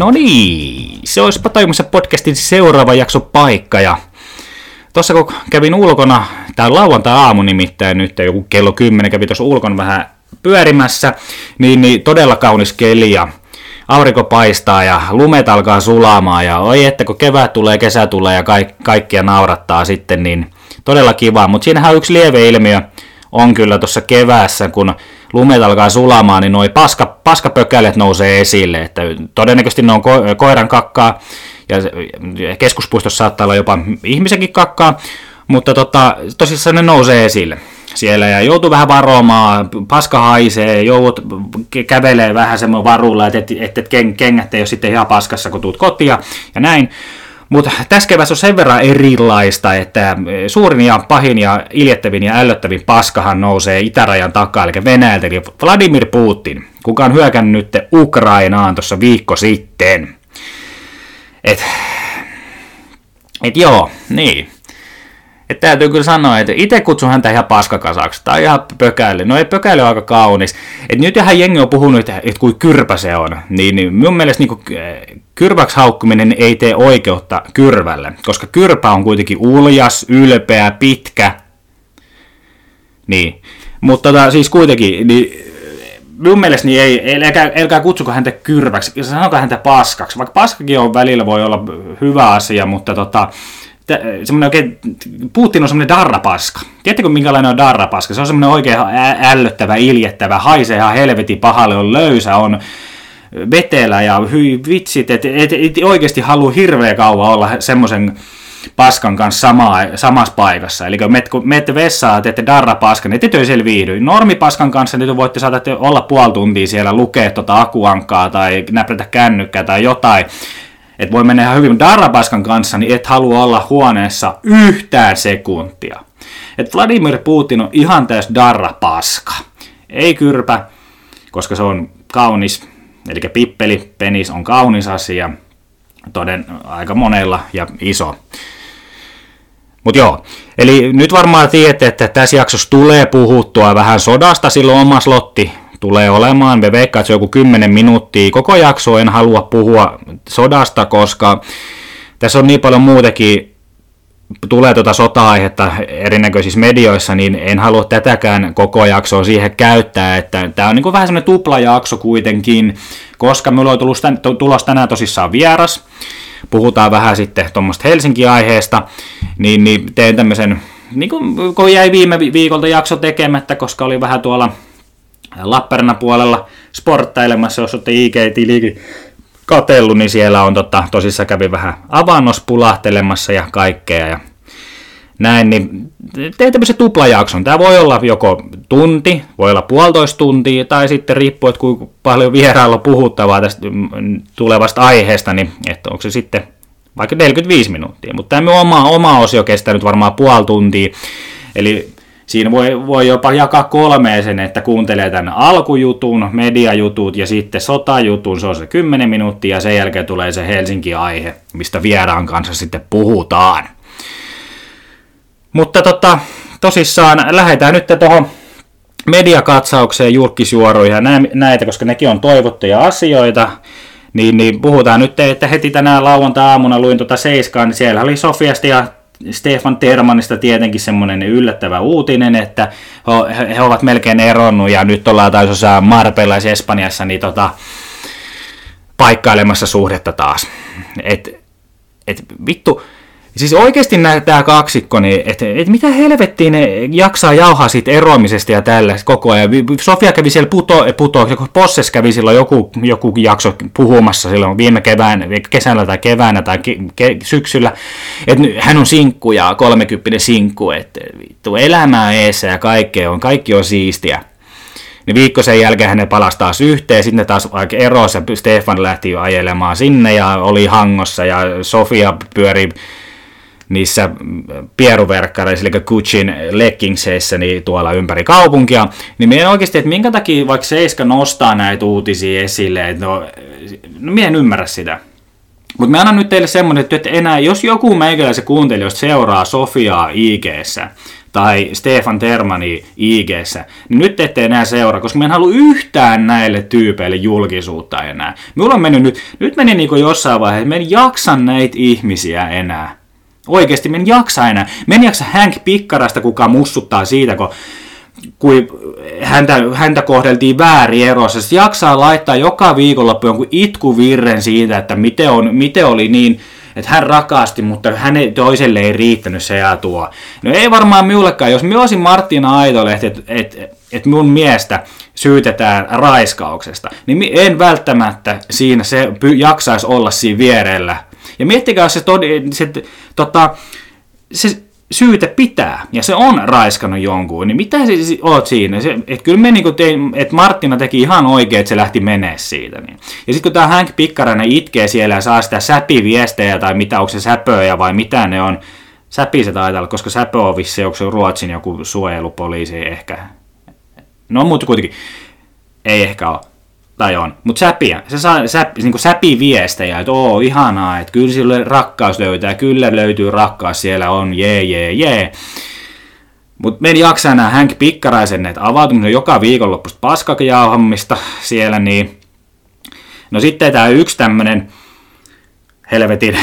No niin, se olisipa Taimassa podcastin seuraava jakso paikka. Ja tuossa kun kävin ulkona, tää on lauantai-aamu nimittäin nyt, joku kello 10 kävi tuossa ulkona vähän pyörimässä, niin todella kaunis keli ja aurinko paistaa ja lumet alkaa sulamaan ja oi että kun kevät tulee, kesä tulee ja kaikkia naurattaa sitten, niin todella kiva. Mutta siinähän on yksi lieveilmiö on kyllä tuossa keväässä, kun lumet alkaa sulamaan, niin noi paskapökälet nousee esille, että todennäköisesti ne on koiran kakkaa, ja keskuspuistossa saattaa olla jopa ihmisenkin kakkaa, mutta tosissaan ne nousee esille siellä, ja joutuu vähän varomaan, paska haisee, joudut kävelee vähän semmoinen varulla, että kengät ei ole sitten ihan paskassa, kun tuut kotiin, ja näin. Mutta tässä kevässä on sen verran erilaista, että suurin ja pahin ja iljettävin ja ällöttävin paskahan nousee itärajan takaa, eli Venäjältä, eli Vladimir Putin, kuka on hyökännyt nyt Ukrainaan tuossa viikko sitten. Et joo, niin. Et täytyy kyllä sanoa, että itse kutsun häntä ihan paskakasaksi, tai ihan pökäily. No ei pökäily on aika kaunis. Et nyt ihan jengi on puhunut, että kuin kyrpä se on, niin minun mielestä niin kyrpäksi haukkuminen ei tee oikeutta kyrvälle, koska kyrpä on kuitenkin uljas, ylpeä, pitkä. Niin, mutta siis kuitenkin, niin minun mielestä niin älkää kutsuko häntä kyrpäksi, sanokaa häntä paskaksi, vaikka paskakin on välillä voi olla hyvä asia, mutta semmoinen oikein, Putin on semmoinen darrapaska. Tiedättekö minkälainen on darrapaska? Se on semmoinen oikein ällöttävä, iljettävä, haisee ihan helvetin pahalle, on löysä, on vetelä ja hyi vitsit, et oikeasti halua hirveä kauan olla semmoisen paskan kanssa samassa paikassa. Eli kun menette vessaan, teette darrapaskan, niin ette selviihdy. Normipaskan kanssa nyt voitte saada olla puoli tuntia siellä, lukea akuankkaa tai näprätä kännykkää tai jotain. Et voi mennä ihan hyvin. Darrapaskan kanssa, niin et halua olla huoneessa yhtään sekuntia. Et Vladimir Putin on ihan täys darrapaska. Ei kyrpä, koska se on kaunis. Eli pippeli, penis on kaunis asia. Aika monella ja iso. Mut joo, eli nyt varmaan tiedätte, että tässä jaksossa tulee puhuttua vähän sodasta, silloin oma slotti tulee olemaan. Me veikkaan, että se on joku 10 minuuttia. Koko jakso en halua puhua sodasta, koska tässä on niin paljon muutenkin, tulee sota-aihetta erinäköisissä medioissa, niin en halua tätäkään koko jaksoa siihen käyttää. Että tämä on niin kuin vähän semmoinen tuplajakso kuitenkin, koska minulla on tulossa tänään tosissaan vieras. Puhutaan vähän sitten tuommoista Helsinki-aiheesta, niin teen tämmöisen, niin kun jäi viime viikolta jakso tekemättä, koska oli vähän tuolla Lappeenrannan puolella sporttailemassa, jos olette IG-tilikin katsellut, niin siellä on tosissaan kävi vähän avannossa pulahtelemassa ja kaikkea ja näin, niin teen tämmöisen tuplajakson. Tämä voi olla joko tunti, voi olla 1,5 tuntia, tai sitten riippuu, että kuinka paljon vierailla on puhuttavaa tästä tulevasta aiheesta, niin että onko se sitten vaikka 45 minuuttia. Mutta tämä oma osio kestää nyt varmaan 0,5 tuntia, eli siinä voi jopa jakaa 3 sen, että kuuntelee tämän alkujutun, mediajutut ja sitten sotajutun, se on se 10 minuuttia, ja sen jälkeen tulee se Helsinki-aihe, mistä vieraan kanssa sitten puhutaan. Mutta tosissaan lähdetään nyt tuohon mediakatsaukseen, julkisjuoruihin ja näitä, koska nekin on toivottuja asioita, niin puhutaan nyt, että heti tänään lauantai-aamuna luin Seiskaa, niin siellä oli Sofiasta ja Stefan Termanista tietenkin semmoinen yllättävä uutinen, että he ovat melkein eronnut ja nyt ollaan taas jossain Marbellassa Espanjassa niin paikkailemassa suhdetta taas. Et vittu, siis oikeasti tämä kaksikko, niin et mitä helvettiä ne jaksaa jauhaa siitä eroamisesta ja tällä koko ajan. Sofia kävi siellä Posses kävi silloin joku jakso puhumassa silloin viime kesällä tai keväänä tai syksyllä, että hän on sinkku ja 30 sinkku, että vittu elämää eessä ja kaikki on siistiä. Niin viikko sen jälkeen ne palasi taas yhteen, sitten ne taas aika erosi ja Stefan lähti jo ajelemaan sinne ja oli hangossa ja Sofia pyöri niissä pieruverkkareissa, eli Gucciin leggingseissä niin tuolla ympäri kaupunkia, niin minä oikeasti, että minkä takia vaikka Seiska nostaa näitä uutisia esille, että minä en ymmärrä sitä. Mutta mä annan nyt teille semmoinen, että enää, jos joku meikäläisen kuuntelijoista seuraa Sofiaa IG:ssä, tai Stefan Termani IG:ssä, niin nyt ette enää seuraa, koska mä en halua yhtään näille tyypeille julkisuutta enää. Minulla on mennyt nyt meni niin kuin jossain vaiheessa, mä en jaksa näitä ihmisiä enää. Oikeesti mä en jaksa enää. Mä en jaksa Hank Pikkarasta, kuka mussuttaa siitä, kun häntä kohdeltiin väärin erossa. Se jaksaa laittaa joka viikonloppu jonkun itkuvirren siitä, että miten oli niin, että hän rakasti, mutta hänen toiselle ei riittänyt se ja tuo. No ei varmaan minullekaan, jos minä olisin Martina Aitolehti, että mun miestä syytetään raiskauksesta, niin en välttämättä siinä se jaksaisi olla siinä vierellä. Ja miettikää, jos se syyte pitää, ja se on raiskannut jonkun, niin mitä sä oot siinä? Että kyllä me että Martina teki ihan oikein, että se lähti menee siitä. Niin. Ja sitten kun tämä Hank Pikkarainen itkee siellä ja saa sitä säpiviestejä, tai mitä, onko se säpöjä vai mitä ne on, säpi se taitaa olla, koska säpö on vissi, onko se Ruotsin joku suojelupoliisi ehkä. No mutta kuitenkin, ei ehkä ole. Tai on, mutta säpiä. Se saa niin säpiviestejä, että ihanaa, että kyllä sille rakkaus löytää, kyllä löytyy rakkaus, siellä on, jee. Mutta me en jaksa enää Hank Pikkaraisen, että avautuminen joka viikonloppuista paskakajauhammista siellä, niin no sitten tämä yksi tämmönen helvetin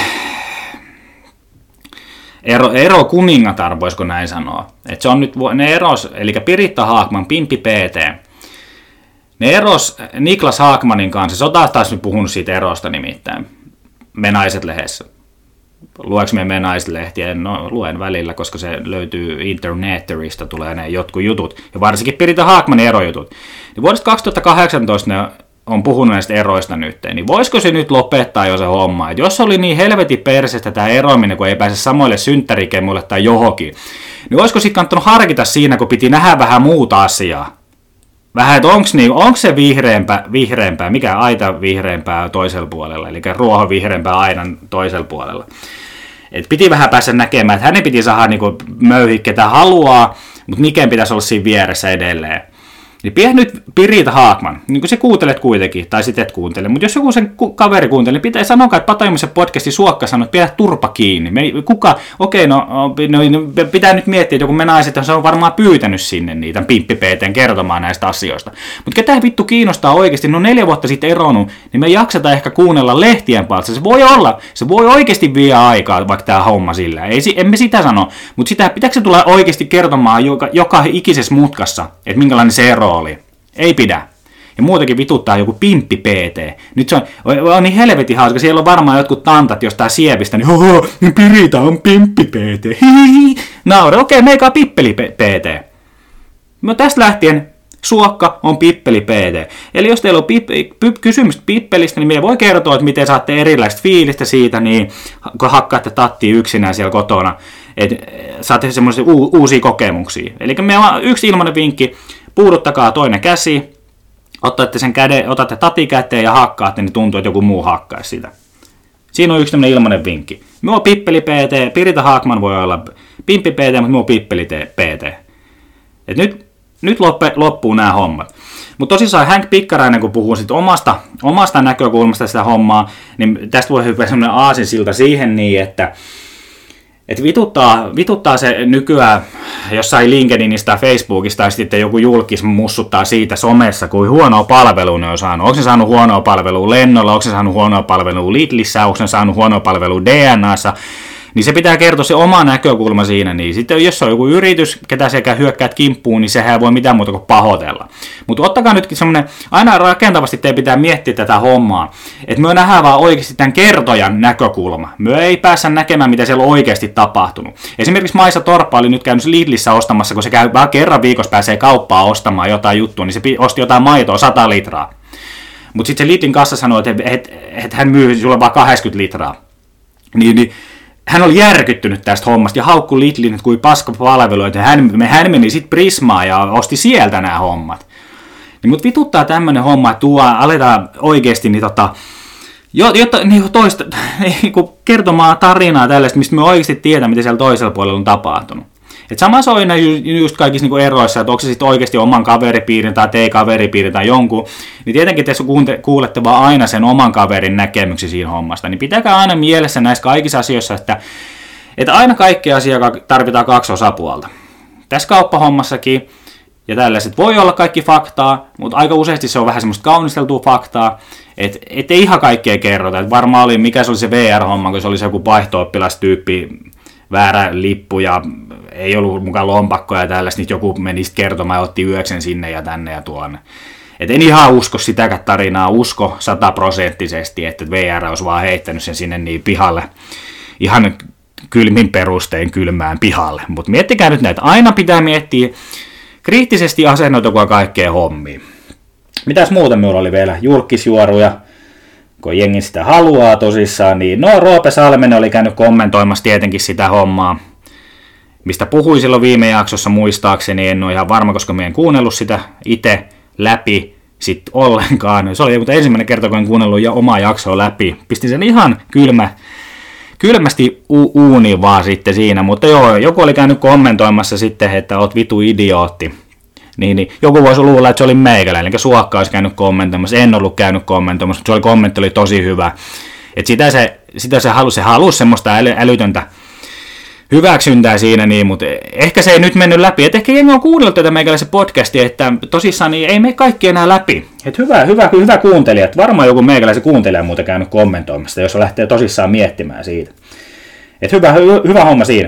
ero kuningatar, voisiko näin sanoa. Että se on nyt, ne eros, eli Piritta Haakman, Pimppi PT, ne eros Niklas Haakmanin kanssa, se on taas nyt puhunut siitä erosta nimittäin, Me Naiset-lehdessä. Lueks me Naiset-lehtiä? No luen välillä, koska se löytyy interneteristä, tulee ne jotkut jutut, ja varsinkin Piritta Haakmanin erojutut. Niin vuodesta 2018 ne on puhunut näistä eroista nyt, niin voisiko se nyt lopettaa jo se homma? Et jos oli niin helvetin persestä tämä eroaminen, kun ei pääse samoille synttärikemuille tai johonkin, niin olisiko sitten kannattanut harkita siinä, kun piti nähdä vähän muuta asiaa? Vähän, että onko se vihreämpää, mikä aita vihreämpää toisella puolella, eli ruoho vihreämpää aidan toisella puolella. Et piti vähän päästä näkemään, että hänen piti saada niinku möyhiä ketä haluaa, mutta Niken pitäisi olla siinä vieressä edelleen. Niin pidä nyt Piritta Haakman, niin kuin sä kuuntelet kuitenkin, tai sit et kuuntele, mutta jos joku sen kaveri kuuntelee, niin pitää sanoa, että Pataimisen podcastin suokka sanoo, että pidä turpa kiinni. Pitää nyt miettiä, että joku Me Naiset, se on varmaan pyytänyt sinne niitä Pimppi PT:n kertomaan näistä asioista. Mutta ketä vittu kiinnostaa oikeasti, no 4 vuotta sitten eronnut, niin me jaksetaan ehkä kuunnella lehtien palsta. Se voi oikeasti vie aikaa, vaikka tämä homma sillä. Emme sitä sano, mutta sitä pitääkö se tulla oikeasti kertomaan joka ikisessä mutkassa, että minkälainen se ero oli. Ei pidä. Ja muutenkin vituttaa joku Pimppi PT. Nyt se on niin helvetin hauska. Siellä on varmaan jotkut tantat jostain sievistä. Niin Pirita on Pimppi PT. Naura, okei, meikä on Pippeli PT. No tästä lähtien suokka on Pippeli PT. Eli jos teillä on kysymys Pippelistä, niin minä voi kertoa, että miten saatte erilaista fiilistä siitä, niin kun hakkaatte tattia yksinään siellä kotona, että saatte semmoisia uusia kokemuksia. Eli meillä on yksi ilmainen vinkki. Puuduttakaa toinen käsi, otatte tati käteen ja hakkaatte, niin tuntuu, että joku muu hakkaisi sitä. Siinä on yksi tämmöinen ilmainen vinkki. Minua on Pippeli PT, Piritta Haakman voi olla Pimppi PT, mutta minua on Pippeli PT. Et nyt loppuu nämä hommat. Mutta tosissaan Hank Pikkarainen, kun puhuu sit omasta näkökulmasta sitä hommaa, niin tästä voi hyppää semmoinen aasinsilta siihen niin, että vituttaa se nykyään jossain LinkedInistä, Facebookista tai sitten joku julkis mussuttaa siitä somessa, kuin huonoa palvelua ne on saanut. Onko se saanut huonoa palvelua Lennolla, onko se saanut huonoa palvelua Lidlissä, onko se saanut huonoa palvelua DNAssa, niin se pitää kertoa se oma näkökulma siinä. Niin sitten jos on joku yritys, ketä sekä hyökkäät kimppuun, niin sehän ei voi mitään muuta kuin pahoitella. Mutta ottakaa nytkin semmoinen, aina rakentavasti teidän pitää miettiä tätä hommaa, että me nähdään vaan oikeasti tämän kertojan näkökulma. Me ei päässä näkemään, mitä siellä on oikeasti tapahtunut. Esimerkiksi Maisa Torppa oli nyt käynyt Lidlissä ostamassa, kun se käy vaan kerran viikossa pääsee kauppaan ostamaan jotain juttua, niin se osti jotain maitoa 100 litraa. Mutta sitten se Lidlin kassa sanoi, että hän myy sulle vaan 80 litraa. Niin hän oli järkyttynyt tästä hommasta ja haukkui Lidlin, että kuin paskapalvelu, että hän meni sitten Prismaan ja osti sieltä nämä hommat. Niin, mutta vituttaa tämmöinen homma, että aletaan oikeasti kertomaan tarinaa tällaista, mistä me oikeasti tiedä, mitä siellä toisella puolella on tapahtunut. Et sama se on just kaikissa eroissa, että onko se sitten oikeasti oman kaveripiirin tai kaveripiirin tai jonkun, niin tietenkin te kuulette vaan aina sen oman kaverin näkemyksiä siinä hommasta, niin pitäkää aina mielessä näissä kaikissa asioissa, että aina kaikki asiaa tarvitaan 2 osapuolta. tässä kauppahommassakin, ja tällaiset voi olla kaikki faktaa, mutta aika useasti se on vähän semmoista kaunisteltua faktaa, että ei ihan kaikkea kerrota. Et varmaan oli, mikä se oli se VR-homma, kun se oli se joku vaihto-oppilastyyppi, väärä lippu ja ei ollut mukaan lompakkoja ja tällaista, niin joku meni kertomaan ja otti yöksen sinne ja tänne ja tuonne. Et en ihan usko sitäkään tarinaa, usko 100%, että VR olisi vaan heittänyt sen sinne niin pihalle, ihan kylmin perustein kylmään pihalle. Mutta miettikää nyt näitä, aina pitää miettiä kriittisesti asennoitua kaikkea hommiin. Mitäs muuta minulla oli vielä? Julkisjuoruja, kun jengi sitä haluaa tosissaan, niin Roope Salminen oli käynyt kommentoimassa tietenkin sitä hommaa, mistä puhui silloin viime jaksossa muistaakseni, en ole ihan varma, koska minä en kuunnellut sitä itse läpi sitten ollenkaan. Se oli ensimmäinen kerta, kun en kuunnellut omaa jaksoa läpi. Pistin sen ihan kylmästi uuniin vaan sitten siinä, mutta joo, joku oli käynyt kommentoimassa sitten, että oot vitu idiootti. Niin, joku voisi luulla, että se oli meikäläinen, eli Suokka olisi käynyt kommentoimassa, en ollut käynyt kommentoimassa, mutta kommentti oli tosi hyvä. Et sitä se halusi semmoista älytöntä hyväksyntää siinä, niin, mutta ehkä se ei nyt mennyt läpi. Et ehkä jengi on kuunnellut tätä meikäläisen podcastia, että tosissaan niin ei mene kaikki enää läpi. Et hyvä kuuntelija, että varmaan joku meikäläisen kuuntelija on muuten käynyt kommentoimassa, jos lähtee tosissaan miettimään siitä. Et hyvä homma siinä.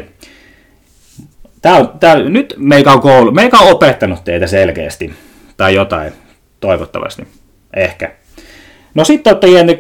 Nyt meikä on opettanut teitä selkeästi, tai jotain, toivottavasti, ehkä. No sitten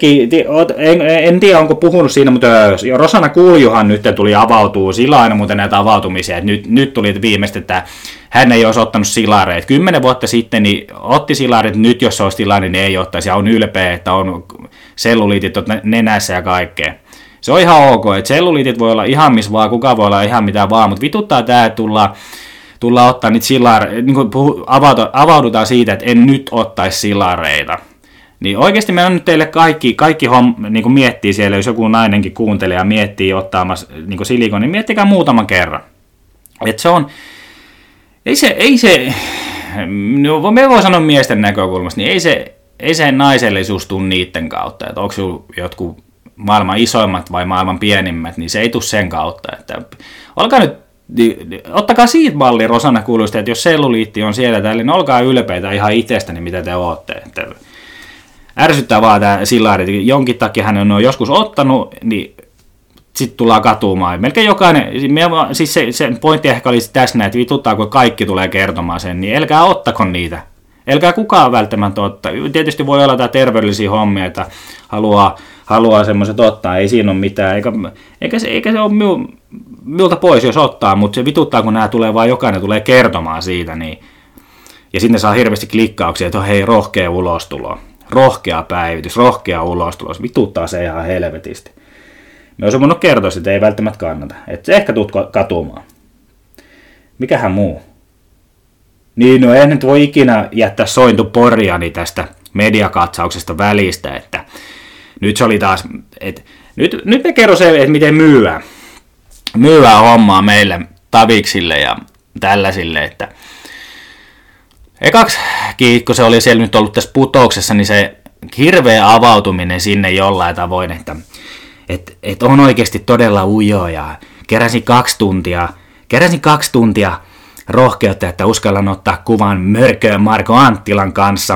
en tiedä onko puhunut siinä, mutta Rosanna Kuljuhan nyt tuli avautuu sillä aina muuten näitä avautumisia, että nyt tuli viimeistä, että hän ei olisi ottanut silareita. 10 vuotta sitten niin otti silareita, nyt jos se olisi tilanne, niin ei ottaisi, ja on ylpeä, että on selluliitit nenässä ja kaikkea. Se on ihan ok, että selluliitit voi olla ihan missä vaan, kuka voi olla ihan mitä vaan, mutta vituttaa tämä, että tullaan ottaa niitä silareita, niin avaudutaan siitä, että en nyt ottaisi silareita. Niin oikeasti meillä on nyt teille kaikki niin miettii siellä, jos joku nainenkin kuuntelee ja miettii ottaamassa niin silikon, niin miettikää muutaman kerran. Että se on, ei se, no me voi sanoa miesten näkökulmasta, niin ei se naisellisuus tule niiden kautta, että onko sinulla jotkut maailman isoimmat vai maailman pienimmät, niin se ei tule sen kautta. Että ottakaa siitä mallia Rosanna Kuljusta, että jos selluliitti on siellä tällä, niin olkaa ylpeitä ihan itsestäni, mitä te olette. Että ärsyttää vaan tämä sillarit, jonkin takia hän on joskus ottanut, niin sitten tullaan katumaan. Melkein jokainen, siis se pointti ehkä oli tässä, että vituttaa, kun kaikki tulee kertomaan sen, niin älkää ottako niitä. Älkää kukaan välttämättä ottaa. Tietysti voi olla tämä terveellisiä hommia, että haluaa semmoiset ottaa, ei siinä ole mitään, eikä se ole minulta pois, jos ottaa, mutta se vituttaa, kun nämä tulee vaan jokainen tulee kertomaan siitä, niin, ja sitten saa hirveästi klikkauksia, että hei, rohkea ulostulo, rohkea päivitys, rohkea ulostulo, vituttaa se ihan helvetisti. Me olisi voinut kertoa, että ei välttämättä kannata, että se ehkä tuut katumaan. Mikähän muu? Niin, no en nyt voi ikinä jättää sointuporjani tästä mediakatsauksesta välistä, että nyt se oli taas, että nyt me kerron se, että miten myyvää hommaa meille taviksille ja tällaisille, että ekaksi, kun se oli siellä nyt ollut tässä putouksessa, niin se hirveä avautuminen sinne jollain tavoin, että on oikeasti todella ujo ja keräsin 2 tuntia rohkeutta, että uskallan ottaa kuvan Mörkö Marko Anttilan kanssa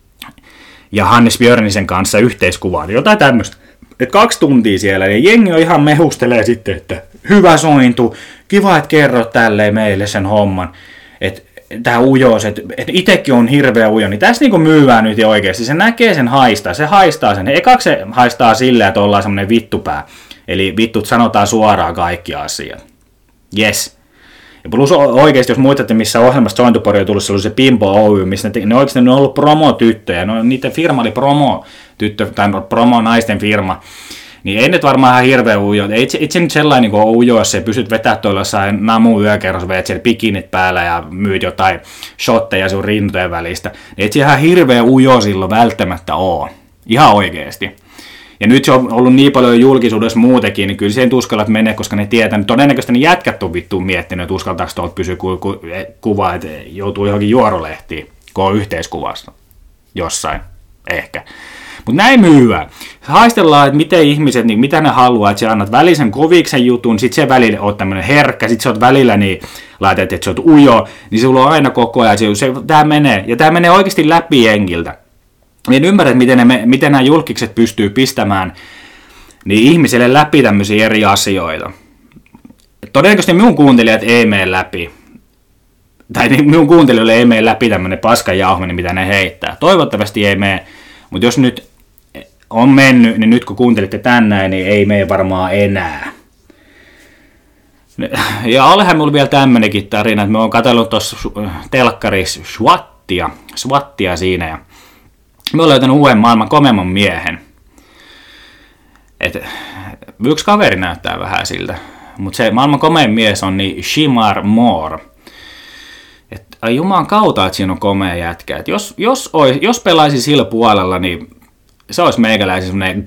ja Hannes Björnisen kanssa yhteiskuvaa, jotain tämmöistä. Että 2 tuntia siellä, ja jengi on ihan mehustelee sitten, että hyvä sointu, kiva, että kerrot tälleen meille sen homman, että tämä ujous, että itsekin on hirveä ujo, niin tässä niinku myyvää nyt oikeasti, se näkee sen haistaa, se haistaa sen, ekaksi se haistaa silleen, että ollaan semmoinen vittupää, eli vittut sanotaan suoraan kaikki asiat, yes. Ja plus oikeasti, jos muistatte, missä ohjelmassa Sointupori on tullut, se oli se Pimpo Oy, missä ne oikeasti on ollut promotyttöjä, niiden firma oli promotyttö, tai promo-naisten firma, niin ei nyt varmaan ihan hirveä ujo. Ei se nyt sellainen niin ole ujo, jos sä pystyt vetämään tuolla jossain namu yökerros, veet siellä bikinit päällä ja myyt jotain shotteja sun rintojen välistä. Niin ei se ihan hirveä ujo silloin välttämättä ole. Ihan oikeasti. Ja nyt se on ollut niin paljon julkisuudessa muutenkin, niin kyllä se ei uskallat mennä, koska ne tietää. Niin todennäköisesti ne jätkät on vittuun miettinyt, että uskaltaako tuolta pysyä kuva, että joutuu johonkin juorolehtiin, kun on yhteiskuvassa jossain. Ehkä. Mutta näin myyvää. Haistellaan, että miten ihmiset, niin mitä ne haluaa, että sä annat välisen koviksen jutun, sit se välillä oot tämmönen herkkä, sit sä oot välillä niin laitat, että sä oot ujo, niin sulla on aina koko ajan, tää menee, ja tää menee oikeasti läpi jengiltä. En ymmärrä, miten nämä julkikset pystyy pistämään niin ihmiselle läpi tämmöisiä eri asioita. Todennäköisesti minun kuuntelijat ei mene läpi. Tai minun kuuntelijoille ei mene läpi tämmöinen paskajauhminen, mitä ne heittää. Toivottavasti ei mene, mutta jos nyt on mennyt, niin nyt kun kuuntelitte tänään, niin ei mene varmaan enää. Ja olehan minulla vielä tämmönenkin tarina, että me oon katsellut tuossa telkkarissa SWATia siinä, ja me oon löytänyt uuden maailman komeamman miehen. Yksi kaveri näyttää vähän siltä, mutta se maailman komein mies on niin Shemar Moore. Jumalan kautta, että siinä on komea jätkä. Et jos pelaisi sillä puolella, niin se olisi meikäläisen semmoinen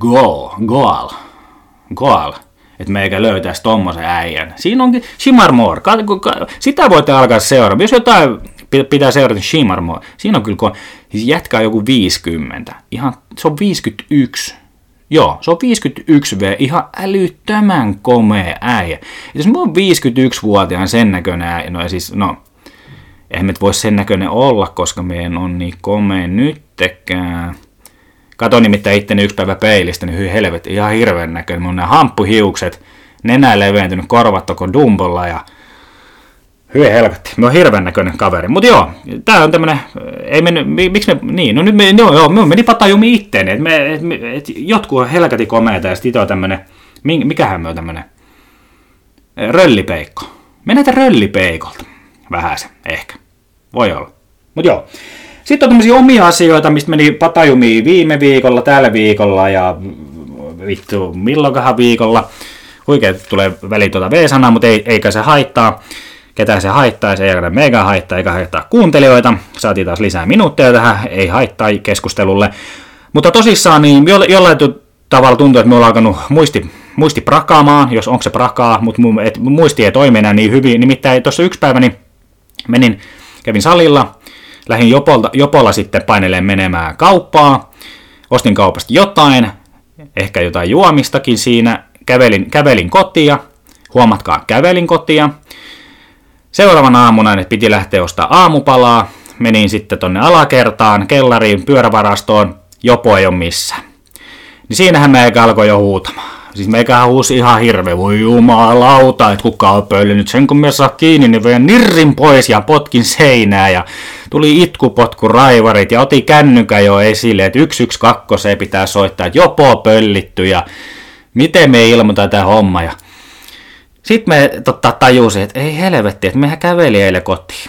goal. Että meikä löytäisi tommosen äijän. Siinä onkin Shemar Moore. Sitä voitte alkaa seurata. Jos jotain pitää seurata, Shemar Moore. Siinä on kyllä, siis jätkä on joku 50. Se on 51. Joo, se on 51V, ihan älyttömän komea äijä. Jos mä oon 51-vuotiaan sen näköinen äijä, eihän me voi sen näköinen olla, koska meidän on niin komea nyttekään. Kato nimittäin itteni yksi päivä peilistä, niin hyi helvetti, ihan hirveän näköinen. Mun on nämä hamppuhiukset, nenä leventynyt, korvat on dumbolla ja hyi helvetti. Me on hirveän näköinen kaveri. Mut joo, tää on tämmönen, ei mennyt, miksi me, niin, no nyt me meni patajumi itteeni, että jotkut on helkati komeita ja sit ite on tämmönen, mikähän me on tämmönen, röllipeikko. Mennään röllipeikolta. Vähän se, ehkä. Voi olla. Mut joo. Sitten on tämmöisiä omia asioita, mistä meni patajumiin viime viikolla, tällä viikolla ja vittu milloinkahan viikolla. Huikeet tulee väliin V-sanaa, mutta eikä se haittaa. Ketään se haittaa, se ei meikä haittaa, eikä haittaa kuuntelijoita. Saatiin taas lisää minuutteja tähän, ei haittaa keskustelulle. Mutta tosissaan niin jollain tavalla tuntuu, että me ollaan alkanut muisti prakaamaan, jos onko se prakaa, mutta muisti ei toimi enää niin hyvin. Nimittäin tuossa yksi päivä niin kävin salilla, lähdin Jopolla sitten painelleen menemään kauppaa, ostin kaupasta jotain, ehkä jotain juomistakin siinä, kävelin kotia, huomatkaa kävelin kotia. Seuraavana aamuna että piti lähteä ostaa aamupalaa, menin sitten tonne alakertaan, kellariin, pyörävarastoon, Jopo ei ole missään. Niin siinähän meikä alkoi jo huutamaan. Siis meikähän huusi ihan hirveä, voi jumalauta, että kuka on pöllinyt sen kun me saa kiinni, niin vein nirrin pois ja potkin seinää ja tuli itkupotkuraivarit ja otin kännykän jo esille, että 112 pitää soittaa, että Jopo pöllitty ja miten me ilmoitetaan tämä homma. Ja sitten me tajusin, että ei helvetti, että mehän käveli eilen kotiin.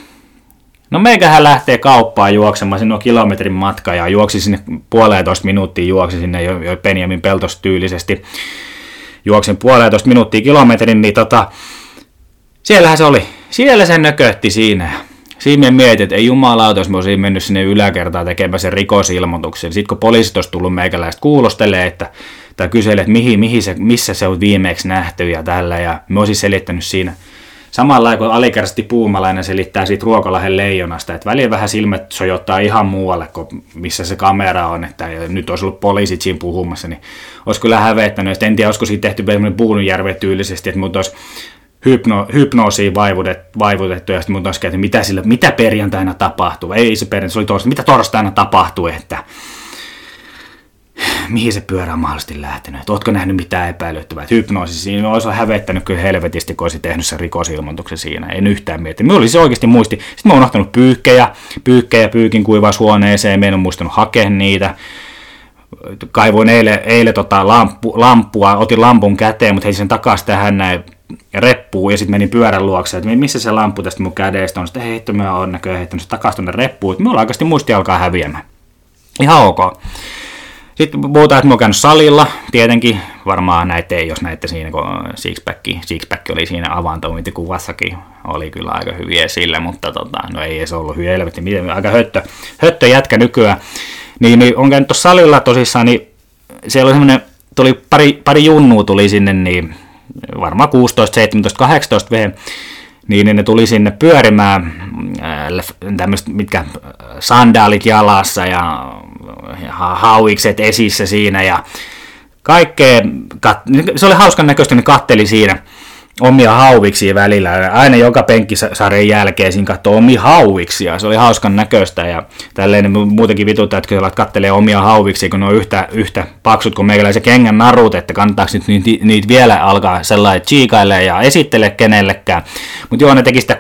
No meikähän lähtee kauppaan juoksemaan, siinä on kilometrin matka ja juoksi sinne 1,5 minuuttia, juoksi sinne jo Benjamin Peltos tyylisesti. Juoksin 1,5 minuuttia kilometrin, niin siellähän se oli. Siellä se nökötti siinä. Siinä mietin, että ei jumalauta, jos mä olisin mennyt sinne yläkertaan tekemään sen rikosilmoituksen. Sitten kun poliisit olisi tullut meikäläistä kuulostelee, tai kyselee, että missä se on viimeksi nähty ja tällä, ja mä olisin selittänyt siinä. Samalla kun alikerrasti Puumalainen selittää siitä Ruokolahden leijonasta, että välillä vähän silmät sojottaa ihan muualle, kuin missä se kamera on, että nyt olisi ollut poliisit siinä puhumassa, niin olisi kyllä hävettänyt. Sitten en tiedä, olisiko siitä tehty Puunujärve tyylisesti, että mut olisi hypnoosiin vaivutettu, ja sitten mut olisi käyty, mitä perjantaina tapahtuu. Ei se perjantaina, se oli torstaina. Mitä torstaina tapahtuu, että mihin se pyörä on mahdollisesti lähtenyt, että ootko nähnyt mitään epäilyttävää, että hypnoosi siinä olisi hävettänyt kyllä helvetisti, kun olisi tehnyt sen rikosilmoituksen siinä, en yhtään miettinyt. Minulla oli se oikeasti muisti, sitten mä oon unohtanut pyykkejä pyykin kuivaushuoneeseen, mä en ole muistanut hakea niitä, kaivoin eilen lampua, otin lampun käteen, mutta heitin sen takaisin tähän näin reppuun ja sitten menin pyörän luokse, että missä se lamppu tästä mun kädestä on, sitten heitto mä oon näköjään heittänyt se takaisin tuonne reppuun, että minulla oikeasti muisti alkaa häviämään. Ihan ok. Sitten puhutaan, että mä oon käynyt salilla, tietenkin, varmaan näitte, jos näitte siinä, kun Sixpack oli siinä avantointikuvassakin, oli kyllä aika hyviä esille, mutta no ei edes ollut hyvin helvetti, aika höttö jätkä nykyään. Niin on käynyt tuossa salilla tosissaan, niin siellä oli semmoinen, tuli pari junnua tuli sinne, niin varmaan 16, 17, 18 V, niin ne tuli sinne pyörimään, tämmöiset mitkä sandaalit jalassa ja hauikset esissä siinä ja kaikkea, se oli hauskan näköistä, ne katteli siinä omia hauviksia välillä. Aina joka penkkisarjan jälkeen siinä katsoi omia hauviksia. Se oli hauskan näköistä ja tälleen muutenkin vituttaa, että kyllä kattelee omia hauviksia, kun ne on yhtä paksut kuin meikäläisen kengän narut, että kannattaako nyt niitä vielä alkaa sellainen chiikaille ja esittele kenellekään. Mutta joo, ne teki sitä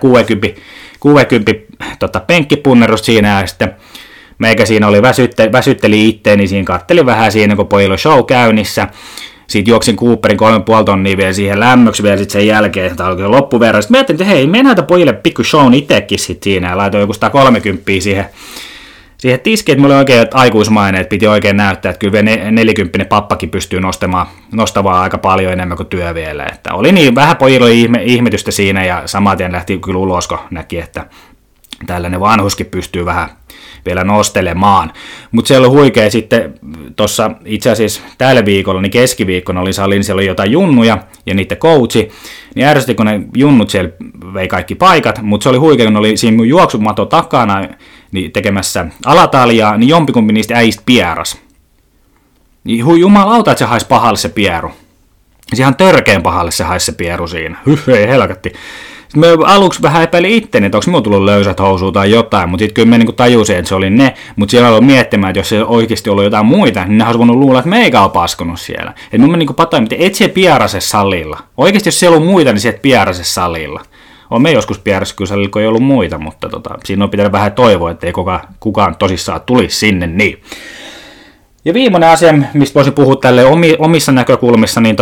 60 penkkipunnerusta siinä ja sitten meikä siinä oli väsytteli itteeni, siinä katteli vähän siinä, kun pojilla show käynnissä. Sitten juoksin Cooperin 3,5 tonnia vielä siihen lämmöksi vielä sitten sen jälkeen, että alkoi loppuverran. Sitten mä ajattelin, että hei, me näytä pojille pikku shown itsekin sitten siinä ja laitoin joku 130 siihen tiskiin, että mulla oli oikein aikuismainen, että piti oikein näyttää, että kyllä 40 pappakin pystyy nostamaan aika paljon enemmän kuin työ vielä. Että oli niin, vähän pojilla oli ihmetystä siinä ja samaten lähti kyllä ulos, kun näki, että tällainen vanhuskin pystyy vähän vielä nostelemaan. Mutta siellä oli huikea sitten tuossa itse asiassa tällä viikolla, niin keskiviikkona oli salin, siellä oli jotain junnuja ja niiden coachi, niin ärsytti, kun ne junnut siellä vei kaikki paikat, mutta se oli huikea, kun oli siinä mun juoksumato takana niin tekemässä alataljaa, niin jompikumpi niistä äistä pieras. Niin jumalauta, että se haisi pahalle se pieru. Se ihan törkeen pahalle se haisi se pieru siinä. Ei helkatti. Sitten mä aluksi vähän epäilin itteni, että onko minulla tullut löysät housua tai jotain, mutta sitten kyllä mä niinku tajusin, että se oli ne, mutta siellä aloin miettimään, että jos se oikeasti ollut jotain muita, niin ne olisi voinut luulla, että meikä on paskonut siellä. Että mun mä niinku patoin, että et se pierase salilla. Oikeasti jos siellä on muita, niin se et pierase salilla. On me joskus pierässä kyllä salilla, kun ei ollut muita, mutta siinä on pitänyt vähän toivoa, että ei kukaan tosissaan tulisi sinne niin. Ja viimeinen asia, mistä voisin puhua tälle omissa näkökulmissa, niin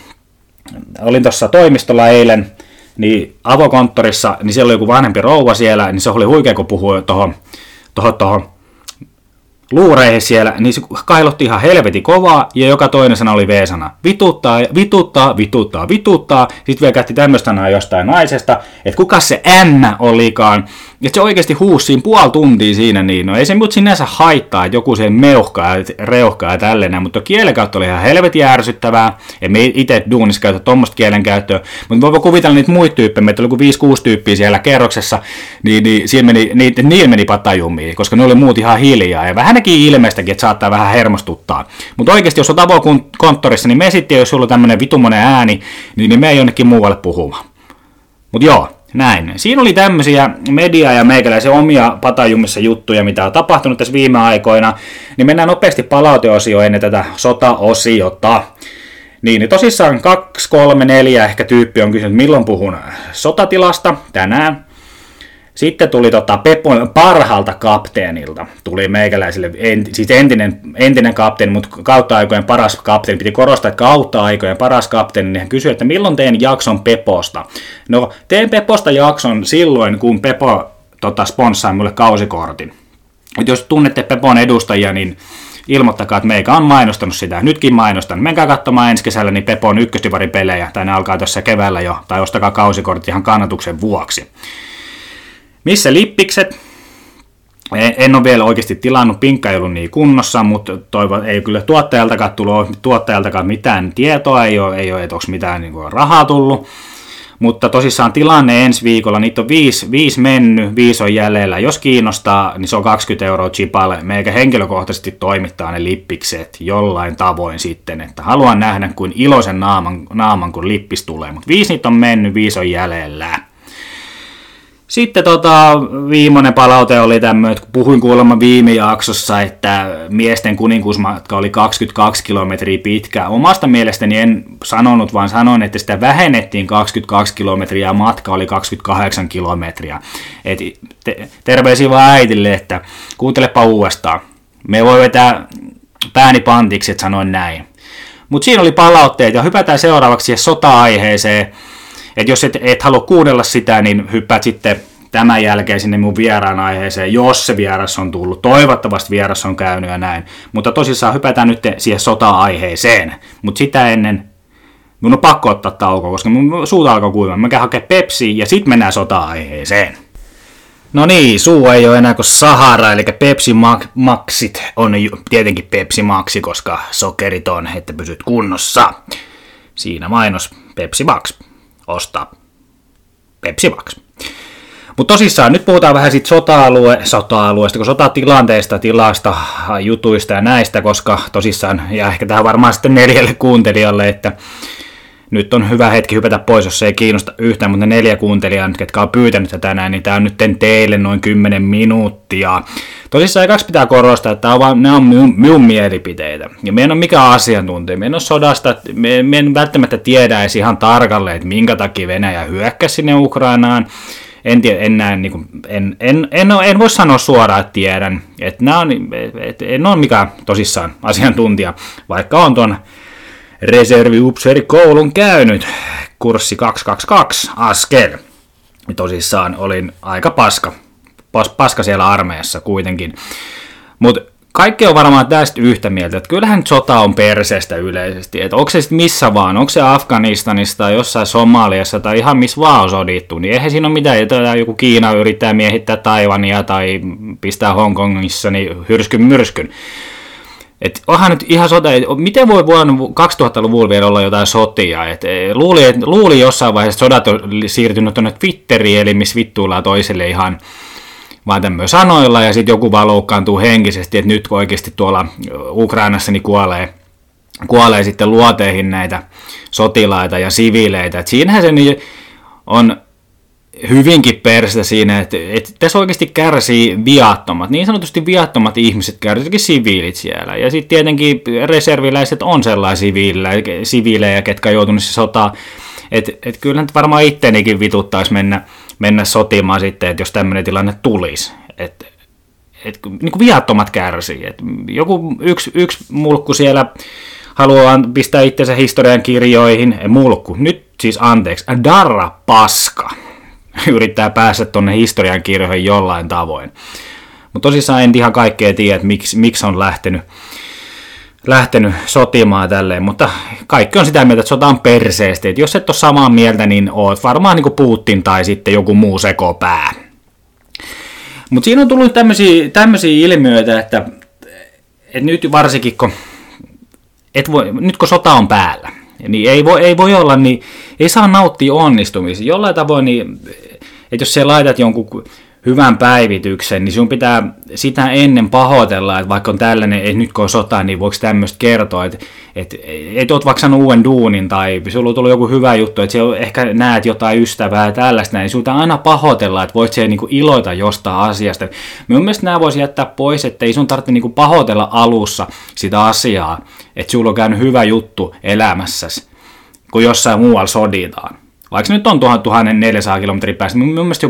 olin tuossa toimistolla eilen, niin avokonttorissa, niin siellä oli joku vanhempi rouva siellä, niin se oli huikea, kun puhui tuohon luureihin siellä, niin se kailotti ihan helvetin kovaa, ja joka toinen sana oli V-sana. Vituttaa, vituttaa, vituttaa, vituttaa. Sitten vielä käytti tämmöistä sanaa jostain naisesta, että kuka se N olikaan. Että se oikeasti huusi siinä puoli tuntia siinä, niin no ei se mut sinänsä haittaa, että joku sen meuhkaa ja reuhkaa ja tällainen, mutta kielenkäyttö oli ihan helvetin ärsyttävää, ja me itse duunissa käytä tuommoista kielenkäyttöä, mutta voi kuvitella niitä muita tyyppejä, meitä oli kuin 5-6 tyyppiä siellä kerroksessa, niin niillä meni pattajumiin, koska ne oli muut ihan hiljaa, ja vähänkin ilmeistäkin, että saattaa vähän hermostuttaa. Mutta oikeasti, jos olet avokonttorissa, niin me sitten, jos sulla on tämmöinen vitumonen ääni, niin me ei jonnekin muualle puhumaan. Mutta joo. Näin. Siinä oli tämmöisiä media- ja meikäläisen omia patajumissa juttuja, mitä on tapahtunut tässä viime aikoina. Niin mennään nopeasti palauteosioon ennen tätä sotaosiota. Niin tosissaan 2, 3, 4 ehkä tyyppi on kysynyt, milloin puhun sotatilasta tänään. Sitten tuli Pepon parhaalta kapteenilta, tuli meikäläiselle, siis entinen kapteeni, mutta kautta aikojen paras kapteeni, piti korostaa, että kautta aikojen paras kapteeni, niin hän kysyi, että milloin teen jakson Peposta. No, teen Peposta jakson silloin, kun Pepo sponssaa mulle kausikortin. Et jos tunnette Pepon edustajia, niin ilmoittakaa, että meikä on mainostanut sitä. Nytkin mainostan. Menkää katsomaan ensi kesällä niin Pepon ykkösdivarin pelejä, tai ne alkaa tuossa keväällä jo, tai ostakaa kausikortit ihan kannatuksen vuoksi. Missä lippikset? En ole vielä oikeasti tilannut, pinkka ei ollut niin kunnossa, mutta ei kyllä tuottajaltakaan mitään tietoa, ei ole että onko mitään niin kuin rahaa tullut. Mutta tosissaan tilanne ensi viikolla, niitä on 5 mennyt, 5 on jäljellä. Jos kiinnostaa, niin se on 20 € chipalle. Meikä henkilökohtaisesti toimittaa ne lippikset jollain tavoin sitten, että haluan nähdä kuin iloisen naaman kun lippis tulee. Mutta 5 niitä on mennyt, 5 on jäljellä. Sitten viimeinen palaute oli tämmöinen, että puhuin kuulemma viime jaksossa, että miesten kuninkuusmatka oli 22 kilometriä pitkä. Omasta mielestäni en sanonut, vaan sanoin, että sitä vähennettiin 22 kilometriä ja matka oli 28 kilometriä. Terveisiä vaan äitille, että kuuntelepa uudestaan. Me voi vetää pääni pantiksi, että sanoin näin. Mutta siinä oli palautteet ja hypätään seuraavaksi siihen sota-aiheeseen. Että jos et halua kuunnella sitä, niin hyppäät sitten tämän jälkeen sinne mun vieraan aiheeseen, jos se vieras on tullut. Toivottavasti vieras on käynyt ja näin. Mutta tosissaan hypätään nyt siihen sota-aiheeseen. Mutta sitä ennen mun on pakko ottaa tauko, koska mun suuta alkoi kuivaa. Mä käyn hakemaan Pepsiä ja sitten mennään sota-aiheeseen. No niin, suu ei ole enää kuin Sahara, eli Pepsi Maxit on tietenkin Pepsi Maxi, koska sokerit on, että pysyt kunnossa. Siinä mainos Pepsi Max. Ostaa. Pepsi Max. Mutta tosissaan, nyt puhutaan vähän siitä sota-alueesta, kun sotatilanteesta, tilasta, jutuista ja näistä, koska tosissaan, ja ehkä tähän varmaan sitten 4 kuuntelijalle, että nyt on hyvä hetki hypätä pois, jos se ei kiinnosta yhtään, mutta ne 4 kuuntelijaa, ketkä on pyytänyt tätä tänään, niin tämä on nyt teille noin 10 minuuttia. Tosissaan kaksi pitää korostaa, että ne on minun mielipiteitä. Ja me en ole mikään asiantuntija, me en ole sodasta, me en välttämättä tiedä edes ihan tarkalleen, että minkä takia Venäjä hyökkäsi sinne Ukrainaan. En voi sanoa suoraan, että tiedän, että en ole mikään tosissaan asiantuntija, vaikka on tuon reserviupseerikoulun käynyt, kurssi 222 askel. Tosissaan olin aika paska siellä armeijassa kuitenkin. Mutta kaikki on varmaan tästä yhtä mieltä, että kyllähän nyt sota on perseestä yleisesti. Että onko se sitten missä vaan, onko se Afganistanissa tai jossain Somaliassa tai ihan missä vaan on sodittu, niin eihän siinä ole mitään, että joku Kiina yrittää miehittää Taiwania tai pistää Hongkongissa niin myrskyn. Että onhan nyt ihan sota, miten voi vuonna 2000-luvulla vielä olla jotain sotia? Et luuli jossain vaiheessa, että sodat on siirtynyt tuonne Twitteriin, eli missä vittuillaan toiselle ihan vaan tämmöillä sanoilla, ja sitten joku vaan loukkaantuu henkisesti, että nyt oikeasti tuolla Ukrainassa niin kuolee sitten luoteihin näitä sotilaita ja siviileitä. Et siinähän se niin on hyvinkin perstä siinä, että tässä oikeasti kärsii viattomat, niin sanotusti viattomat ihmiset, kärsivät siviilit siellä. Ja sitten tietenkin reserviläiset on sellaisia siviilejä, ketkä on joutuneet sotaan. Että kyllä nyt varmaan itteenikin vituttaisi mennä sotimaan sitten, että jos tämmöinen tilanne tulisi. Että niin kuin viattomat kärsii. Et joku yksi mulkku siellä haluaa pistää itsensä historian kirjoihin. Nyt siis anteeksi, darra paska yrittää päästä tuonne historian kirjoihin jollain tavoin. Mutta tosissaan en ihan kaikkea tiedä, että miksi on lähtenyt sotimaan tälleen, mutta kaikki on sitä mieltä, että sota on perseesti. Et jos et ole samaa mieltä, niin oot varmaan niin kuin Putin tai sitten joku muu sekopää. Mutta siinä on tullut tämmöisiä ilmiöitä, että nyt varsinkin, nyt kun sota on päällä, niin ei voi olla, niin ei saa nauttia onnistumisia. Jollain tavoin, niin, että jos sä laitat jonkun hyvän päivityksen, niin sinun pitää sitä ennen pahoitella, että vaikka on tällainen, että nyt kun on sota, niin voiko tämmöistä kertoa, että et oot vaikka saanut uuden duunin, tai sulla on tullut joku hyvä juttu, että siellä ehkä näet jotain ystävää ja tällaista, niin sinulta aina pahoitella, että voit siellä niinku iloita jostain asiasta. Minun mielestä nämä voisi jättää pois, että ei sun tarvitse niinku pahoitella alussa sitä asiaa, että sulla on käynyt hyvä juttu elämässäsi, kun jossain muualla soditaan. Vaikka se nyt on 1400 kilometrin päästä, minun mielestä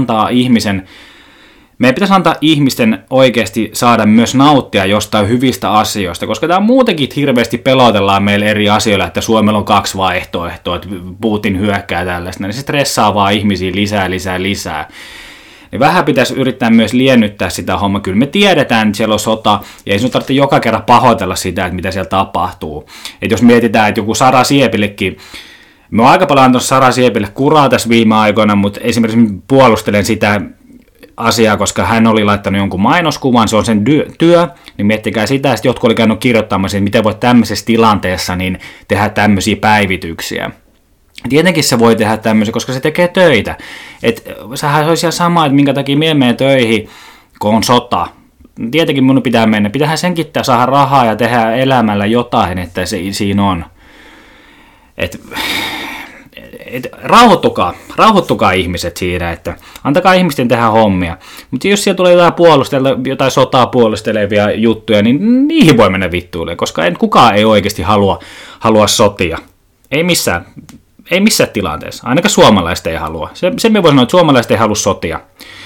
meidän pitäisi antaa ihmisten oikeasti saada myös nauttia jostain hyvistä asioista, koska tämä muutenkin hirveästi pelotellaan meille eri asioilla, että Suomella on 2 vaihtoehtoa, että Putin hyökkää tällaista, niin se stressaa vaan ihmisiä lisää. Niin vähän pitäisi yrittää myös liennyttää sitä hommaa. Kyllä me tiedetään, että siellä on sota, ja ei sinun tarvitse joka kerran pahoitella sitä, että mitä siellä tapahtuu. Että jos mietitään, että joku Sara Siepillekin, mä oon aika paljon antanut Sara Siepille kuraa tässä viime aikoina, mutta esimerkiksi puolustelen sitä asiaa, koska hän oli laittanut jonkun mainoskuvan, se on sen työ, niin miettikää sitä, että jotkut oli käynyt kirjoittamassa, että miten voi tämmöisessä tilanteessa niin tehdä tämmöisiä päivityksiä. Tietenkin se voi tehdä tämmöisiä, koska se tekee töitä. Sehän olisi ihan sama, että minkä takia minä menen töihin, kun on sota. Tietenkin minun pitää mennä. Pitäähän senkin saada rahaa ja tehdä elämällä jotain, että se siinä on. Rauhoittukaa ihmiset siinä, että antakaa ihmisten tehdä hommia. Mutta jos siellä tulee jotain sotaa puolustelevia juttuja, niin niihin voi mennä vittuille, koska kukaan ei oikeasti halua sotia. Ei missään tilanteessa. Ainakaan suomalaiset ei halua. Se me voi sanoa, että suomalaiset ei halua sotia.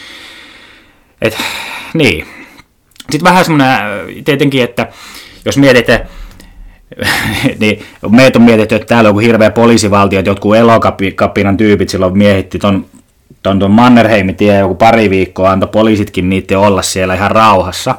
Niin. Sitten vähän semmoinen tietenkin, että jos mietitte, niin meitä on mietitty, että täällä on joku hirveä poliisivaltio, että jotkut Elokapinan tyypit silloin miehitti ton Mannerheimin tie joku pari viikkoa, antoi poliisitkin niiden olla siellä ihan rauhassa.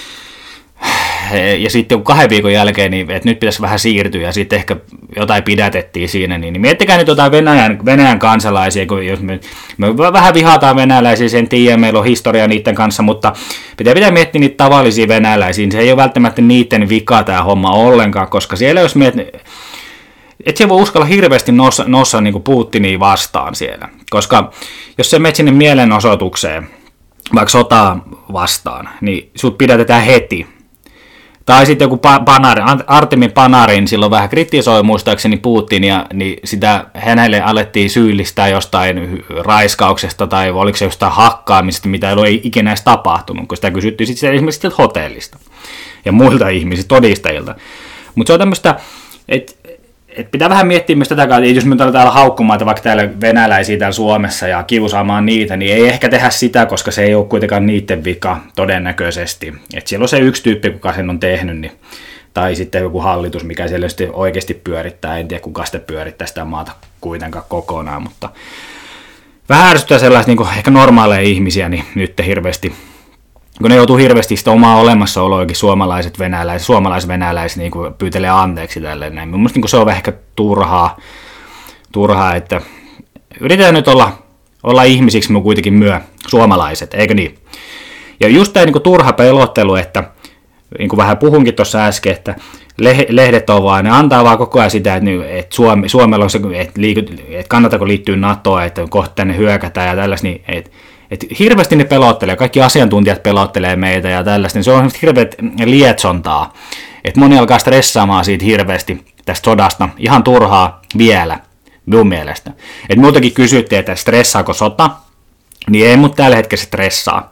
Ja sitten joku 2 viikon jälkeen, niin, että nyt pitäisi vähän siirtyä, ja sitten ehkä jotain pidätettiin siinä, niin miettikää nyt jotain Venäjän kansalaisia, kun jos me vähän vihataan venäläisiä, sen tiedä, meillä on historia niiden kanssa, mutta pitää miettiä niitä tavallisia venäläisiä, se ei ole välttämättä niiden vika tämä homma ollenkaan, koska siellä jos et se voi uskalla hirveästi noussa niin kuin Putinia vastaan siellä, koska jos sä menet sinne mielenosoitukseen, vaikka sotaa vastaan, niin sut pidätetään heti. Tai sitten joku Artemi Panarin silloin vähän kritisoi muistaakseni Putinia, niin sitä hänelle alettiin syyllistää jostain raiskauksesta tai oliko se jostain hakkaamisesta, mitä ei ikinä edes tapahtunut, kun sitä kysyttiin sitten esimerkiksi sieltä hotellista ja muilta ihmisiltä, todistajilta. Mutta se on tämmöistä, että pitää vähän miettiä myös tätä, että jos me täällä haukkumaan, vaikka täällä venäläisiä täällä Suomessa ja kiusaamaan niitä, niin ei ehkä tehdä sitä, koska se ei ole kuitenkaan niiden vika todennäköisesti. Että siellä on se yksi tyyppi, kuka sen on tehnyt, niin, tai sitten joku hallitus, mikä siellä oikeasti pyörittää. En tiedä, kuka sitten pyörittää sitä maata kuitenkaan kokonaan, mutta vähän ärsyttää sellaista niin ehkä normaaleja ihmisiä, niin nyt hirveästi, kun ne joutuu hirveästi sitä omaa olemassaoloakin suomalais-venäläiset niin pyytelee anteeksi tälleen näin. Mielestäni niin se on ehkä turhaa, että yritetään nyt olla ihmisiksi me kuitenkin myö suomalaiset, eikö niin? Ja just tämä niin turha pelottelu, että niin kuin vähän puhunkin tuossa äsken, että lehdet on vaan, ne antaa vaan koko ajan sitä, että Suomella on se, että kannattaako liittyä NATOon, että kohta tänne hyökätään ja tällaista, niin että hirveästi ne pelottelee, kaikki asiantuntijat pelottelee meitä ja tällaista, niin se on hirveät lietsontaa, että moni alkaa stressaamaan siitä hirveästi tästä sodasta, ihan turhaa vielä, minun mielestä. Että muutakin kysyttiin, että stressaako sota, niin ei mut tällä hetkellä stressaa.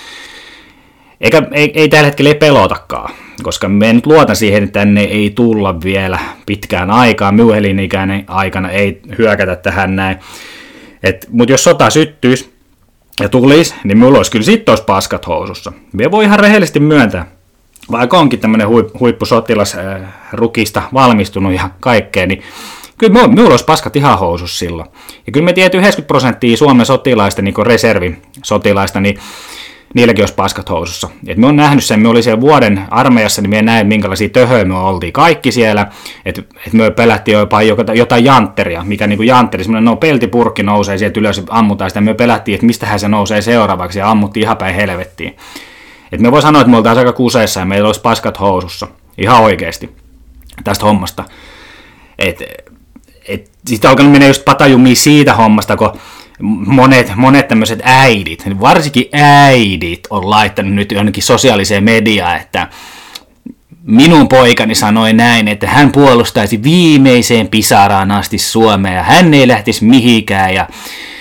Ei tällä hetkellä ei pelotakaan, koska me nyt luotan siihen, että tänne ei tulla vielä pitkään aikaan, minun elinikäinen aikana ei hyökätä tähän näin. Mutta jos sota syttyisi, ja tulisi, niin minulla olisi kyllä sitten olisi paskat housussa. Minä voi ihan rehellisesti myöntää, vaikka onkin tämmöinen huippusotilas rukista valmistunut ja kaikkea, niin kyllä minulla olisi paskat ihan housussa silloin. Ja kyllä me tiedät 90% Suomen sotilaista, niin kuin reservisotilaista, niin niilläkin olisi paskat housussa. Et me on nähnyt sen, me oli siellä vuoden armeijassa, niin me näin minkälaisia töhöjä me oltiin kaikki siellä, että me pelättiin jopa jotain jantteria, mikä niin kuin jantteri, semmoinen peltipurkki nousee sieltä ylös ja ammutaan sitä, me pelättiin, että mistähän se nousee seuraavaksi ja ammuttiin ihan päin helvettiin. Et me voi sanoa, että me oltaisiin aika kuseessa ja meillä olisi paskat housussa, ihan oikeasti, tästä hommasta. Sitten alkanut mennä just patajumiin siitä hommasta, kun monet tämmöiset äidit, varsinkin äidit on laittanut nyt jonnekin sosiaaliseen mediaan, että minun poikani sanoi näin, että hän puolustaisi viimeiseen pisaraan asti Suomea ja hän ei lähtisi mihinkään ja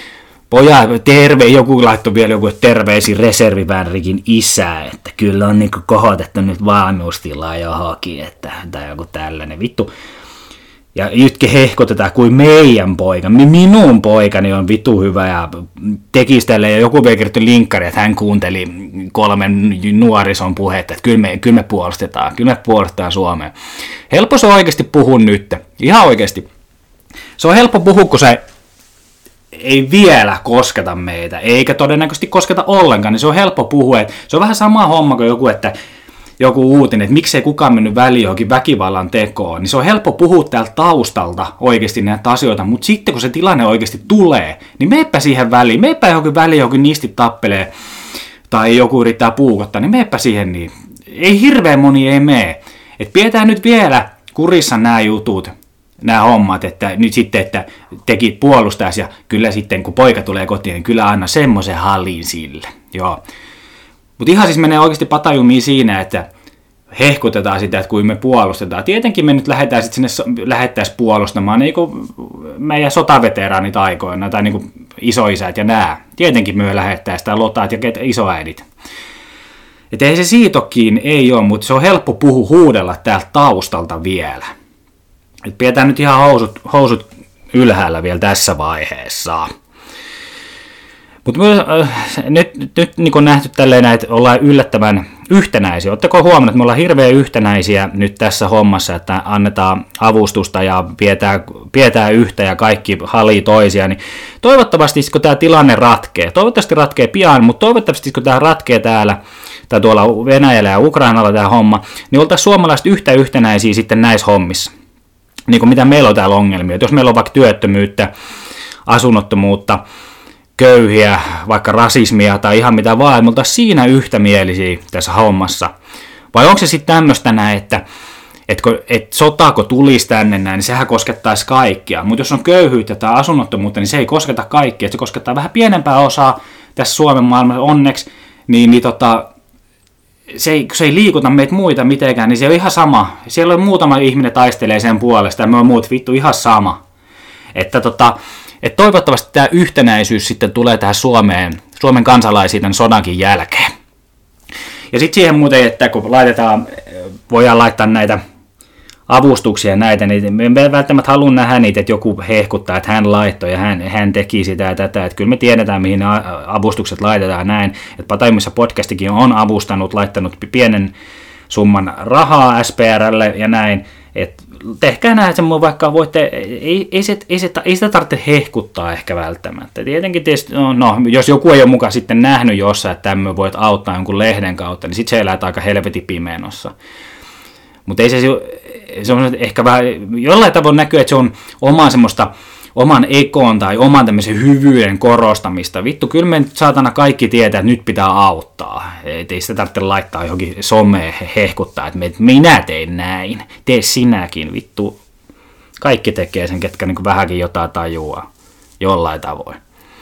joku laittoi vielä joku terveisiin reservivänrikin isää, että kyllä on niinku kohotettu nyt valmiustilaa johonkin, tai joku tällainen vittu. Ja nytkin hehkotetaan kuin meidän poika. Minun poikani on vitu hyvä ja tekisi tälle ja joku vielä kirjoitti linkkari, että hän kuunteli 3 nuorison puhetta, että kyllä me puolustetaan Suomea. Helppo se on oikeasti puhua nyt. Ihan oikeasti. Se on helppo puhua, kun se ei vielä kosketa meitä, eikä todennäköisesti kosketa ollenkaan, niin se on helppo puhua. Se on vähän sama homma kuin joku uutinen, että miksei kukaan mennyt väliin johonkin väkivallan tekoon, niin se on helppo puhua täältä taustalta oikeasti näitä asioita, mutta sitten kun se tilanne oikeasti tulee, niin meepä siihen väliin, meepä johonkin väliin, johonkin nistit tappelee, tai joku yrittää puukottaa, niin meepä siihen niin. Ei hirveän moni ei mene. Että pidetään nyt vielä kurissa nämä jutut, nämä hommat, että nyt sitten, että teki puolustaisi ja kyllä sitten kun poika tulee kotiin, niin kyllä anna semmoisen hallin sille. Joo. Mutta ihan siis menee oikeasti patajumiin siinä, että hehkutetaan sitä, että kuin me puolustetaan. Tietenkin me nyt lähettäisiin puolustamaan niin kuin meidän sotaveteraanit aikoina, tai niin kuin isoisät ja nämä. Tietenkin me lähettäisiin sitä lotaat ja isoäidit. Että ei se siitokin ei ole, mutta se on helppo huudella täältä taustalta vielä. Et pidetään nyt ihan housut ylhäällä vielä tässä vaiheessa. Mutta nyt niin on nähty tälleen, että ollaan yllättävän yhtenäisiä. Oletteko huomannut, että me ollaan hirveän yhtenäisiä nyt tässä hommassa, että annetaan avustusta ja pidetään yhtä ja kaikki halii toisia. Niin toivottavasti, kun tämä tilanne toivottavasti ratkee pian, mutta toivottavasti, kun tämä ratkee täällä, tai tuolla Venäjällä ja Ukrainalla tämä homma, niin oltaisiin suomalaiset yhtä yhtenäisiä sitten näissä hommissa. Niin kuin mitä meillä on täällä ongelmia. Et jos meillä on vaikka työttömyyttä, asunnottomuutta, köyhiä, vaikka rasismia tai ihan mitä vaan, me oltaisiin siinä yhtämielisiä tässä hommassa. Vai onko se sitten tämmöistä näin, että että sotako tulisi tänne näin, niin sehän koskettaisi kaikkia. Mutta jos on köyhyyttä tai asunnottomuutta, niin se ei kosketa kaikkia. Se koskettaa vähän pienempää osaa tässä Suomen maailmassa onneksi, se ei liikuta meitä muita mitenkään, niin se on ihan sama. Siellä on muutama ihminen taistelee sen puolesta ja me on muut vittu ihan sama. Että toivottavasti tämä yhtenäisyys sitten tulee tähän Suomen kansalaisiin tämän sodankin jälkeen. Ja sitten siihen muuten, että kun voidaan laittaa näitä avustuksia näitä, niin me ei välttämättä halua nähdä niitä, että joku hehkuttaa, että hän laittoi ja hän teki sitä ja tätä. Että kyllä me tiedetään, mihin avustukset laitetaan näin. Että Pataimissa podcastikin on laittanut pienen summan rahaa SPRlle ja näin. Että tehkää näin, että vaikka voitte, ei sitä tarvitse hehkuttaa ehkä välttämättä. Tietenkin tietysti, jos joku ei ole mukaan sitten nähnyt jossain, että tämmöinen voit auttaa jonkun lehden kautta, niin sitten se elää aika helvetin pimeenossa. Mutta ei se on ehkä vähän, jollain tavoin näkyy, että se on oman ekoon tai oman tämmöisen hyvyyden korostamista. Vittu, kyllä me saatana kaikki tietää, että nyt pitää auttaa. Ei sitä tarvitse laittaa johonkin someen hehkuttaa, että minä tein näin. Tee sinäkin, vittu. Kaikki tekee sen, ketkä niin vähänkin jotain tajuaa jollain tavoin.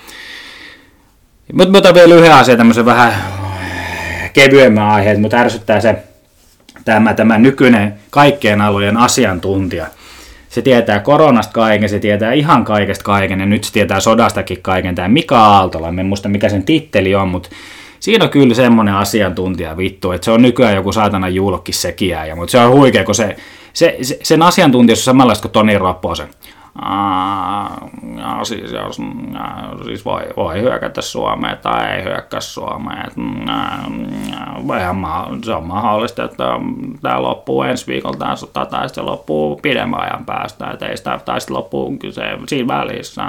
Mutta otan vielä yhden asian, tämmöisen vähän kevyemmän aiheen, mutta ärsyttää se tämä nykyinen kaikkien alojen asiantuntija. Se tietää koronasta kaiken, se tietää ihan kaikesta kaiken, ja nyt se tietää sodastakin kaiken. Tämä Mika Aaltola, en muista mikä sen titteli on, mutta siinä on kyllä semmoinen asiantuntija vittu, että se on nykyään joku saatana julkissekijä, mutta se on huikea, kun sen asiantuntijassa on samanlaista kuin Toni Roposen. Siis voi hyökätä Suomeen tai ei hyökkää Suomeen. Se on mahdollista, että tämä loppuu ensi viikolla tämä sota tai se loppuu pidemmän ajan päästä. Että ei sitä tai sitten loppuu se siinä välissä.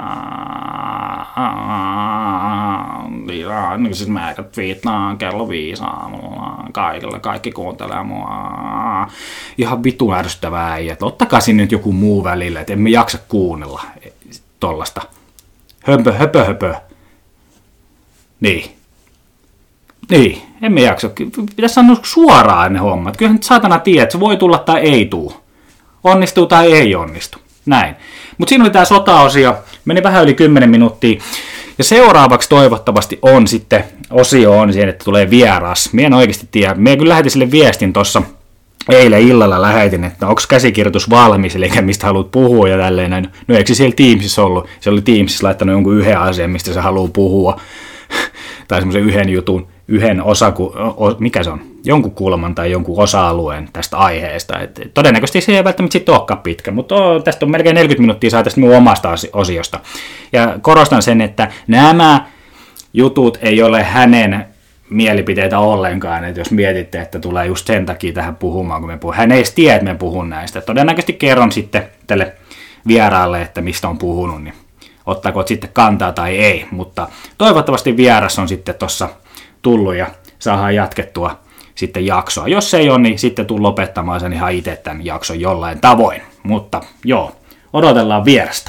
Siis mä twiittaan kello 5 aamulla kaikille, kaikki kuuntelee mua. Ihan vitun ärsyttävää äijä. Ottakaa sinne nyt joku muu välillä, että emme jaksa kuunnella tollasta. Höpö. Niin, emme jaksa. Pitäisi sanoa suoraan ne hommat. Kyllähän nyt saatana tiedät, että se voi tulla tai ei tuu. Onnistuu tai ei onnistu. Näin. Mutta siinä oli tämä sota-osio. Meni vähän yli 10 minuuttia. Ja seuraavaksi toivottavasti on sitten osio on siihen, että tulee vieras. Mie en oikeasti tiedä. Mie kyllä lähetin sille viestin tuossa. Eilen illalla lähetin, että onko käsikirjoitus valmis, eli mistä haluat puhua ja tälleen. No eikö se siellä Teamsissa ollut? Se oli Teamsissa laittanut jonkun yhden asian, mistä se haluaa puhua. Tai semmoisen yhden jutun, mikä se on? Jonkun kulman tai jonkun osa-alueen tästä aiheesta. Todennäköisesti se ei välttämättä sitten olekaan pitkä, mutta tästä on melkein 40 minuuttia saa tästä minun omasta osiosta. Ja korostan sen, että nämä jutut ei ole hänen mielipiteitä ollenkaan, että jos mietitte, että tulee just sen takia tähän puhumaan, kun me puhun. Hän ei edes tiedä, että me puhun näistä. Todennäköisesti kerron sitten tälle vieraalle, että mistä on puhunut, niin ottaako sitten kantaa tai ei. Mutta toivottavasti vieras on sitten tuossa tullut ja saadaan jatkettua sitten jaksoa. Jos ei ole, niin sitten tuun lopettamaan sen ihan itse tämän jakson jollain tavoin. Mutta joo, odotellaan vierasta.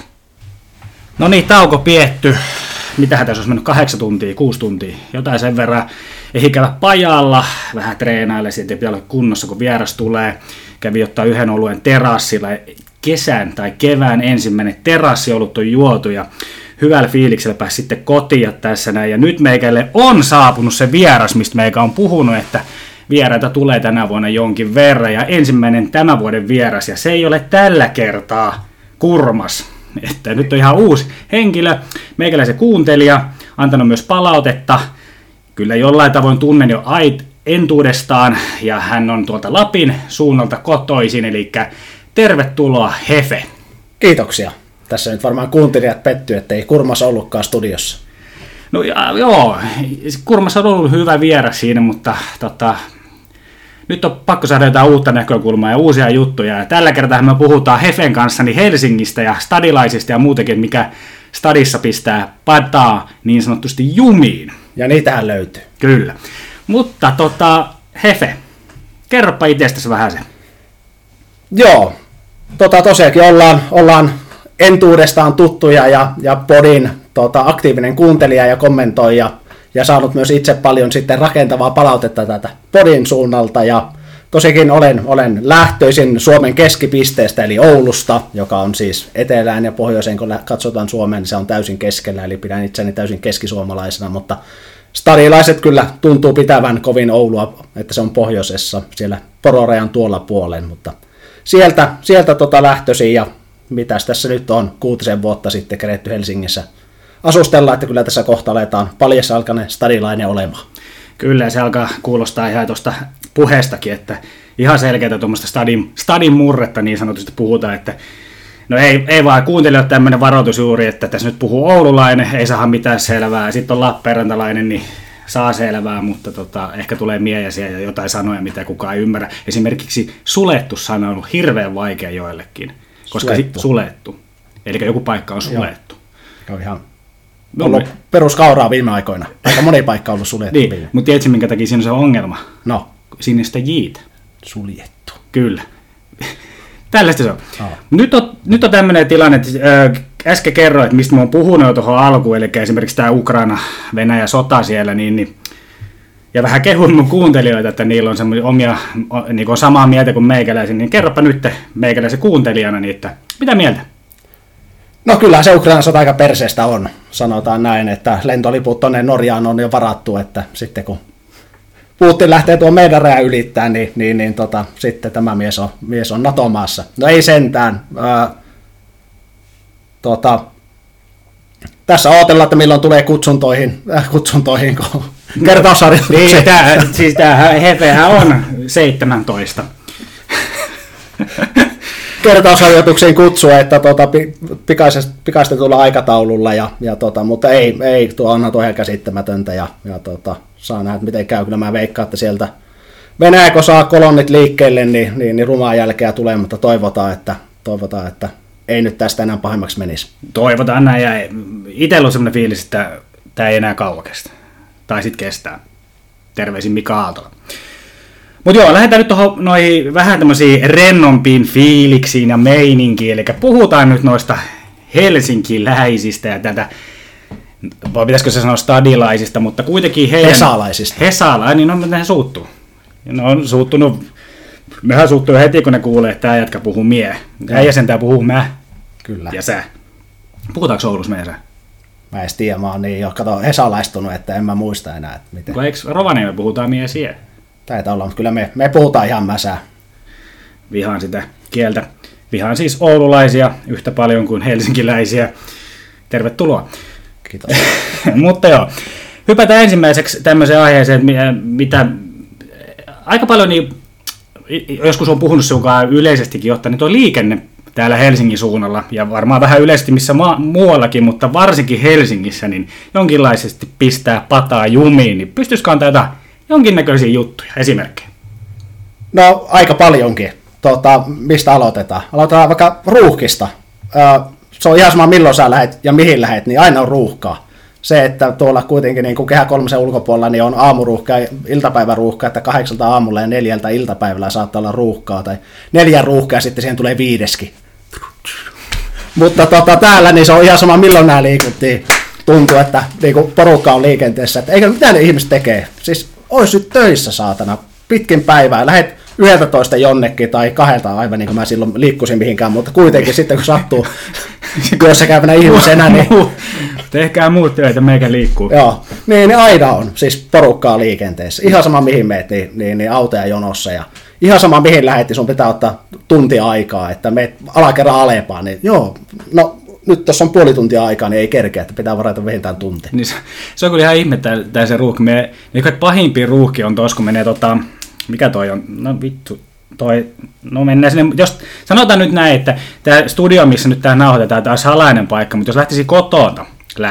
No niin, tauko pietty. Mitähän tässä olisi mennyt 8 tuntia, 6 tuntia, jotain sen verran. Ei käydä pajalla, vähän treenaille, siitä ei pitää olla kunnossa, kun vieras tulee. Kävi ottaa yhden oluen terassilla, kesän tai kevään ensimmäinen terassiolut on juotu ja hyvällä fiiliksellä pääsi sitten kotiin tässä näin. Ja nyt meikälle on saapunut se vieras, mistä meikä on puhunut, että vieraita tulee tänä vuonna jonkin verran. Ja ensimmäinen tämän vuoden vieras, ja se ei ole tällä kertaa Kurmas. Että nyt on ihan uusi henkilö, meikäläisen kuuntelija, antanut myös palautetta. Kyllä jollain tavoin tunnen jo entuudestaan, ja hän on tuolta Lapin suunnalta kotoisin, eli tervetuloa Hefe. Kiitoksia. Tässä nyt varmaan kuuntelijat pettyy, että ei Kurmas ollutkaan studiossa. No joo, Kurmas on ollut hyvä vieras siinä, mutta nyt on pakko saada jotain uutta näkökulmaa ja uusia juttuja. Ja tällä kertaa me puhutaan Hefen kanssa niin Helsingistä ja stadilaisista ja muutenkin, mikä stadissa pistää pataa niin sanotusti jumiin. Ja niitähän löytyy. Kyllä. Mutta Hefe, kerropa itsestäsi vähän sen. Joo, tosiaankin ollaan entuudestaan tuttuja ja podin aktiivinen kuuntelija ja kommentoija. Ja saanut myös itse paljon sitten rakentavaa palautetta tätä podin suunnalta. Ja Tosikin olen lähtöisin Suomen keskipisteestä, eli Oulusta, joka on siis etelään ja pohjoiseen, kun katsotaan Suomeen, niin se on täysin keskellä, eli pidän itseäni täysin keskisuomalaisena, mutta stadilaiset kyllä tuntuu pitävän kovin Oulua, että se on pohjoisessa, siellä Pororajan tuolla puolen, mutta sieltä lähtöisin, ja mitäs tässä nyt on 6 vuotta sitten keretty Helsingissä asustella, että kyllä tässä kohta aletaan paljasalkainen stadilainen olemaan. Kyllä, se alkaa kuulostaa ihan tuosta puheestakin, että ihan selkeää tuommoista stadin murretta niin sanotusti puhutaan, että no ei vaan kuuntelijoille tämmöinen varoitus juuri, että tässä nyt puhuu oululainen, ei saa mitään selvää, sitten on lappeenrantalainen, niin saa selvää, mutta ehkä tulee miehiä ja jotain sanoja, mitä kukaan ei ymmärrä. Esimerkiksi sulettu sana on ollut hirveän vaikea joillekin, koska sulettu. Eli joku paikka on sulettu. Joo, ihan ollut peruskauraa viime aikoina. Aika moni paikka on ollut suljettu. Niin, mutta tiedätkö minkä takia siinä on se ongelma? No. Sinne sitä jiitä. Suljettu. Kyllä. Tällaista se on. Nyt on tämmöinen tilanne, että äsken kerroin, että mistä mä oon puhunut jo tuohon alkuun, eli esimerkiksi tämä Ukraina-Venäjä sota siellä, niin ja vähän kehun mun kuuntelijoita, että niillä on semmoisia omia, niin on samaa mieltä kuin meikäläisiä, niin kerropa nyt meikäläisen kuuntelijana, niin että mitä mieltä? No kyllä se Ukrainan sota aika perseestä on, sanotaan näin, että lentoliput tuonne Norjaan on jo varattu, että sitten kun Putin lähtee tuon meidän rajan ylittää, niin sitten tämä mies on NATO-maassa. No ei sentään. Tässä odotellaan, että milloin tulee kutsuntoihin kun kertausharjoitukseen. Niin, siis tämä hefehän on 17. Kertausharjoituksiin kutsua, että pikaisesti tulla aikataululla, mutta ei onhan tuo ihan käsittämätöntä, ja saa nähdä, miten käy. Kyllä mä veikkaan, että sieltä Venäjä, kun saa kolonnit liikkeelle, niin rumaa jälkeä tulee, mutta toivotaan, että ei nyt tästä enää pahemmaksi menisi. Toivotaan näin, ja itsellä on sellainen fiilis, että tämä ei enää kauan kestä. Tai sitten kestää. Terveisin Mika Aaltola. Mutta joo, lähdetään nyt tuohon noihin vähän tämmöisiin rennompiin fiiliksiin ja meininkiin, eli puhutaan nyt noista helsinkiläisistä ja tätä, vai pitäisikö se sanoa stadilaisista, mutta kuitenkin heidän... Hesalaisista. Niin ne suuttuu. Ne on suuttunut, mehän suuttuu heti, kun ne kuulee, että tämä jätkä puhuu mie. Äijä sentään puhuu mä. Kyllä. Ja sä. Puhutaanko Oulussa meidän sä? Mä en tiedä, mä oon niin jo hesalaistunut, että en mä muista enää, että miten. Eikö Rovaniemellä puhutaan mie sie? Taitaa olla, mutta kyllä me puhutaan ihan mäsää. Vihaan sitä kieltä. Vihaan siis oululaisia yhtä paljon kuin helsinkiläisiä. Tervetuloa. Kiitos. Mutta joo, hypätään ensimmäiseksi tämmöiseen aiheeseen, mitä aika paljon, niin, joskus on puhunut sunkaan yleisestikin, jotta nyt on liikenne täällä Helsingin suunnalla, ja varmaan vähän yleisesti missä muuallakin, mutta varsinkin Helsingissä, niin jonkinlaisesti pistää pataa jumiin, niin pystyisikö antaa jonkinnäköisiä juttuja, esimerkkejä? No aika paljonkin. Mistä aloitetaan? Aloitetaan vaikka ruuhkista. Se on ihan sama milloin sä lähet ja mihin lähet, niin aina on ruuhkaa. Se, että tuolla kuitenkin niin kuin Kehä 3 ulkopuolella niin on aamuruuhka ja iltapäiväruuhka, että 8 aamulla ja 4 iltapäivällä saattaa olla ruuhkaa, tai 4 ruuhkaa ja sitten siihen tulee 5. Mutta täällä niin se on ihan sama milloin nämä liikuttiin. Tuntuu, että niin kuin porukka on liikenteessä. Että eikä mitä ne ihmiset tekee. Siis ois nyt töissä saatana pitkin päivää. Lähet 11 jonnekin tai 2 aivan niin kuin mä silloin liikkuisin mihinkään, mutta kuitenkin sitten kun sattuu työssä käyvänä ihmisenä, niin... Tehkää muut töitä, meikä liikkuu. Joo, niin aina on siis porukkaa liikenteessä. Ihan sama mihin meet, niin autoja jonossa ja ihan sama mihin lähet, niin sun pitää ottaa tuntia aikaa, että meet alakerran alepaan, niin joo, no nyt jos on puoli tuntia aikaa, niin ei kerkeä, että pitää varata vähintään tuntia. Niin se on kyllä ihan ihme tää se ruuhki. Niin pahimpia ruuhki on tuossa, kun menee mikä toi on? No vittu. Mennään sinne, jos sanotaan nyt näin, että tämä studio, missä nyt tämä nauhoitetaan, tämä on salainen paikka, mutta jos lähtisin kotoa,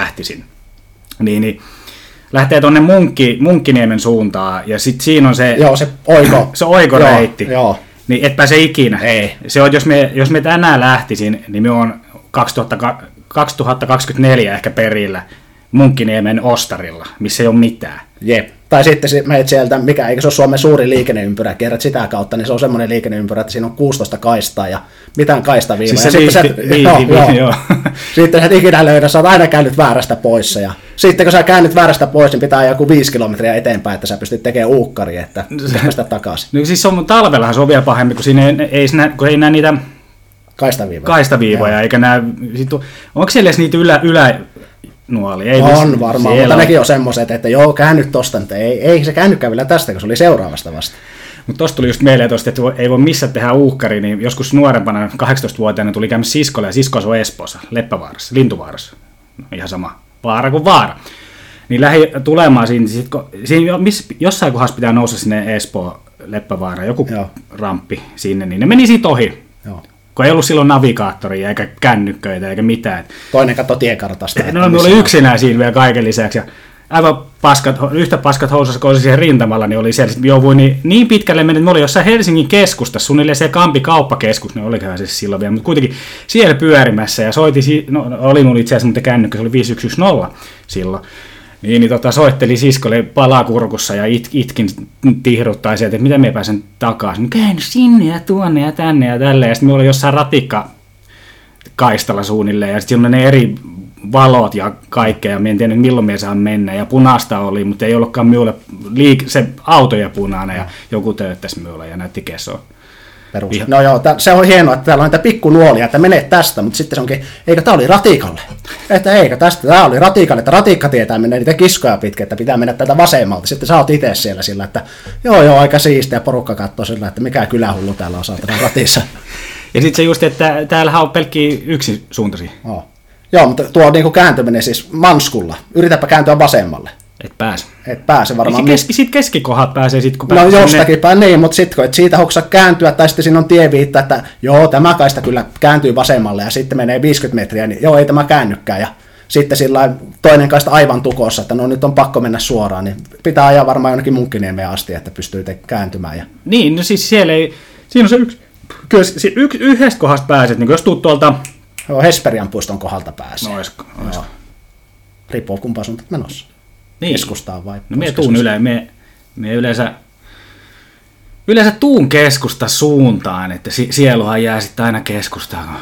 niin lähtee tuonne Munkkiniemen suuntaan, ja sitten siinä on se... Joo, se oikoreitti. Joo. Niin et pääse ikinä. Ei. Se on, jos me tänään lähtisin, niin me on 2024 ehkä perillä. Munkkiniemen Ostarilla, missä ei ole mitään. Jep. Tai sitten meet sieltä, eikö se ole Suomen suurin liikenneympyrä, kerrat sitä kautta, niin se on semmoinen liikenneympyrä, että siinä on 16 kaistaa ja mitään kaistaviivoja. Siis joo. Sitten sä et ikinä löydä, sä oot aina käynyt väärästä poissa. Ja sitten kun sä käännyt väärästä pois, niin pitää joku 5 kilometriä eteenpäin, että sä pystyt tekemään uukkari, että sitä takaisin. No siis talvellahan se on vielä pahemmin, kun siinä ei näe niitä kaistaviivoja eikä näe, onko siellä edes niitä ylänuoli? Ei on varmaan, mutta nekin on semmoiset, että joo, käännyt tosta, mutta ei se käännytkään vielä tästä, kun se oli seuraavasta vasta. Mutta tosta tuli just mieleen tosta, että ei voi missään tehdä uukkari, niin joskus nuorempana 18-vuotiaana tuli käynyt siskolle, ja sisko asui Espoossa, Leppävaarassa, Lintuvaarassa, no, ihan sama vaara kuin vaara. Niin lähdin tulemaan jossain kohdassa pitää nousta sinne Espoon Leppävaaraan, joku ramppi sinne, niin ne meni siitä ohi. Joo. Kun ei ollut silloin navigaattoria, eikä kännykköitä, eikä mitään. Toinen katsoi tiekartasta. No, me oli yksinään siinä vielä kaiken lisäksi. Ja aivan yhtä paskat housassa, kun oli siihen rintamalla, niin oli siellä. Jouduin niin pitkälle mennä, että me oli jossain Helsingin keskustassa, suunnilleen se Kampi kauppakeskus, ne olikohan se silloin vielä, mutta kuitenkin siellä pyörimässä. Ja oli mulla itse asiassa mutta kännykkä, se oli 5110 silloin. Niin soitteli siskolle palakurkussa ja itkin tihruttaisi, että miten me pääsen takaisin. Käyn sinne ja tuonne ja tänne ja tälleen. Ja sitten me oli jossain ratikkakaistalla suunnilleen ja sitten siellä ne eri valot ja kaikkea. Ja me en tiedä milloin me saan mennä. Ja punaista oli, mutta ei ollutkaan minulle se autoja punainen ja joku töyttäisi minulle ja näytti kesoa. No joo, se on hienoa, että täällä on niitä pikkunuolia, että menee tästä, mutta sitten se onkin, eikö tää oli ratikalle? Että eikö tästä, tää oli ratikalle, että ratikka tietää mennä niitä kiskoja pitkin, että pitää mennä tätä vasemmalta. Sitten sä oot itse siellä sillä, että joo, aika siistiä, porukka katsoo sillä, että mikä kylähullu täällä on saatana ratissa. Ja sitten se just, että täällähän on pelkkiä yksisuuntaisia. Joo, mutta tuo niinku kääntyminen siis manskulla, yritäpä kääntyä vasemmalle. Et pääse varmaan. Sitten keskikohdat pääsee sitten, kun pääsee. No jostakin päin niin, mutta sitten kun et siitä hoksaa kääntyä, tai sitten siinä on tieviitta, että joo, tämä kaista kyllä kääntyy vasemmalle, ja sitten menee 50 metriä, niin joo, ei tämä käännykään, ja sitten sillä toinen kaista aivan tukossa, että no nyt on pakko mennä suoraan, niin pitää ajaa varmaan jonnekin Munkkiniemeen asti, että pystyy kääntymään. Ja... Niin, no siis siellä ei, siinä on se yhdestä kohdasta pääset, niin jos tuut tuolta... Joo, Hesperian puiston kohdalta pääsee. No olisiko. Riippuu kumpaan suuntaan menossa. Niin. Keskustaan vai? No me tuun yleensä tuun keskusta suuntaan, että sieluhan jää sitten aina keskustaan.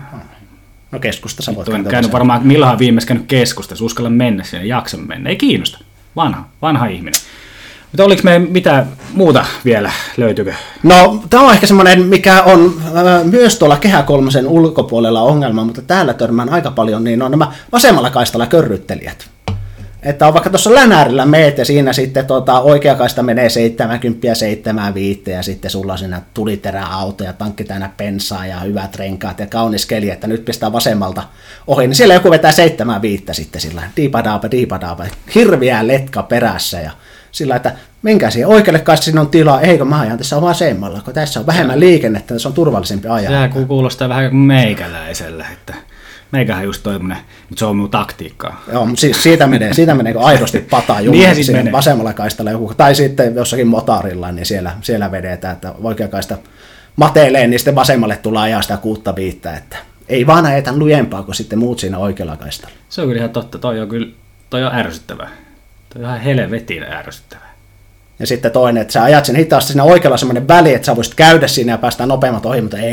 No keskustassa voit käydä. Käynyt varmaan, milloinhan viimeis käynyt keskustassa, uskalla mennä sinne, jaksa mennä. Ei kiinnosta. Vanha ihminen. Mutta oliko me mitä muuta vielä, löytyykö? No, tämä on ehkä semmoinen, mikä on myös tuolla Kehä kolmosen ulkopuolella ongelma, mutta täällä törmään aika paljon, niin on nämä vasemmalla kaistalla körryttelijät. Että on vaikka tuossa Länärillä meet ja siinä sitten oikea kaista menee 70, 75 ja sitten sulla on siinä tuliteräauto ja tankki täynnä bensaa ja hyvät renkaat ja kaunis keli, että nyt pistää vasemmalta ohi, niin siellä joku vetää 75 sitten sillä diipadaapa, hirviä letka perässä ja sillä, että menkää siihen oikealle kaista, siinä on tilaa, eikö mä ajan tässä vasemmalla, kun tässä on vähemmän liikennettä, tässä on turvallisempi ajaa. Sehän kuulostaa vähän kuin meikäläisellä, että meikähän just toimmoinen, mutta se on minun taktiikkaa. Joo, mutta siis siitä menee kun aidosti pataa jumala siinä vasemmalla kaistalla joku, tai sitten jossakin motarilla, niin siellä vedetään, että oikea kaista matelee, niin sitten vasemmalle tulee ajaa sitä 6-5, että ei vaan ajeta lujempaa kuin sitten muut siinä oikealla kaistalla. Se on kyllä ihan totta, toi on ärsyttävää. Toi on ihan helvetin ärsyttävää. Ja sitten toinen, että sä ajat sen hitaasti siinä oikealla semmoinen väli, että sä voisit käydä siinä ja päästään nopeammat ohi, mutta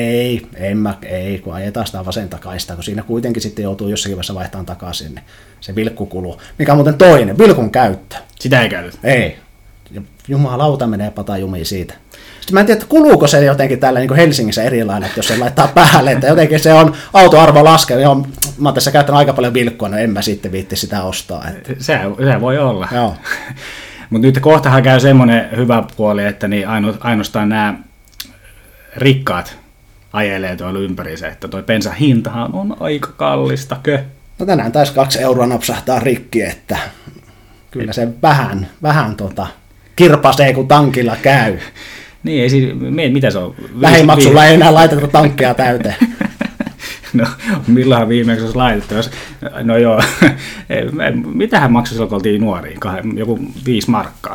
ei, kun ajetaan sitä vasenta kaistaa, kun siinä kuitenkin sitten joutuu jossakin vaiheessa vaihtamaan takaisin, niin se vilkku kuluu. Mikä on muuten toinen, vilkun käyttö. Sitä ei käytetä. Ei. Jumalauta menee patajumiin siitä. Sitten mä en tiedä, että kuluuko se jotenkin täällä niin kuin Helsingissä erilainen, että jos se laittaa päälle, että jotenkin se on autoarvo laskee. Mä oon tässä käyttänyt aika paljon vilkkua, no en mä sitten viitti sitä ostaa. Että. Se voi olla. Joo. Mutta nyt kohtahan käy semmoinen hyvä puoli, että niin ainoastaan nämä rikkaat ajelee tuolla ympäriinsä, että toi bensan hintahan on aika kallista. No tänään taisi 2 euroa napsahtaa rikki, että kyllä se vähän kirpasee, kun tankilla käy. Niin, mitä se on? Lähimaksulla ei enää laiteta tankkia täyteen. No, milloinhan viimeksi olisi laitettu? No joo, mitähän maksoi silloin, kun oltiin nuoria? Joku 5 markkaa.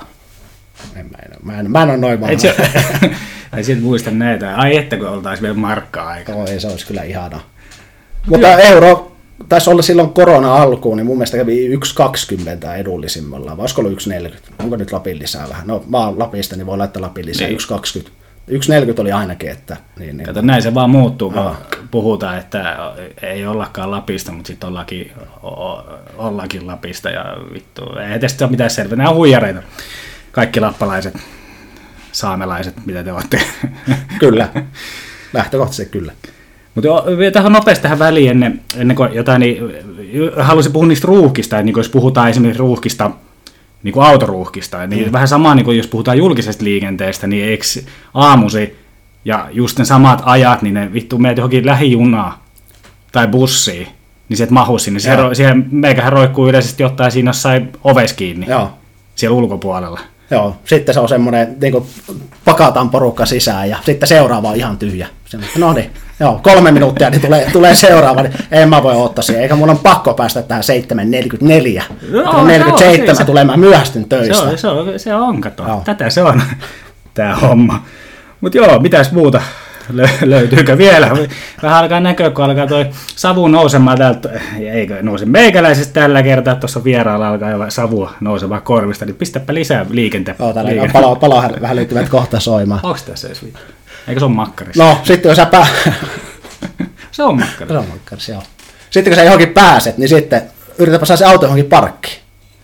Mä en ole noin vanha. Ai sit muista näitä. Ai että kun oltaisiin vielä markkaa aikaa. Ei, se olisi kyllä ihanaa. Mutta taisi olla silloin korona-alkuun, niin mun mielestä kävi 1,20 edullisimmalla, vai olisiko ollut 1,40? Onko nyt Lapin lisää vähän? No mä oon Lapista, niin voi laittaa Lapin lisää, 1,20. 1,40 oli ainakin, että... Niin. Kato, näin se vaan muuttuu, kun puhutaan, että ei ollakaan Lapista, mutta sitten ollaankin Lapista, ja vittu, ei tästä ole mitään selvää. Nämä on huijareita, kaikki lappalaiset, saamelaiset, mitä te olette. Kyllä, lähtökohtaisesti kyllä. Mutta tähän nopeasti tähän väliin ennen kuin jotain, niin haluaisin puhua niistä ruuhkista, että niin jos puhutaan esimerkiksi ruuhkista, niin kuin autoruuhkista, niin vähän samaa, niin kuin jos puhutaan julkisesta liikenteestä, niin eikö aamusi ja just ne samat ajat, niin ne vittu meet johonkin lähijunaa tai bussiin, niin sieltä mahuisi, niin siellä meikähän roikkuu yleisesti ottaen siinä jossain oves kiinni, siellä ulkopuolella. Joo, sitten se on semmoinen, niin kuin pakataan porukka sisään ja sitten seuraava on ihan tyhjä. No niin, joo, 3 minuuttia, niin tulee seuraava, niin en mä voi ottaa siihen, eikä mun on pakko päästä tähän 7.44. No, 47 tulee, mä myöhästyn töistä. Se on, kato. Tätä se on, tää homma. Mutta joo, mitäs muuta löytyykö vielä? Vähän alkaa näkyä, kun alkaa toi savu nousemaan täältä, eikö nouse meikäläisestä tällä kertaa, tuossa vieraalla alkaa jo savua nousemaan korvista, niin pistäpä lisää liikenteen. Joo, täällä palo vähän liittyvät kohta soimaan. Onko tässä edes viittaa? Eikö se on makkarissa? No, sitten jos sä Se on makkarissa. Se on makkarissa, joo. Sitten kun sä johonkin pääset, niin sitten yritäpä saada se auto johonkin parkkiin.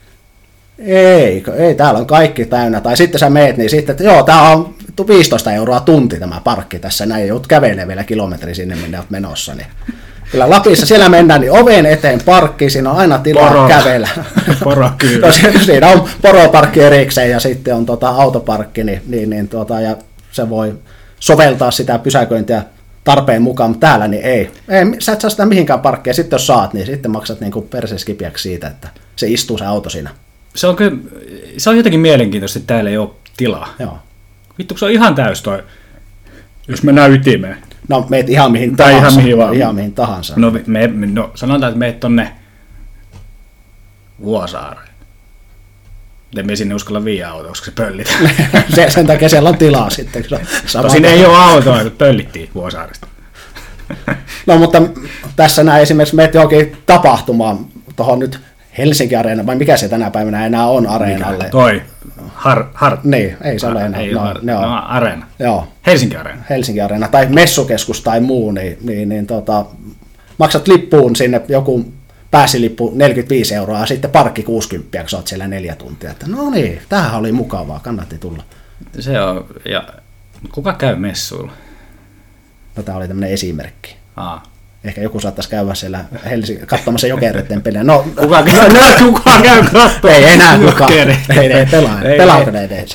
Ei, täällä on kaikki täynnä. Tai sitten sä meet, niin sitten, että joo, tää on 15 € tunti tämä parkki tässä, näin joudut kävelemään vielä kilometri sinne, minne olet menossa. Niin. Kyllä Lapissa siellä mennään, niin oven eteen parkkiin, siinä on aina tilaa kävellä. No, siinä on poroparkki erikseen ja sitten on autoparkki, ja se voi soveltaa sitä pysäköintiä tarpeen mukaan, mutta täällä niin ei. Sä et saa sitä mihinkään parkkia, sitten jos saat, niin sitten maksat niin perseskipiäksi siitä, että se istuu se auto siinä. Se on jotenkin mielenkiintoista, että täällä ei ole tilaa. Joo. Vittu, se on ihan täys toi, jos mennään ytimeen. No meet ihan mihin tai tahansa. Ihan mihin tahansa. No sanotaan, että meet tonne Vuosaareen. En me sinne uskalla viiä autoa, koska se pöllitään. Sen takia siellä on tilaa sitten. Tosin ei ole autoa, kun pöllittiin Vuosaaresta. No mutta tässä näin esimerkiksi meet johonkin tapahtumaan, tuohon nyt Helsinki Areena, vai mikä se tänä päivänä enää on areenalle? Toi. Niin, ei se ole enää. Areena. Joo. Helsinki Areena. Helsinki Areena, tai messukeskus tai muu, maksat lippuun sinne joku pääsilippu 45 € ja sitten parkki 60, kun sä oot siellä 4 tuntia. Että no niin, tämähän oli mukavaa, kannatti tulla. Se on, ja kuka käy messuilla? No tää oli tämmönen esimerkki. Ehkä joku saattaisi käydä siellä katsomassa Jokereiden peliä. No, kuka käy katsomaan? Ei enää kukaan. Ei pelaa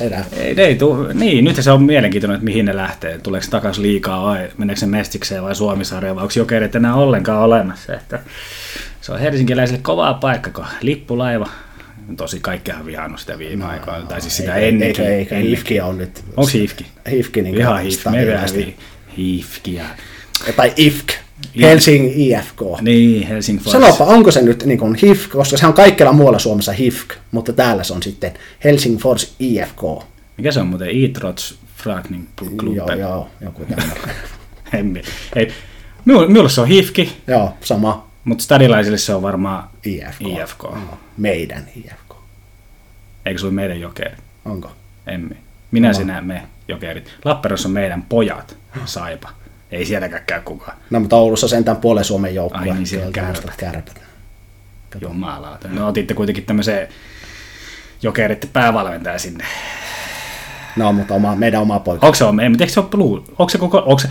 Niin, nyt se on mielenkiintoinen, että mihin ne lähtee. Tuleeko se takaisin liikaa vai meneekö se Mestikseen vai Suomisarjaan vai onko Jokerit enää ollenkaan olemassa. Että se on helsinkiläisille kovaa paikka, kun lippulaiva. Tosi kaikkihan vihannut sitä viime aikoina. Tai siis sitä ennenkin. Eikä Hifki on nyt. Onko Hifki? Hifki niin ihan Hifki. Me vielä Hifkiä. Tai IFK. Helsingin IFK. Niin, Helsingin Force. Sanopa, onko se nyt niin kuin HIFK, koska se on kaikkialla muualla Suomessa HIFK, mutta täällä se on sitten Helsingin Force IFK. Mikä se on muuten? Idrotts Fragning Club? Joo, joku tämmöinen. Ei, minulla se on HIFK. Joo, sama. Mutta stadilaisille se on varmaan IFK. Meidän IFK. Eikö se ole meidän Jokerit? Onko? Emme. Minä sinä me Jokerit. Lappeenrannassa on meidän pojat, Saipa. Ei sielläkään käy kukaan. No, mutta Oulussa sentään puolen Suomen joukkue. Ai niin, siellä kärpät. Jumalauta. No otitte kuitenkin tämmöisen Jokeritten päävalmentaja sinne. No, mutta meidän oma poika. Onko se on? Eikö se ole Blue? Onko se koko... Onko se...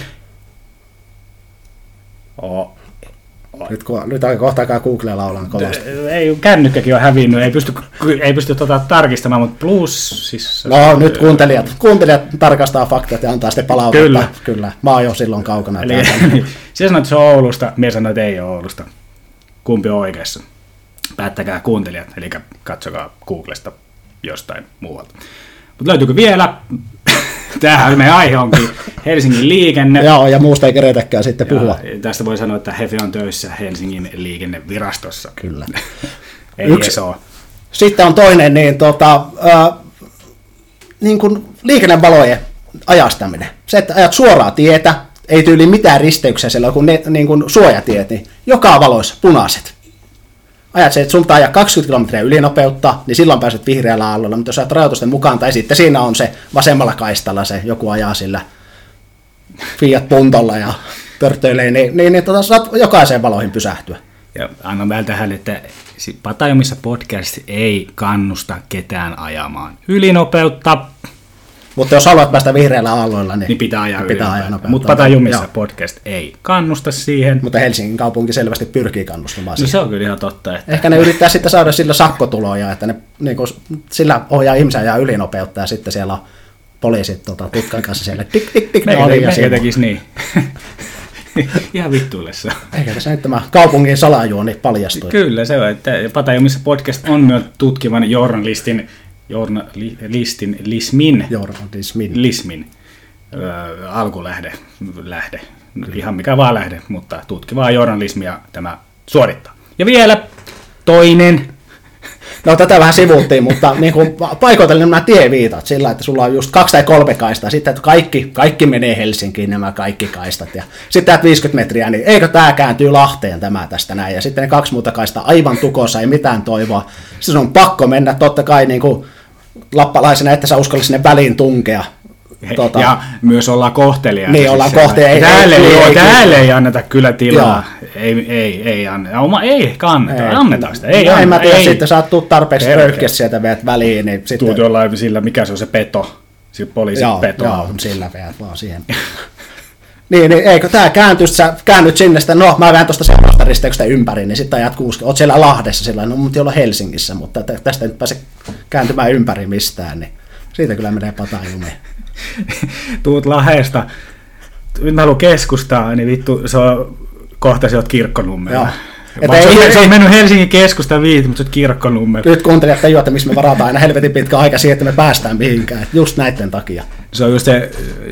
Nyt kohta alkaa Googlella laulaan kovasti. Ei, kännykkäkin on hävinnyt, ei pysty tarkistamaan, mutta Blues siis... No nyt kuuntelijat tarkastaa faktat ja antaa sitten palautetta. Kyllä. Mä oon jo silloin kaukana. Eli se sanoo, että se on Oulusta, mies sanoo, että ei ole Oulusta. Kumpi on oikeassa? Päättäkää kuuntelijat, eli katsokaa Googlesta jostain muualta. Mutta löytyykö vielä? Tämähän meidän aihe onkin Helsingin liikenne. Joo, ja muusta ei keretäkään sitten puhua. Tästä voi sanoa, että Hefi on töissä Helsingin liikennevirastossa. Kyllä. Ei se ole. Sitten on toinen, niin kuin liikennevalojen ajastaminen. Se, että ajat suoraa tietä, ei tyyli mitään risteyksiä siellä kuin niin kuin suojatiet, niin joka valoissa punaiset. Ajat se, että sun pitää ajaa 20 kilometriä ylinopeutta, niin silloin pääset vihreällä aallolla, mutta jos ajat rajoitusten mukaan, tai sitten siinä on se vasemmalla kaistalla se, joku ajaa sillä Fiat Puntolla ja pörttöilee, niin saat jokaiseen valoihin pysähtyä. Ja annan vielä tähän, että Patajumissa podcast ei kannusta ketään ajamaan ylinopeutta. Mutta jos haluat päästä vihreällä aalloilla, niin pitää ajaa nopeutta. Mutta Patajumissa podcast ei kannusta siihen. Mutta Helsingin kaupunki selvästi pyrkii kannustamaan siihen. Se on kyllä ihan totta. Että... Ehkä ne yrittää sitten saada sillä sakkotuloja, että ne niin kuin, sillä ohjaa ihmisiä ajaa ylinopeutta ja sitten siellä on poliisit tutkan kanssa siellä tik. Meikä tekisi niin. Ihan vittuillessa. Eikä tässä nyt tämä kaupungin salajuoni paljastui. Kyllä se on, että Patajumissa podcast on myös tutkivan journalismin alkulähde. Ihan mikä vaan lähde, mutta tutkivaa journalismia tämä suorittaa. Ja vielä toinen. No tätä vähän sivuuttiin, mutta niin kuin paikoitellen nämä tieviitat sillä, että sulla on just 2 tai 3 kaistaa, sitten että kaikki menee Helsinkiin nämä kaikki kaistat, ja sitten täältä 50 metriä, niin eikö tämä kääntyy Lahteen tämä tästä näin, ja sitten ne 2 muuta kaistaa aivan tukossa, ei mitään toivoa, sitten on pakko mennä totta kai niin kuin lappalaisena, että sä uskallis sinne väliin tunkea. Ja myös ollaan kohteliaita. Niin, ollaan kohteliaita. Täällä ei anneta kyllä tilaa. Ei anneta. Ei kanneta. Annetaanko sitä? En mä tiedä, sitten sä tuut tarpeeksi röyhkeässä sieltä veet väliin. Niin sitten... Tuut jollain sillä, mikä se on se peto. Sillä poliisin peto. Joo, sillä veet vaan siihen. niin, eikö tää kääntyy, sä käännyt sinne, sitten, no mä vähän tuosta seuraavasta risteyksestä ympäri, niin sitten ajat 6, oot siellä Lahdessa sillä no mutta olla Helsingissä, mutta tästä ei nyt pääse kääntymään ympäri mistään, niin siitä kyllä menee Patajumiin. Tuut Lahdesta, nyt mä haluan keskustaa, niin vittu, se on kohta sä oot Kirkkonummella. Se on mennyt Helsingin keskustaan mutta sä oot Kirkkonummella. Nyt kuuntelijat tajuaa, että missä me varataan aina helvetin pitkä aika siihen, että me päästään mihinkään, just näiden takia. Se on just se,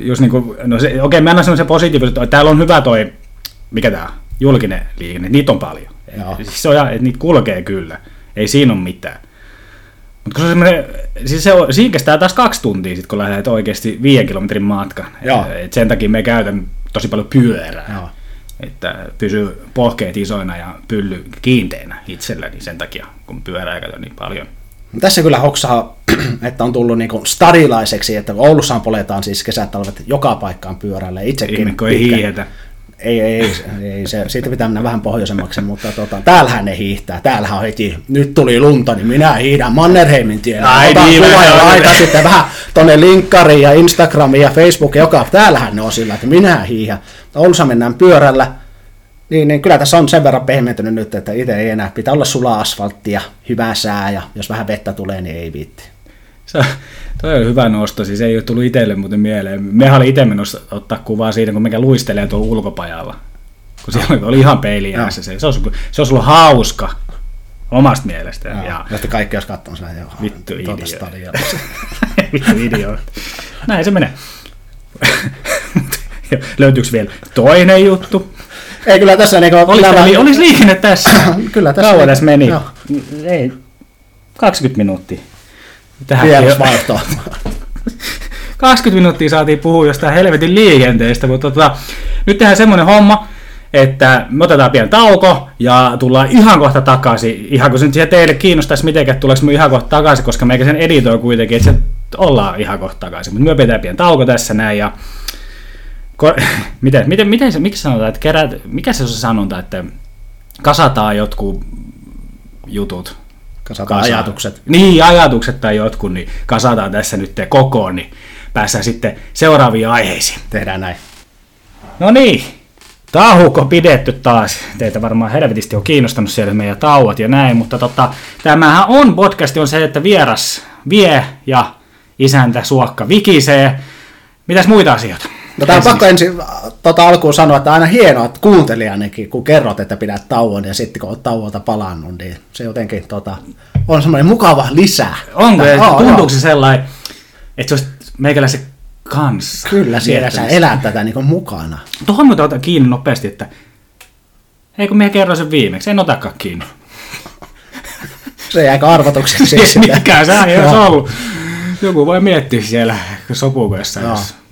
no se, okei, mä annan semmoisen positiivisen, että täällä on hyvä toi, mikä tää on, julkinen liikenne, niitä on paljon. Siis se on, että niitä kulkee kyllä, ei siinä ole mitään. Mutta se on semmoinen, siis siinä kestää taas 2 tuntia, sit, kun lähdet oikeasti 5 kilometrin matkan. Et sen takia me käytän tosi paljon pyörää. Joo. Että pysyy pohkeet isoina ja pylly kiinteinä itselläni sen takia, kun pyörää käytän niin paljon. Tässä kyllä hoksaa, että on tullut niin stadilaiseksi, että Oulussahan poletaan siis kesätalvet joka paikkaan pyörällä. Itsekin ei hiihetä. Ei, siitä pitää mennä vähän pohjoisemmaksi, mutta täällähän ne hiihtää. Täällähän on heti, nyt tuli lunta, niin minä hiihdän Mannerheimin tiellä. Otan kuva ja laitan sitten vähän tuonne linkkariin ja Instagramiin ja Facebookiin, täällähän ne on sillä, että minä hiihdän. Oulussa mennään pyörällä, niin kyllä tässä on sen verran pehmentynyt nyt, että itse ei enää pitää olla sulaa asfalttia, hyvä sää ja jos vähän vettä tulee, niin ei viitti. Toi on hyvä nosto, siis ei ole tullut itselle muuten mieleen. Mehän oli itse menossa ottaa kuvaa siitä, kun mikä luistelee tuolla ulkopajalla. Kun siellä oli ihan peili äänessä. Se olisi ollut hauska omasta mielestä. Ja sitten kaikki olisi katsonut sitä. Vittu idiootti. Vittu idiootti. Näin se menee. Löytyykö vielä toinen juttu? Ei kyllä tässä niinku... Olisi liikenne tässä. Kyllä tässä. Kauan tässä meni. Ei, 20 minuuttia. Vielä vaihtoa. 20 minuuttia saatiin puhua jostain helvetin liikenteestä, mutta nyt tehdään semmoinen homma, että me otetaan pieni tauko ja tullaan ihan kohta takaisin. Ihan kun se nyt teille kiinnostaisi mitenkään, tuleeko me ihan kohta takaisin, koska meikä sen editoi kuitenkin, että se ollaan ihan kohta takaisin. Mutta me pidetään pieni tauko tässä näin ja... Miten se, miksi sanotaan, että mikä se on se sanonta, että kasataan jotkut jutut? Kasataan ajatukset. Niin, ajatukset tai jotkut, niin kasataan tässä nyt kokoon, niin päästään sitten seuraaviin aiheisiin. Tehdään näin. No niin, tauko pidetty taas. Teitä varmaan helvetisti on kiinnostanut siellä meidän tauot ja näin, mutta tämähän on podcasti on se, että vieras vie ja isäntä suokka vikisee. Mitäs muita asioita? No tämä on pakko ensin alkuun sanoa, että aina hienoa, että kuuntelijanikin, kun kerrot, että pidät tauon ja sitten kun olet tauolta palannut, niin se jotenkin on semmoinen mukava lisä. Onko? Tuntuuko se sellainen, että se olisi meikäläisen kanssa? Kyllä, siellä sä elät tätä niin kuin mukana. Tuohon mä otan kiinni nopeasti, että hei kun minä kerroin sen viimeksi, en otakaan kiinni. Se jääkö arvotukseksi? Mikä se on ollut? Joku voi miettiä siellä sopukoissa, jos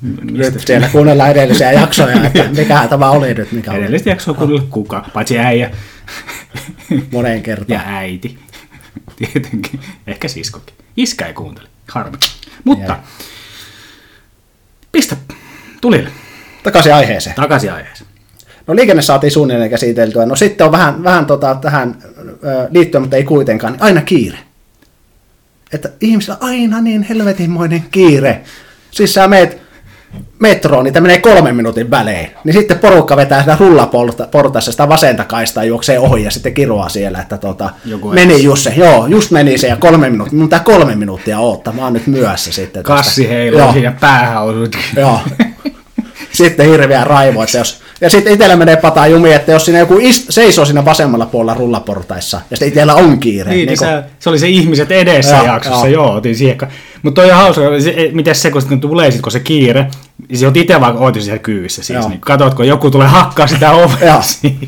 Nyt siellä kuunnellaan edellisiä jaksoja, että mikähän tämä oli nyt. Mikä edellistä jaksoa kuunnella kuka, paitsi äijä. Moneen kertaan. Ja äiti. Tietenkin. Ehkä siskokin. Iskä ei kuuntele. Harmi. Mutta pistä tulille. Takaisin aiheeseen. No liikenne saatiin suunnilleen käsiteltyä. No sitten on vähän tähän liittyen, mutta ei kuitenkaan, niin aina kiire. Että ihmisillä aina niin helvetinmoinen kiire. Siis sä meet metroon, niin tämä menee 3 minuutin välein. Niin sitten porukka vetää sitä rullaportaissa sitä vasenta kaistaa, juoksee ohi ja sitten kiroaa siellä, että meni just se. Joo, just meni se ja 3 minuuttia. Mun tää 3 minuuttia odottaa, mä oon nyt myöhässä sitten. Kassi heiluu ja päähän osut. Joo. Sitten hirveä raivo, että ja sitten itsellä menee pataa jumiin, että jos siinä joku seisoo siinä vasemmalla puolella rullaportaissa, ja sitten itsellä on kiire. Niin se oli se ihmiset edessä jaksossa, otin siihen. Mutta toi on hauska, miten se, kun tulee sit, kun se kiire, niin se oot itse vaan ootin siellä kyyvissä siis, niin katsotko, joku tulee hakkaa sitä ovea siihen.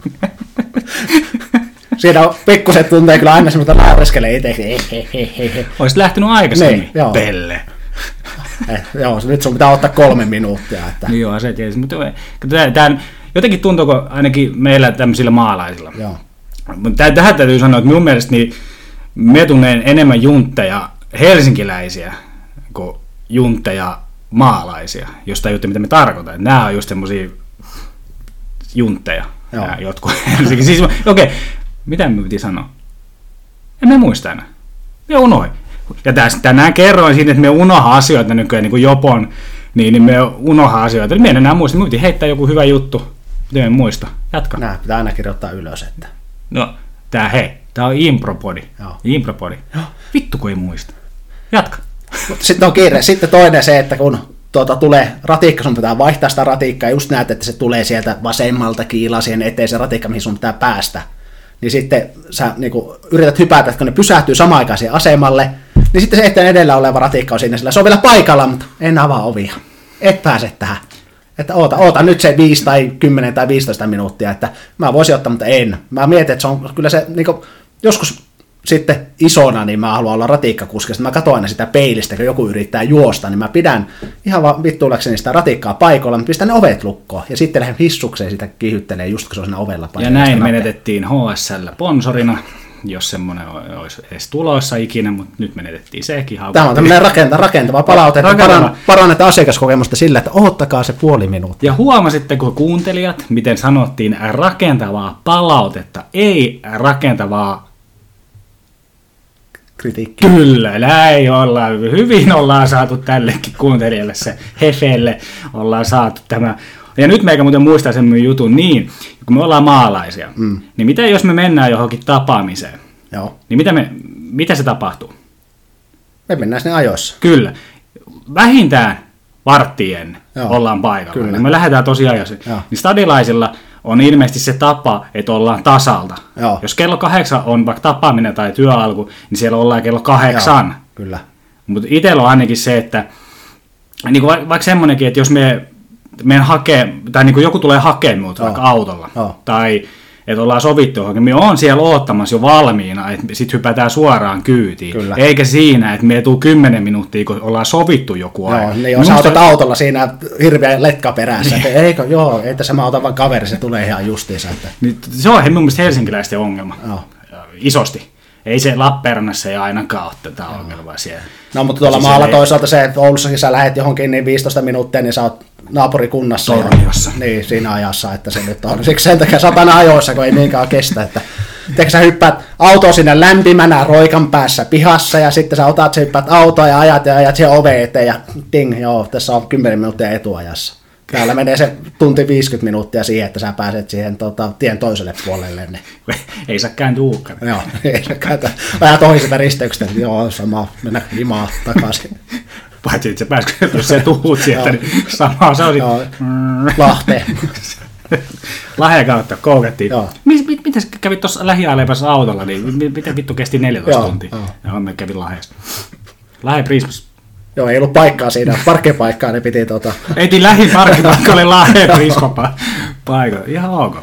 Siinä pikkuset tuntee kyllä aina semmoista naureskelee itse. Olisit lähtenyt aikaisemmin, Pelle. Joo, nyt sun pitää ottaa 3 minuuttia. Että. Niin joo, se tietysti. Mutta tämä jotenkin tuntuuko ainakin meillä tämmöisillä maalaisilla. Joo. Mutta tähän täytyy sanoa, että minun mielestä niin me tunnen enemmän juntteja helsinkiläisiä kuin juntteja maalaisia, josta ei mitä me tarkoitan. Nämä on just semmosia juntteja, jotkut. Siis, okei, mitä me piti sanoa? En mä muista enää. Me unoin. Ja tänään kerroin siitä, että me unohdan asioita nykyään, niin kuin Jopon, niin me unohdan asioita. Eli me en enää muista. Me piti heittää joku hyvä juttu. Miten me muista? Jatka. Nää pitää aina kirjoittaa ylös. Että. No, tää on impropodi. Impropodi. Vittu kun ei muista. Jatka. Mutta sitten on kiire. Sitten toinen se, että kun tulee ratikka, sun pitää vaihtaa sitä ratikkaa, just näet, että se tulee sieltä vasemmalta kiilaa siihen eteen se ratikka, mihin sun pitää päästä. Niin sitten sä niin yrität hypätä, että kun ne pysähtyy samaan aikaan siihen asemalle, niin sitten se eteen edellä oleva ratikka on siinä, sillä se on vielä paikalla, mutta en avaa ovia. Et pääse tähän. Että oota nyt se 5 tai 10 tai 15 minuuttia, että mä voisin ottaa, mutta en. Mä mietin, että se on kyllä se, niin kuin, joskus sitten isona, niin mä haluan olla ratikkakuski, mä katsoin aina sitä peilistä, kun joku yrittää juosta, niin mä pidän ihan vaan vittuillakseni sitä ratikkaa paikoilla, mä pistän ne ovet lukkoon, ja sitten lähden hissukseen sitä kihyttelee, just kun se on siinä ovella paikalla. Ja näin menetettiin HSL-sponsorina, jos semmoinen olisi edes tulossa ikinä, mutta nyt menetettiin sekin. Tämä on tämmöinen rakentava palaute, että parannetaan asiakaskokemusta sillä, että odottakaa se 0,5 minuuttia. Ja huomasitteko kuuntelijat, miten sanottiin rakentavaa palautetta, ei rakentavaa kritiikkiä. Kyllä, näin ollaan. Hyvin ollaan saatu tällekin kuuntelijalle se hefelle, ollaan saatu tämä. Ja nyt meikä muuten muistaa semmoinen jutun niin, kun me ollaan maalaisia, niin mitä jos me mennään johonkin tapaamiseen? Joo. Niin mitä se tapahtuu? Me mennään sinne ajoissa. Kyllä. Vähintään varttien ollaan paikalla. Kyllä. Niin me lähdetään tosi ajoissa. Niin stadilaisilla on ilmeisesti se tapa, että ollaan tasalta. Joo. Jos kello 8 on vaikka tapaaminen tai työalku, niin siellä ollaan kello 8. Joo, kyllä. Mutta itsellä on ainakin se, että niin vaikka semmoinenkin, että jos meidän hakee, tai niin joku tulee hakemaan minut vaikka autolla, tai että ollaan sovittu johonkin, me on siellä oottamassa jo valmiina, että sitten hypätään suoraan kyytiin. Kyllä. Eikä siinä, että me tuu 10 minuuttia, kun ollaan sovittu joku aika. Niin jos autot autolla siinä hirveä letka perässä, että ei tässä mä otan vaan kaveri, se tulee ihan justiinsa. Että. Se on mun mielestä helsinkiläisten ongelma, isosti. Ei se Lappeenrannassa ei ainakaan ole tätä ongelmaa siellä. No mutta tuolla maalla toisaalta se, että Oulussakin sä lähet johonkin niin 15 minuuttia, niin sä oot naapurikunnassa. Torniossa. Niin, siinä ajassa, että se nyt on. Siksi sen takia satana ajoissa, kun ei niinkään kestä. Että sä hyppäät autoa siinä lämpimänä roikan päässä pihassa, ja sitten sä hyppäät autoa ja ajat siihen oveen eteen, ja ding, tässä on 10 minuuttia etuajassa. Täällä menee se tunti 50 minuuttia siihen, että sä pääset siihen tien toiselle puolelle. Niin. Ei saa kääntyä uukkana. Joo, ei saa kääntyä. Vähän toiselta risteyksestä, joo, sama, mennä himaa takaisin. Paitsi, että sä pääsit, jos sä tuut sieltä, niin samaa se on sitten. Lahteen. Lahden kautta koukattiin. Mitä sä kävit tuossa lähialepassa autolla, niin mitä vittu kesti 14 tuntia? Joo, me kävin Lahdessa. Lahden Prismas. Joo, ei ollut paikkaa siinä, parkkipaikkaa, ne piti Eitin lähin parkkipaikka, oli Lahden Prisma paikka. Ihan ok.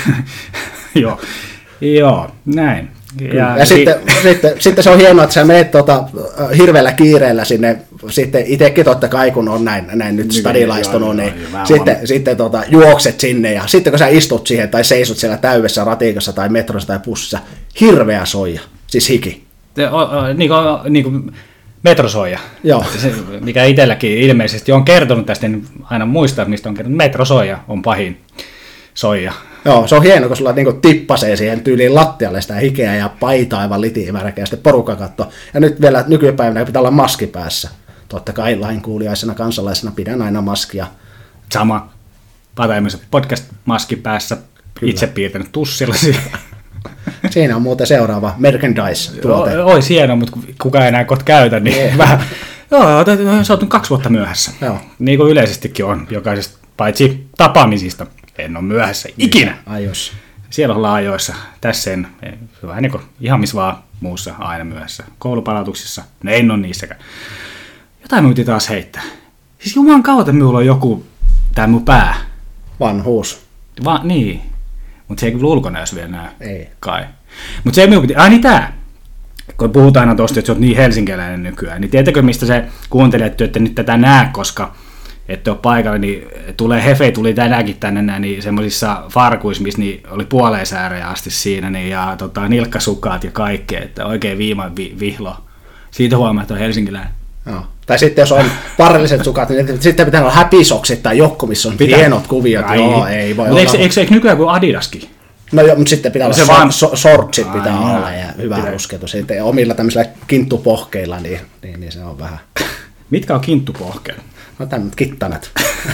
Joo, näin. Ja sitten se on hienoa, että sä menet hirveällä kiireellä sinne sitten itsekin totta kai, kun on näin nyt stadilaistunut, niin sitten juokset sinne, ja sitten kun sä istut siihen tai seisot siellä täydessä ratikassa tai metrossa tai bussissa, hirveä soija, siis hiki. Niin kuin metrosoija, joo. Se, mikä itselläkin ilmeisesti on kertonut tästä, en aina muista, mistä on kertonut, metrosoija on pahin soija. Joo, se on hieno, kun sulla niinku tippasee siihen tyyliin lattialle sitä hikeä ja paita aivan litimärkä ja sitten porukka katto. Ja nyt vielä nykypäivänä pitää olla maski päässä. Totta kai lainkuuliaisena kansalaisena pidän aina maskia. Sama. Pataimessa podcast-maski päässä, kyllä. Itse piirtänyt tussilla. Siinä on muuten seuraava merchandise-tuote. Ois hieno, mutta kukaan ei enää kohta käytä, niin vähän. Joo, sä oot 2 vuotta myöhässä. Joo. Niin kuin yleisestikin on, jokaisesta, paitsi tapaamisista. En ole myöhässä ikinä. Ajoissa. Siellä ollaan ajoissa. Tässä en. Vähän niin kuin ihan missä vaan muussa aina myöhässä. Koulupalautuksissa. No en ole niissäkään. Jotain minun taas heittää. Siis juman kautta minulla on joku, tää mun pää. Vanhuus. Niin. Mutta se ei kyllä ulkonäössä vielä näy. Ei. Kai. Mutta se minun piti. Niin tää. Kun puhutaan aina tosta, että sä oot niin helsinkiläinen nykyään. Niin tiedätkö mistä se kuuntelet, että nyt tätä näe, koska että ole paikalla, niin tuli tänäänkin tänne niin semmoisissa farkuissa, missä niin oli puoleen säärejä asti siinä, niin, ja nilkkasukaat ja kaikkea, että oikein viiman vihlo. Siitä huomaa, että on helsinkiläinen. Joo. Tai sitten jos on paralliset sukat, niin sitten pitää olla häpisokset tai jokku, missä on hienot kuviot. Joo, ei voi olla. Eikö nykyään kuin Adidaskin? No joo, mutta sitten pitää olla vaan shortsit pitää olla ja hyvä rusketu. Sitten omilla tämmöisillä kinttupohkeilla, niin se on vähän. Mitkä on kinttupohkeilla? No tämmöiset kittanat.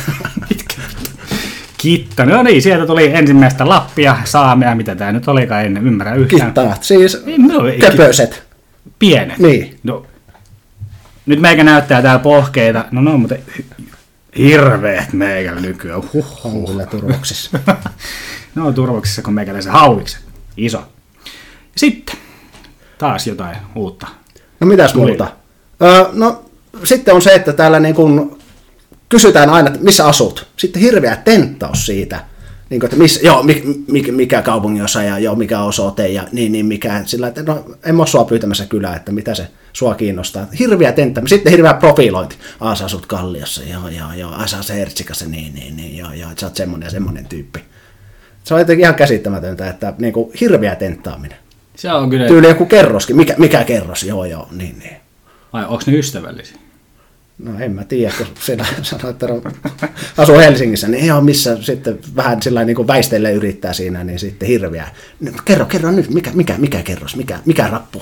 Kittanat, no niin, sieltä tuli ensimmäistä Lappia, saamea, mitä tää nyt olikaan, en ymmärrä yhtään. Kittanat, siis köpöset. Pienet? Niin. No, nyt meikä näyttää täällä pohkeita, no on muuten hirveet meikä nykyään. On kyllä turvoksissa. No on turvoksissa, kun meikäläisen hauikset. Iso. Sitten, taas jotain uutta. No mitäs muuta? No sitten on se, että täällä niin kun kysytään aina, että missä asut. Sitten hirveä tenttaus siitä, niin kun, että mikä kaupunginosa ja mikä osoite ja niin mikä. Sillä että no, en ole sua pyytämässä kylää, että mitä se sua kiinnostaa. Hirveä tenttaus. Sitten hirveä profilointi. Sä asut Kalliossa, joo, sä asut Hertsikassa, niin, joo, sä oot semmonen ja semmonen tyyppi. Se on jotenkin ihan käsittämätöntä, että niin kuin hirveä tenttaaminen. Se on kyllä. Tyyli joku kerroskin. Mikä kerros? Joo, niin. Vai onko ne ystävällisiä? No en mä tiedä, kun siellä sanoo, että asuu Helsingissä, niin ihan missä sitten vähän sillä niin kuin väisteille yrittää siinä, niin sitten hirveä. Kerro nyt, mikä kerros, mikä rappu?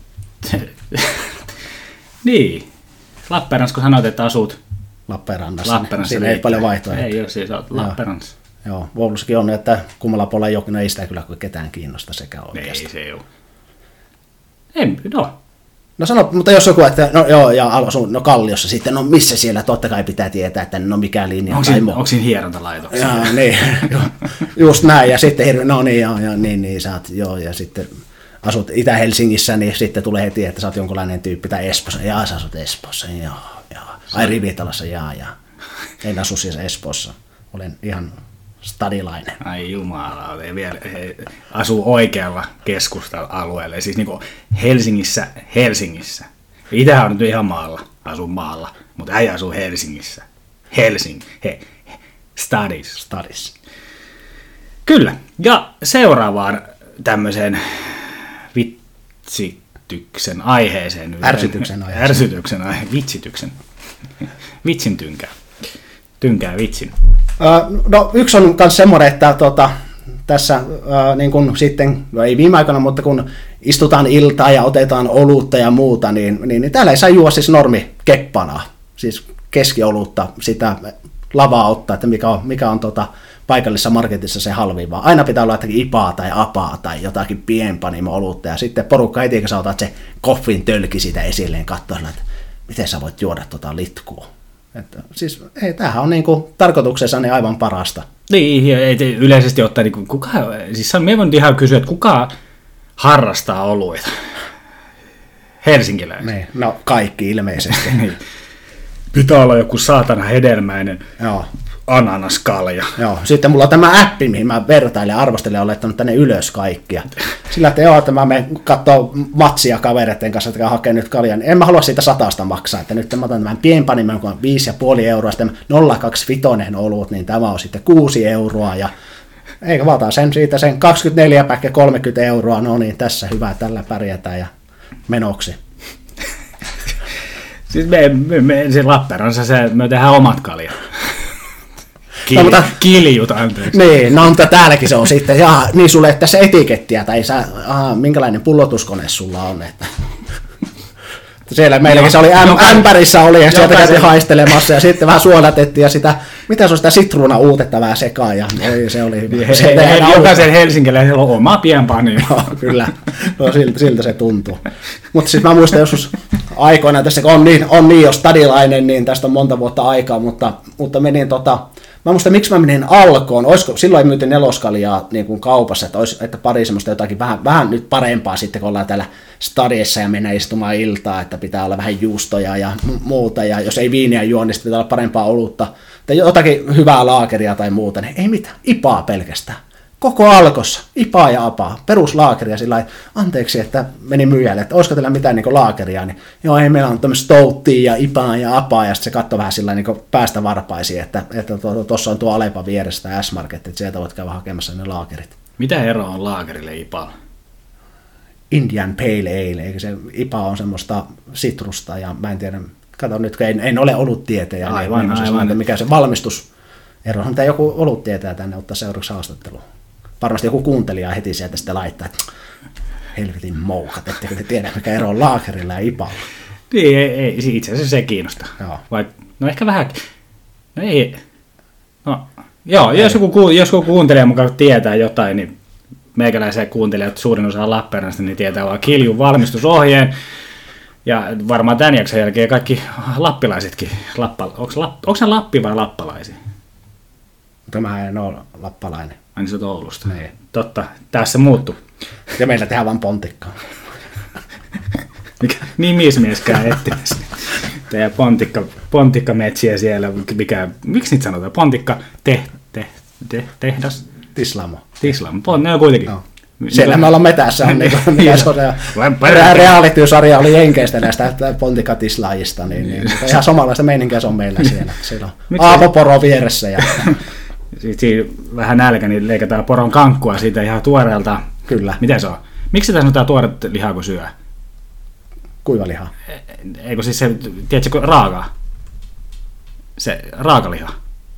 Niin. Lappeenrannassa, kun sanoit, että asut Lappeenrannassa, siinä ei paljon vaihtoehtoja. Ei ole, siis Lappeenrannassa. Joo, Oulussakin on, että kummalla puolella jokin, no ei sitä kyllä ketään kiinnosta sekä oikeasti. Ei se ole. No. No sano, mutta jos joku, että no joo, ja asun Kalliossa sitten, no missä siellä, totta kai pitää tietää, että no mikä linja. Onko siinä hierontalaitoksia? Jaa, niin, just näin, ja sitten hirveän, no niin, sä oot, joo, ja sitten asut Itä-Helsingissä, niin sitten tulee heti, että sä oot jonkunlainen tyyppi, tai Espoossa, sä asut Espoossa, joo, ai Rivitalossa, en asu siis Espoossa, olen ihan stadilainen. Ai jumala, asuu oikealla keskusta-alueella, siis niinku Helsingissä. Itähän on nyt ihan maalla, asuu maalla, mutta äijä asuu Helsingissä. Stadis. Kyllä, ja seuraavaan tämmöiseen vitsityksen aiheeseen. Ärsytyksen aiheeseen, vitsityksen. Vitsin tynkää vitsin. No yksi on myös semmoinen, että tässä niin kun sitten, no ei viime aikoina, mutta kun istutaan iltaa ja otetaan olutta ja muuta, niin täällä ei saa juoda siis normi keppana, siis keskiolutta, sitä lavaa ottaa, että mikä on paikallisessa marketissa se halvin, vaan aina pitää olla jotakin ipaa tai apaa tai jotakin pienpanimo-olutta, ja sitten porukka heti, kun sä otat se koffin tölki siitä esilleen, katsoo, että miten sä voit juoda litkua. Että, siis tämähän on niinku tarkoituksessa niin aivan parasta. Niin, ei yleisesti ottaen, niin siis me voin ihan kysyä, että kuka harrastaa oluita? Helsinkiläiset. Niin, no kaikki ilmeisesti. Niin. Pitää olla joku saatana hedelmäinen ananaskalja. Joo, sitten mulla on tämä appi, mihin mä vertailen ja arvostelen, olen laittanut tänne ylös kaikkia. Sillä, että joo, että mä menen katsoa matsia kavereiden kanssa, jotka hakee nyt kaljan. En mä halua siitä 100 maksaa, että nyt mä otan tämän pienpanimman, joka on 5,5 euroa, sitten 0,25 olut, niin tämä on sitten 6 euroa. Ja eikä mä otan sen 24 päkkä 30 euroa, no niin, tässä hyvä, tällä pärjätään ja menoksi. Siis se Lappeenrannassa me tehdään omat kaljat. Kiljut, anteeksi. Niin, no mutta täälläkin se on sitten, niin sulle tässä etikettiä, tai minkälainen pullotuskone sulla on, että siellä meilläkin se oli ämpärissä oli, ja sieltä käytiin haistelemassa, ja sitten vähän suolatettiin, ja sitä, mitä se on sitä sitruuna-uutetta vähän sekaan, ja se oli... Jokaisen helsinkiläisellä on oma pienpanimo. Joo, kyllä, no, siltä se tuntuu. Mutta siis mä muistan joskus aikoina, tässä kun on niin jo stadilainen, niin tästä on monta vuotta aikaa, mutta menin mä muistan, miksi mä menin Alkoon. Silloin myyty neloskaljaa niin kuin kaupassa, että pari semmoista jotakin vähän nyt parempaa sitten, kun ollaan täällä stadiessa ja mennään istumaan iltaa, että pitää olla vähän juustoja ja muuta, ja jos ei viiniä juo, niin pitää olla parempaa olutta, tai jotakin hyvää laakeria tai muuta, niin ei mitään, ipaa pelkästään. Koko Alkossa, ipaa ja apaa, peruslaakeria sillä lailla, anteeksi, että meni myyjälle, että olisiko teillä mitään niin laakeria, niin joo, ei meillä on tämmöistä stouttia ja ipaa ja apaa, ja sitten se katsoi vähän sillä niin päästä varpaisiin, että tuossa on tuo Alepa vieressä tämä S-Market, että sieltä voit käydä hakemassa ne laakerit. Mitä eroa on laakerille ipalla? Indian Pale Ale, eikä se ipa on semmoista sitrusta, ja mä en tiedä, kato nyt, en ole ollut tietäjä, aivan. Mikä se valmistusero, mitä joku ollut tietää tänne ottaa seuraavaksi haastatteluun. Varmasti joku kuuntelija heti sieltä sitten laittaa, että helvetin moukat, ettekö te tiedä, mikä ero on laakerilla ja ipalla. Niin, ei itse asiassa se kiinnostaa. No ehkä vähän, no ei, no joo, jos joku kuuntelija mukaan tietää jotain, niin meikäläisen kuuntelijat, suurin osa Lappeenrannasta, niin tietää vaan Kiljun valmistusohjeen. Ja varmaan tämän jakson jälkeen kaikki lappilaisetkin. Onko se Lappi vai lappalaisia? Mä en ole lappalainen. Ai niin, se on Oulusta. Niin. Totta, tässä muuttuu. Ja meillä tehdään vaan pontikkaa. Mikä nimismieskään etsimässä. Teidän pontikkametsiä siellä, miksi niitä sanotaan? Pontikka tehdas? Tislamo. Ne on kuitenkin. No. Siellä me ollaan metässä, on mikä se on reality-sarja oli Jenkeistä näistä pontikatislaajista, niin ihan samanlaista meininkiä se on meillä siellä on aapoporo vieressä. Ja Sitten vähän nälkä, niin leikataan poron kankkua siitä ihan tuoreelta. Kyllä. Miten se on? Miksi tässä sanotaan tuoret lihaa, kun syö? Kuivalihaa. Eikö siis se, tiedätkö, raakaa? Se raakaliha.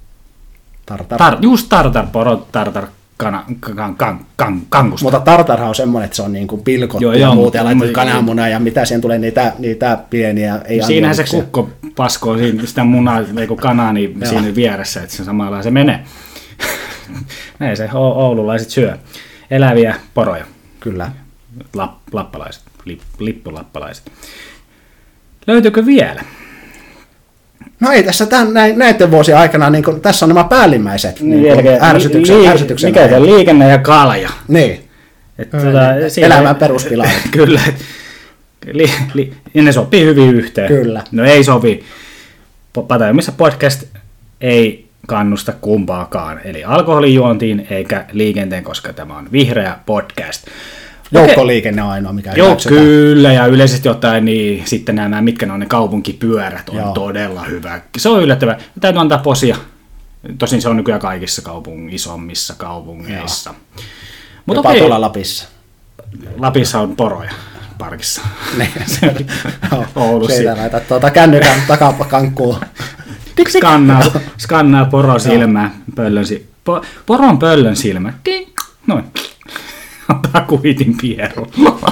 Just poro tartar kankusta. Mutta tartarha on semmoinen, että se on niin kuin pilkottu ja muuta, ja laitettu kananmunaa, ja mitä siihen tulee niitä pieniä. Siinähän se kukko paskoo sitä munaa, eikö kanaa, niin siinä vieressä, että se samalla se menee. Näin se oululaiset syö. Eläviä poroja. Kyllä. Lappalaiset, lippulappalaiset. Löytyykö vielä? No ei tässä näiden vuosien aikana, niin kun, tässä on nämä päällimmäiset niin ärsytyksen. Mikä se on liikenne ja kalja? Niin. Elämän peruspilarit. Kyllä. Ne sopii hyvin yhteen. Kyllä. No ei sovi. Pataamissa podcast ei kannusta kumpaakaan. Eli alkoholijuontiin eikä liikenteen, koska tämä on vihreä podcast. Joukkoliikenne on ainoa, mikä hyväksytään. Kyllä, ja yleisesti ottaen, niin sitten nämä, mitkä ne on ne kaupunkipyörät, on todella hyvä. Se on yllättävää. Täytyy antaa posia. Tosin se on nykyään kaikissa isommissa kaupungeissa. Jopa tuolla Lapissa. Lapissa on poroja parkissa. Oulussa. Siitä laitat kännykän takakankkuu. Skannaa poron silmää. Poron pöllön silmä. Noin. Antaa kuitin pieru.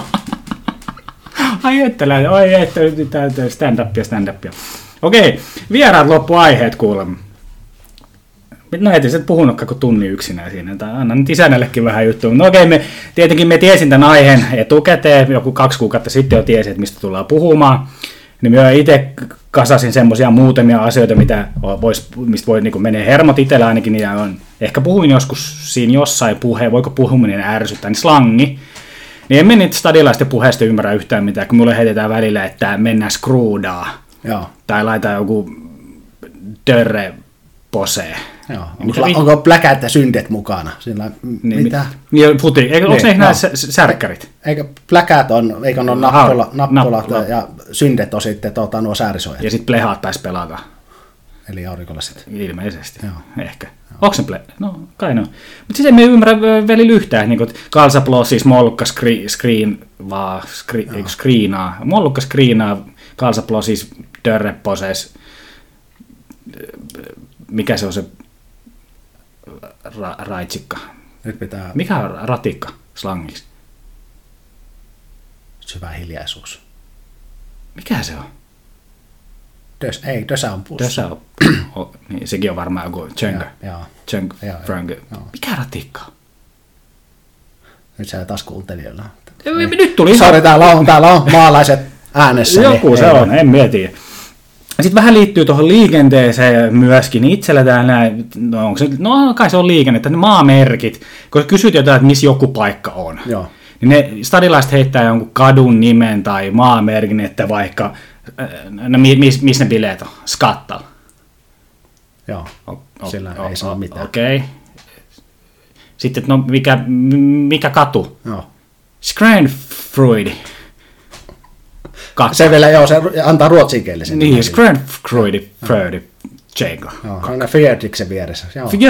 Ai että stand-upia. Okei, vieraat loppuaiheet kuulemma. No et sä et puhunutkaan kuin tunnin yksinään siinä. Anna nyt isännällekin vähän juttua. No okei, me tiesin tämän aiheen etukäteen. Joku 2 kuukautta sitten jo tiesin, että mistä tullaan puhumaan. Niin mä itse kasasin semmoisia muutamia asioita, mistä voi niin menee hermot itsellä ainakin. Niin ehkä puhuin joskus siinä jossain voiko puhuminen ärsyttää, niin slangi. Niin en mene niitä stadilaisten puheesta ymmärrä yhtään mitään, kun mulle heitetään välillä, että mennään skruudaa. Joo. Tai laitetaan joku dörre posee. Joo. Onko pläkät ja syndet mukana? Sillä, niin, mitä? Niin, onko ne Niin, nämä särkkärit? Eikö pläkät on, eikö ne ole nappulat ja syndet on sitten nuo säärisojat? Ja sitten plehaat pääsi pelata. Eli aurinkolasit. Ilmeisesti, Joo. ehkä. Onko se No, kai no. Mutta siis emme ymmärrä välillä yhtään, niin kuin Kalsaplo siis mollukka screenaa. Mollukka screenaa, Kalsaplo siis dörreposes. Mikä se on se raitsikka? Nyt pitää... Mikä on ratikka slangiksi? Syvä hiljaisuus. Mikä se on? Dösä on pussi. Dösä on. Niin, sekin on varmaan joku chunk. Chunk, frank. Mikä ratikka? Nyt sä taas kuuntelijoilla. Nyt tuli Sori, täällä on maalaiset äänessä. Joku se on, en mieti. Sitten vähän liittyy tuohon liikenteeseen myöskin. Itsellä täällä, no kai se on liikennettä, ne maamerkit. Kun kysyt jotain, että missä joku paikka on, Joo. niin ne stadilaiset heittää jonkun kadun nimen tai maamerkin, että vaikka, no missä ne bileet on? Skattal. Joo, sillä ei sano mitään. Okei. Sitten, no mikä katu? Joo. Skranfreude. Se vielä, joo, se antaa ruotsinkielisen. Niin, Skranfreude, Freude, Tjenko. Joo, aina Fjärdiksen vieressä.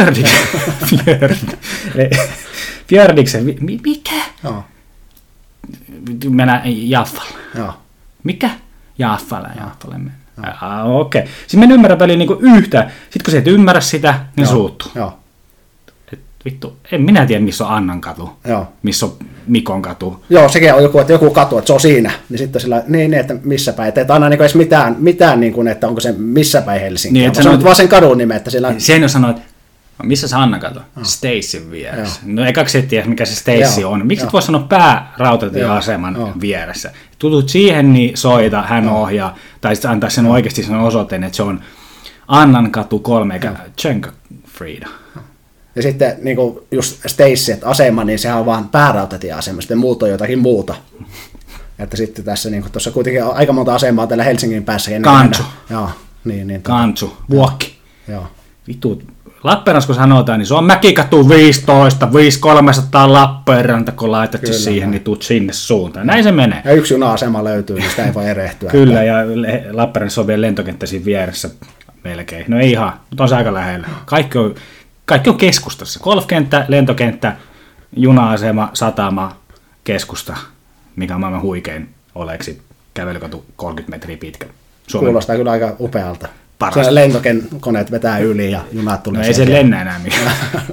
Fjärdiksen, mikä? Joo. Mennään Jaffalla. Joo. Mikä? Jaffalle mennään. Okei. Sitten mä en ymmärrä väliin niinku yhtä. Sitten kun sä et ymmärrä sitä, niin suuttuu. Joo. Et vittu, en minä tiedä, missä on Annan katu. Joo. Missä on Mikon katu. Joo, sekin on joku katu, että se on siinä. Niin sitten sillä, niin, että missä päin. Että aina niin edes mitään niin kuin, että onko se missä päin Helsinkiä. Niin, se sanoo vaan sen kadun nimen, että sillä... Sen jo sanoo, että missä se Annan katu? Stacyn vieressä. No ekaksi et tiedä, mikä se Stacy on. Miksi et voi sanoa päärautatieaseman vieressä? Tutut siihen, niin soita, hän ohjaa. Tai sitten antaa sen oikeasti sen osoitteen, että se on Annan katu 3 eikä Tjenko Frida. Ja sitten niin kuin just Stacy, että asema, niin sehän on vaan päärautatieasema, sitten muut on jotakin muuta. Että sitten tässä niin tuossa kuitenkin on aika monta asemaa täällä Helsingin päässä. Kantsu. Joo, niin. Kantsu, Vuokki. Joo. Vittu, Lappeenrannassa kun sanotaan, niin se on Mäkikatu 15, 5300 Lappeenranta, kun laitat kyllä, siihen, niin tuut sinne suuntaan. Näin se menee. Ja yksi juna-asema löytyy, niin sitä ei voi erehtyä. Kyllä, ja Lappeenrannassa on vielä lentokenttä siinä vieressä melkein. No ei ihan, mutta on se aika lähellä. Kaikki on keskustassa. Golfkenttä, lentokenttä, juna-asema, satama, keskusta, mikä on maailman huikein oleksi. Kävelykatu 30 metriä pitkä. Kuulostaa kyllä aika upealta. Parasta. Lentokoneet vetää yli ja junat tulee. No ei se lennä enää mikään.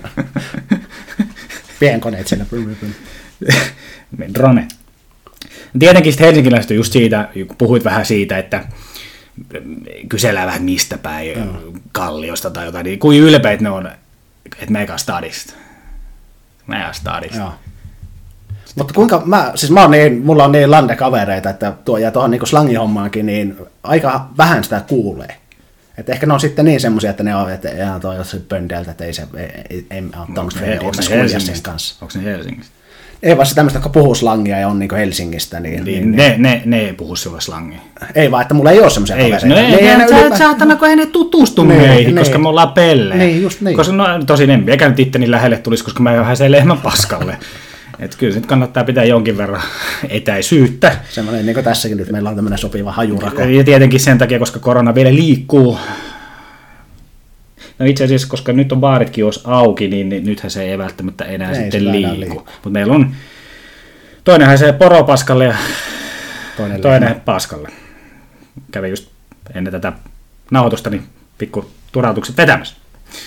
Pienkoneet siellä. Drone. Tietenkin sitten helsinkiläiset on just siitä, kun puhuit vähän siitä, että kysellään vähän mistä päin, Kalliosta tai jotain, niin kuin ylpeitä ne on, että Megastadista. Joo. Mutta kuinka mulla on niin landekavereita, että tuohon niin slangihommaankin, niin aika vähän sitä kuulee. Että ehkä ne on sitten niin semmoisia, että ne on, että ihan toi jossain pöndeltä, että ei ottanut sen kanssa. Onko ne Helsingistä? Ei vaan se tämmöistä, jotka puhuu slangia ja on niin Helsingistä. Ne ei puhu sillä slangia. Ei vaan, että mulla ei ole semmoisia kavereita. No ei, saatana, kun ei ne tutustu meihin, koska me ollaan pellejä. Niin, just niin. Koska tosin en eikä nyt itteni lähelle tulisi, koska mä vähän sen lehmän paskalle. Että kyllä se nyt kannattaa pitää jonkin verran etäisyyttä. Semmoinen, niin kuin tässäkin nyt meillä on tämmöinen sopiva hajurako. Ja tietenkin sen takia, koska korona vielä liikkuu. No itse asiassa, koska nyt on baaritkin jos auki, niin nythän se ei välttämättä enää sitten liiku. Mutta meillä on toinenhan se poropaskalle ja toinen paskalle. Kävin just ennen tätä nauhoitusta, niin pikku turautukset vetämässä.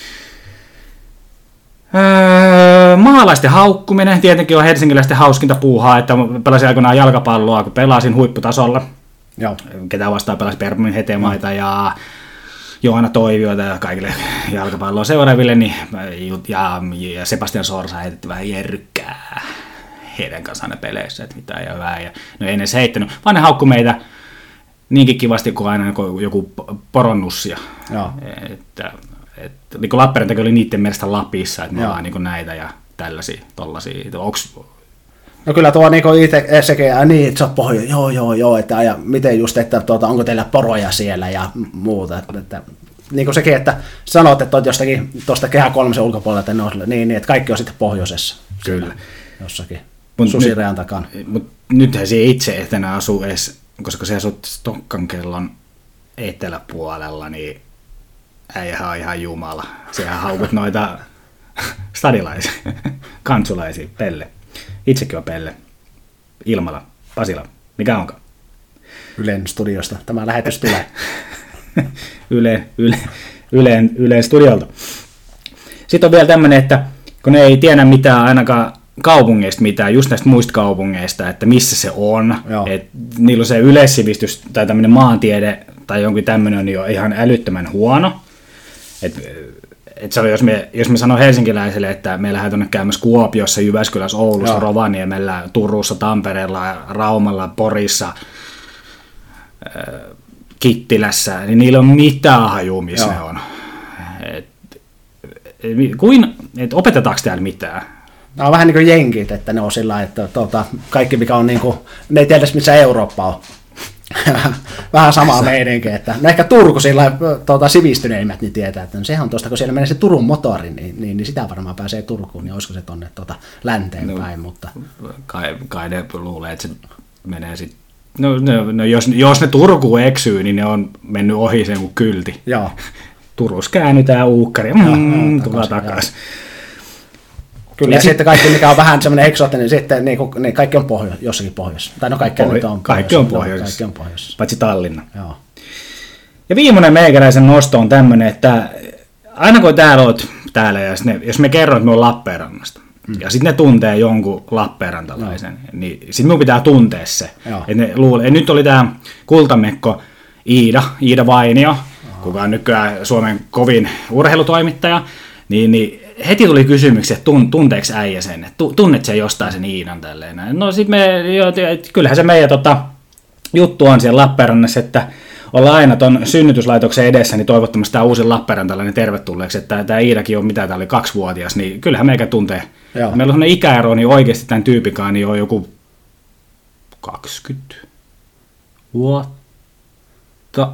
Maalaisten haukkuminen tietenkin on helsinkiläisten hauskinta puuhaa, että pelasin aikoinaan jalkapalloa, kun pelasin huipputasolla. Joo. Ketä vastaan pelasi Permin Hetemaita ja Johanna Toivioita ja kaikille jalkapalloa seuraaville, niin, ja Sebastian Sorsa heitetty vähän jerrykkää heidän kanssaan peleissä, että mitä ja hyvää. Ja, no ei ne se heittänyt, vaan ne haukku meitä niinkin kivasti kuin aina joku poronnussia. Joo. Että niin kuin Lappeenrantakin oli niiden mielestä Lapissa, että me ollaan niin näitä ja tällaisia, tollaisia. No kyllä tuo niinku itse sekin, niin, että sä oot joo, että ja miten just, että onko teillä poroja siellä ja muuta, että niin kuin sekin, että sanot, että olet jostakin tuosta Kehä 3 ulkopuolelta nousulle, niin, että kaikki on sitten pohjoisessa. Kyllä. Jossakin Susirean takana. Mutta nythän se itse etänä asuu edes, koska se asut Stokkankellon eteläpuolella, niin äijähän on ihan jumala. Sehän haukut noita stadilaisia, kantsulaisia, Pelle. Itsekin on Pelle. Ilmala, Pasila, mikä onkaan? Ylen studiosta tämä lähetys tulee. Ylen studiolta. Sitten on vielä tämmöinen, että kun ne ei tiedä mitään ainakaan kaupungeista mitään, just näistä muista kaupungeista, että missä se on. Että niillä on se yleissivistys tai tämmöinen maantiede tai jonkin tämmöinen on jo ihan älyttömän huono. Jos me sanoo helsinkiläiselle, että me lähdetään tuonne käymässä Kuopiossa, Jyväskylässä, Oulussa, Rovaniemellä, Turussa, Tampereella, Raumalla, Porissa, Kittilässä, niin niillä on mitään hajua, missä ne on. Opetetaanko täällä mitään? Nämä on vähän niin kuin jenkit, että ne on sillä että kaikki mikä on niin kuin, ne ei tiedä missä Eurooppa on. Vähän samaa meininkiä, että no ehkä Turku sillä sivistyneimmät niin tietää, että no sehän on tuosta, kun siellä menee se Turun motori, niin sitä varmaan pääsee Turkuun, niin olisiko se tuonne länteen päin, mutta... Kai ne luulee, että se menee sitten... No, jos ne Turkuun eksyy, niin ne on mennyt ohi sen kuin kylti. Joo. Turussa käännytään uukkari, tullaan takaisin. Kyllä, ja sitten kaikki, mikä on vähän semmoinen eksoottinen, niin sitten niin kaikki on jossakin pohjoisessa. Tai no kaikki on pohjoisessa. Kaikki on pohjoisessa. Paitsi Tallinna. Joo. Ja viimeinen meikäläisen nosto on tämmöinen, että aina kun täällä olet täällä, ja jos me kerron, että me on Lappeenrannasta, ja sitten ne tuntee jonkun Lappeenrantalaisen, niin sitten minun pitää tuntea se. Ja nyt oli tämä kultamekko Iida Vainio, kuka on nykyään Suomen kovin urheilutoimittaja, niin heti tuli kysymyksiä, että tunteeko äijä sen, että tunnet sen jostain sen Iidan tälleen. No sitten kyllähän se meidän juttu on siellä Lappeenrannassa, että ollaan aina ton synnytyslaitoksen edessä, niin toivottomasti tämä uusi Lappeenrantalainen tervetulleeksi, että tämä Iidakin on mitä, tämä oli 2-vuotias, niin kyllähän meikä tuntee. Meillä on sellainen ikäero, niin oikeasti tämän tyypikaan niin on joku 20 vuotta,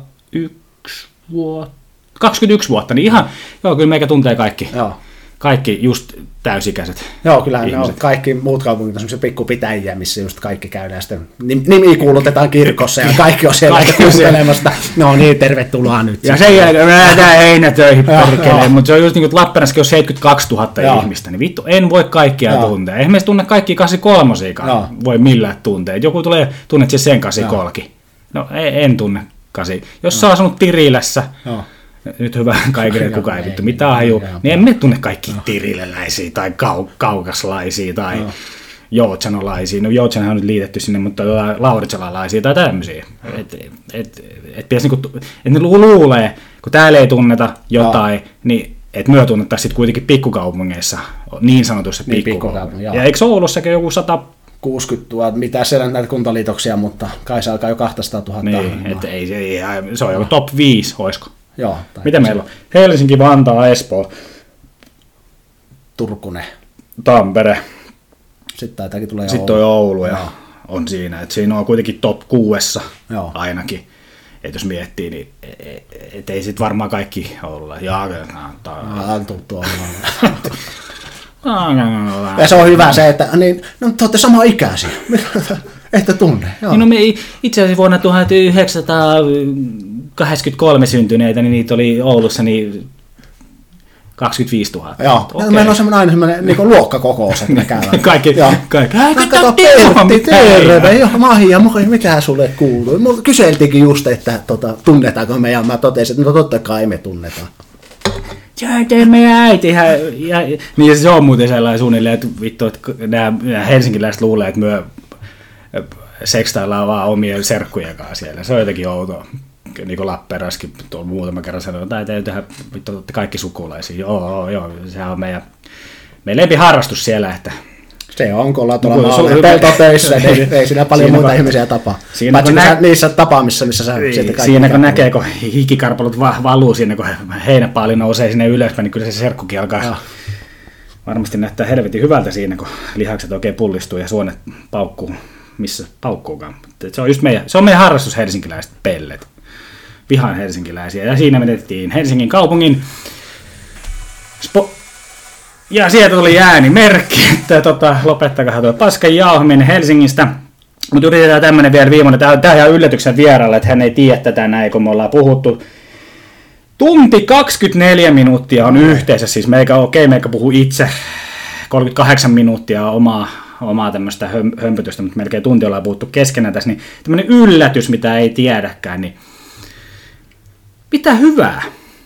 21 vuotta, niin ihan, kyllä meikä tuntee kaikki. Joo. Kaikki just täysikäiset. Joo, kyllähän ne on kaikki muut kaupungit on semmoisia pikkupitäjiä, missä just kaikki käydään sitten. Nimi kuulutetaan kirkossa ja kaikki on siellä kuuntelemassa. No niin, tervetuloa nyt. Ja sen jälkeen me lähdetään heinätöihin perkeleen, mutta se on just niin kuin Lappeenrannassakin on 72 000 ihmistä, niin vittu, en voi kaikkia tuntea. Eihän meistä tunne kaikki 83-ikaan voi millään tuntea. Joku tulee, tunnet sen 83. No en tunne 8. Jos sä oot asunut Tirilässä, nyt hyvä kaikille, kuka ei vittu mitään haju, niin emme tunne kaikki tirileläisiä tai kaukaslaisia tai joutsanolaisia. No joutsanhan on nyt liitetty sinne, mutta lauritsalalaisia tai tämmöisiä. Että ne luulee, kun täällä ei tunneta jotain, niin että myö tunnettaisiin sitten kuitenkin pikkukaupungeissa, niin sanotussa pikkukaupungeissa. Ja eikö Oulussakin joku 160 000, mitä siellä on näitä kuntaliitoksia, mutta kai se alkaa jo 200 000. Niin, että se on joku top 5, oisko? Joo. Mitä meillä on? Helsinki, Vantaa, Espoo, Turkunen, Tampere. Sitten taitakin tulee Sitten Oulu ja on siinä. Että siinä on kuitenkin top 6 ainakin. Että jos miettii, niin et ei sitten varmaan kaikki Oululla. Ja se on hyvä se, että niin, no, te olette sama ikäisiä. Ette tunne. Niin, no me itse asiassa vuonna 1983 syntyneitä, niin niitä oli Oulussa niin 25 000. Joo, okay. Meillä on aina semmoinen niin luokkakokous, että me käydään. Kaikki. Kato, terve, Mahia, mitä sulle kuuluu? Mulla kyseltiinkin just, että tunnetaanko me, ja mä totesin, että no totta kai me tunnetaan. Ja meidän äiti niin se on muuten sellainen suunnilleen, että vittu, että nämä helsinkiläiset luulee, että me sekstaillaan vaan omien serkkujen kanssa siellä. Se on jotenkin outoa. Niin kuin Lappeenrannassakin tuolla muutama kerran sanoi, että ei tehdä vittu, kaikki sukulaisia. Joo, sehän on meidän lempiharrastus siellä, että se on, kun ollaan tuolla peltotöissä, niin ei siinä paljon muita ihmisiä tapaa. Paitsi niissä tapaamissa, missä sä sieltä kaikki. Siinä kun näkee, kun hikikarpalut valuu siinä, kun heinäpaali nousee sinne ylöspäin, niin kyllä se serkkukin alkaa. Varmasti näyttää helvetin hyvältä siinä, kun lihakset oikein pullistuu ja suonet paukkuu, missä paukkuukaan. Se on just meidän harrastus helsinkiläiset pellet. Vihaan helsinkiläisiä. Ja siinä menettiin Helsingin kaupungin ja sieltä tuli äänimerkki, että lopettakaa tuo paskan jauhaminen Helsingistä. Mutta yritetään tämmöinen vielä viimeinen. Tämä on ihan yllätyksen vieraalla, että hän ei tiedä tätä näin, kun me ollaan puhuttu. Tunti 24 minuuttia on yhteensä, siis meikä puhuu itse 38 minuuttia omaa tämmöistä hömpötystä, mutta melkein tunti ollaan puhuttu keskenään tässä, niin tämmöinen yllätys, mitä ei tiedäkään, niin mitä hyvää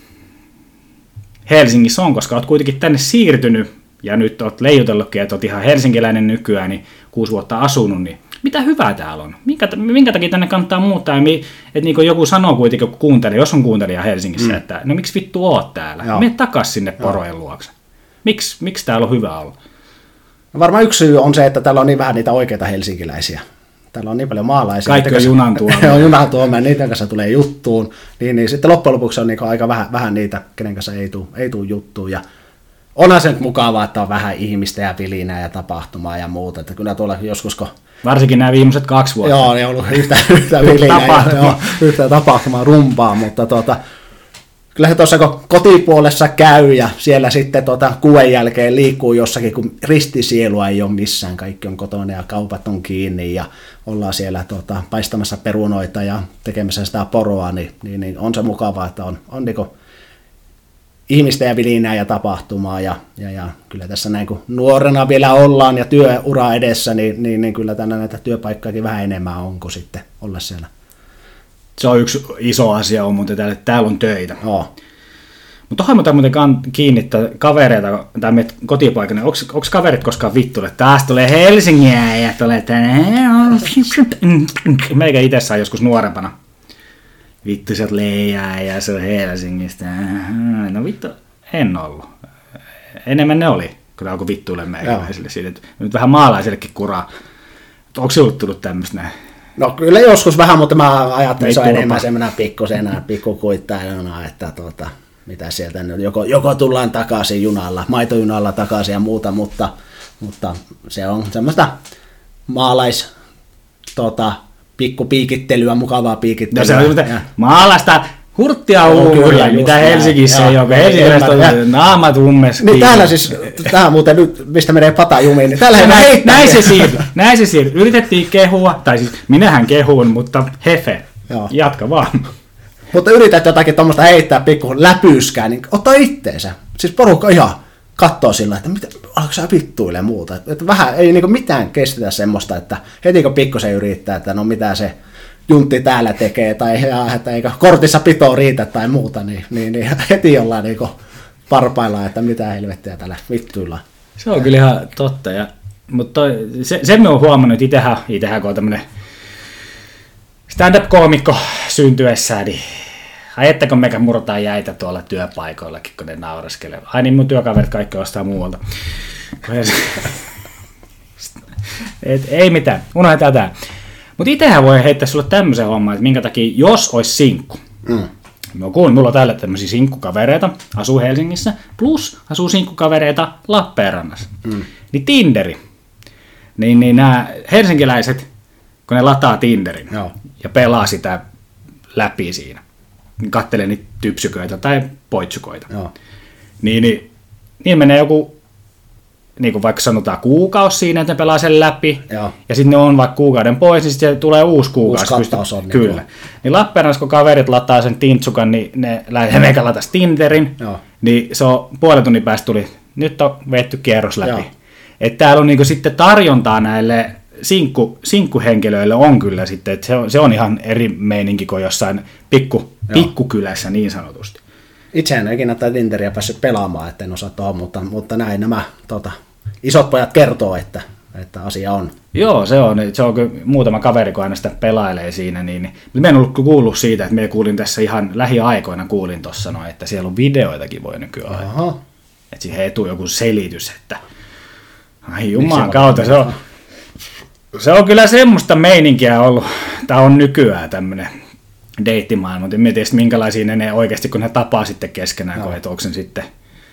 Helsingissä on, koska olet kuitenkin tänne siirtynyt ja nyt olet leijutellutkin, että olet ihan helsinkiläinen nykyään, niin 6 vuotta asunut, niin mitä hyvää täällä on? Minkä takia tänne kannattaa muuttaa? Että niin kuin joku sanoo kuitenkin, kun kuuntelee, jos on kuuntelija Helsingissä, että no miksi vittu oot täällä? Mene takas sinne porojen luokse. Miksi täällä on hyvä olla? No varmaan yksi syy on se, että täällä on niin vähän niitä oikeita helsinkiläisiä. Täällä on niin paljon maalaisia. Kaikki on junan tuomia. On junan tuomia, niiden kanssa tulee juttuun. Niin sitten loppujen lopuksi on niin aika vähän niitä, kenen kanssa ei tule juttuun. Ja onhan se nyt mukavaa, että on vähän ihmistä ja vilinää ja tapahtumaa ja muuta. Että kyllä tuolla joskus, kun... Varsinkin nämä viimeiset 2 vuotta. Joo, ei ollut yhtä vilinää ja yhtä tapahtumaa rumpaa, mutta kyllä se tuossa kun kotipuolessa käy ja siellä sitten kuven jälkeen liikkuu jossakin, kun ristisielua ei ole missään, kaikki on kotona ja kaupat on kiinni ja ollaan siellä paistamassa perunoita ja tekemässä sitä poroa, niin on se mukavaa, että on niin ihmistä ja vilinää ja tapahtumaa ja kyllä tässä näin kun nuorena vielä ollaan ja työura edessä, niin kyllä tänne näitä työpaikkojakin vähän enemmän on kuin sitten olla siellä. Se on yksi iso asia, mutta täällä on töitä. Joo. Mutta tuohon mä muuten kiinnittää kavereita tai meitä kotipaikana. Onko kaverit koskaan vittuille? Taas tulee Helsingiä ja tulee tänne. Meikä itse saa joskus nuorempana. Vittu sä oot leijää ja se on Helsingistä. No vittu, en ollut. Enemmän ne oli, kun ne alkoi vittuille meikäläisille siitä. Nyt vähän maalaisillekin kuraa. Onko sinulle tullut tämmöistä näin? No kyllä joskus vähän, mutta mä ajattelin, että se on enemmän semmoinen pikkukuittajana, että mitä sieltä nyt, joko tullaan takaisin junalla, maitojunalla takaisin ja muuta, mutta se on semmoista pikkupiikittelyä, mukavaa piikittelyä. No se on semmoista maalaista hurttia huuria, mitä Helsingissä ei ole. Helsingissä on naamat ummes. Niin täällä siis, tämä muuten nyt, mistä menee pata jumiin, niin täällä näin se siirtyi. Yritettiin kehua, tai siis minähän kehuin, mutta hefe, jatka vaan. Mutta yrität jotakin tuommoista heittää pikku läpyyskää, niin ota itteensä. Siis porukka ihan katsoo sillä, että alko sä vittuille muuta. Että vähän ei niinku mitään kestetä semmoista, että heti kun pikkusen yrittää, että no mitä se juntti täällä tekee, tai että eikö kortissa pito riitä tai muuta, niin heti ollaan niinku parpaillaan, että mitä helvettiä täällä vittuillaan. Se on kyllä ihan totta, mutta sen me on huomannut, että itsehän kun on tämmöinen stand-up-koomikko syntyessään, niin ajatteko mekä murtaa jäitä tuolla työpaikoillakin, kun ne naureskelee. Ai niin, mun työkaverit kaikki ostaa muualta. Ei mitään, unohdetaan tää. Mutta itsehän voi heittää sulle tämmöisen homman, että minkä takia, jos olisi sinkku. Mulla on täällä tämmöisiä sinkkukavereita, asuu Helsingissä, plus asuu sinkkukavereita Lappeenrannassa. Niin Tinderi. Niin nämä helsinkiläiset, kun ne lataa Tinderin ja pelaa sitä läpi siinä, niin kattelee niitä typsyköitä tai poitsukoita, niin menee joku, niin kuin vaikka sanotaan kuukausi siinä, että ne pelaa sen läpi, ja sitten ne on vaikka kuukauden pois, niin sitten tulee uusi kuukausi. Uusi kattaus on. Kyllä. Niin Lappeenrannassa, kun kaverit lataa sen tintsukan, niin ne meikä latas Tinderin, niin se on puolen tunnin päästä tuli, nyt on vetty kierros läpi. Että täällä on niinku sitten tarjontaa näille sinkkuhenkilöille on kyllä sitten, että se on ihan eri meininki kuin jossain pikkukylässä niin sanotusti. Itse en ole ikinä tätä Tinderiä päässyt pelaamaan, että en osaa tuohon, mutta näin nämä isot pojat kertoo, että asia on. Joo, se on kyllä muutama kaveri, kun aina sitä pelailee siinä, niin mä en ollut kuullut siitä, että me kuulin tässä ihan lähiaikoina tuossa, että siellä on videoitakin voi nykyään. Että siihen etuu joku selitys, että ai juman kautta, se on kyllä semmoista meininkiä ollut, tämä on nykyään tämmöinen deittimaailma, mutta en tiedä minkälaisia ne oikeasti, kun ne tapaa sitten keskenään, että onko se sitten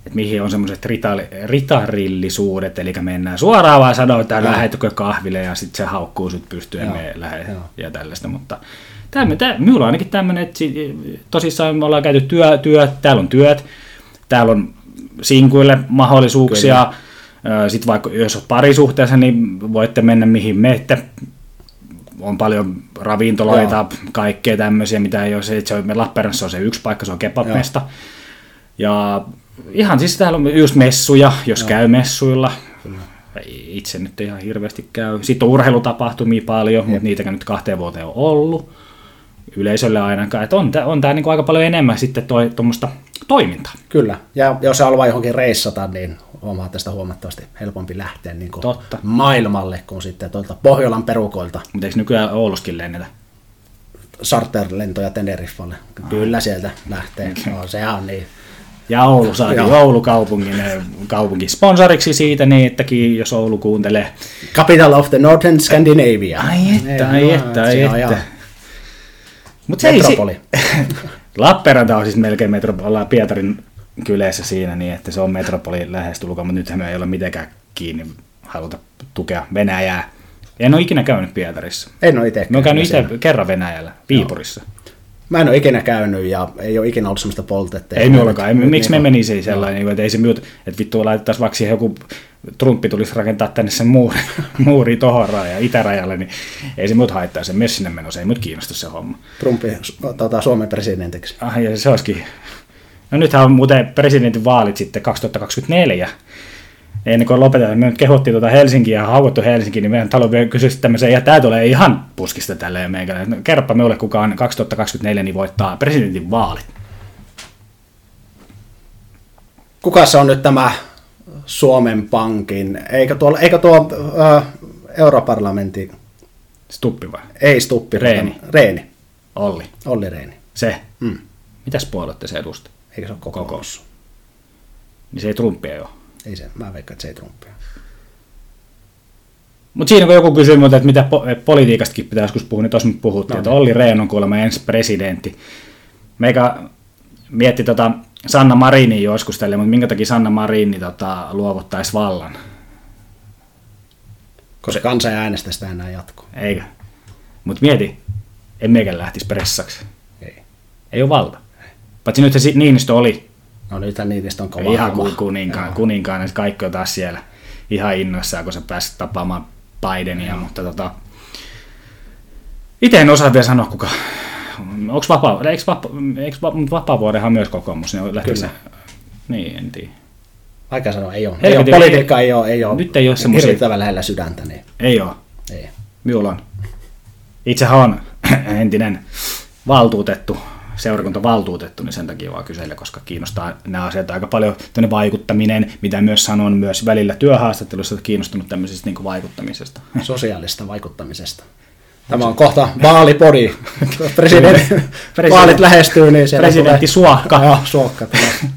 että mihin on semmoiset ritarillisuudet, eli mennään suoraan vaan sanoa, että lähetkö kahville, ja sitten se haukkuu sut pystyyn, me lähde ja tällaista, mutta minulla on ainakin tämmöinen, että tosissaan me ollaan käyty täällä on työt, täällä on sinkuille mahdollisuuksia, sitten vaikka jos olet parisuhteessa, niin voitte mennä mihin menette, on paljon ravintoloita, kaikkea tämmöisiä, mitä ei ole se Lappeenrannassa on se yksi paikka, se on kebabmesta. Ja ihan siis täällä on just messuja, jos käy messuilla. Itse nyt ihan hirveästi käy. Sitten on urheilutapahtumia paljon, mutta niitäkään nyt 2 vuoteen on ollut. Yleisölle ainakaan. Että on tää niinku aika paljon enemmän sitten tuommoista toimintaa. Kyllä, ja jos haluaa johonkin reissata, niin on tästä huomattavasti helpompi lähteä niin kuin maailmalle kuin sitten tuolta Pohjolan perukoilta. Mutta eikö nykyään Ouluskin lennetä? Charterlentoja Teneriffalle. Kyllä sieltä lähtee. No, sehän on niin. Ja Oulu saatiin Oulu kaupungin sponsoriksi siitä, niin ettäkin jos Oulu kuuntelee. Capital of the Northern Scandinavia. Ai että. Mut se metropoli. Lappeenranta on siis melkein metropoli, ollaan Pietarin kylässä siinä, niin että se on metropoli lähestulkoon, mutta nythän me ei ole mitenkään kiinni haluta tukea Venäjää. En ole ikinä käynyt Pietarissa. En ole itse. Mä oon käynyt itse kerran Venäjällä, Viipurissa. Mä en ole ikinä käynyt ja ei ole ikinä ollut sellaista poltetteja. Ei minullakaan. Miksi me menisi sellainen, että ei se myytä, että vittu laitettaisiin vaikka siihen joku Trumpi tulisi rakentaa tänne sen muuri tohon ja itärajalle, niin ei se mut haittaa sen messinne meno, se ei mut kiinnosta se homma. Trumpi Suomen presidentiksi. Ja se olisikin. No nythän on muuten presidentin vaalit sitten 2024. Ennen kuin lopetetaan, me nyt kehuttiin Helsinkiä ja hauottu Helsinkiin, niin meidän talo vielä kysyisi tämmöisen, ja tämä tulee ihan puskista tälleen meikälle. No, kerropa minulle, kuka on 2024 niin voittaa presidentin vaalit. Kuka se on nyt tämä Suomen Pankin, eikö tuo europarlamentti? Stuppi vai? Ei Stuppi. Reeni. Olli Reeni. Se? Mitäs puoluetta se edustaa? Eikö se ole kokoomus? Niin se ei Trumpia ole. Ei se, mä veikkaan, että se ei Trumpia. Mutta siinä kun joku kysyy minulta, että mitä politiikastakin pitää joskus puhua, niin tuossa nyt puhuttiin, että Olli Rehn on kuulemma ensi presidentti. Meikä mietti Sanna Marinin joskus tälle, mutta minkä takia Sanna Marini luovuttaisi vallan? Koska kansa ei äänestä sitä enää jatkoa. Eikä. Mutta mieti, en meikään lähtisi pressaksi. Ei ole valta. Paitsi nyt se Niinistö oli. No nythän Niinistö on kova. Ihan kuninkaan, että kaikki on taas siellä ihan innoissaan, kun se pääsi tapaamaan Bidenia, mutta itse en osaa vielä sanoa, kuka. Onko Vapaavuorenhan myös kokoomus? Kyllä. Niin, en tiedä. Vaikka sanoa, ei ole. Politiikka ei ole nyt ei ole semmoisia. Hirvittävän lähellä sydäntä. Niin. Ei ole. Ei. Minulla on. Itsehän on entinen valtuutettu, seurakuntavaltuutettu, niin sen takia vaan kysellä, koska kiinnostaa nämä asiat aika paljon. Tämmöinen vaikuttaminen, mitä myös sanon myös välillä työhaastattelussa, kiinnostunut tämmöisestä niin kuin vaikuttamisesta. Sosiaalista vaikuttamisesta. Tämä on kohta vaalipodi. Vaalit lähestyy, niin siellä presidentti Suokka. Joo, Suokka.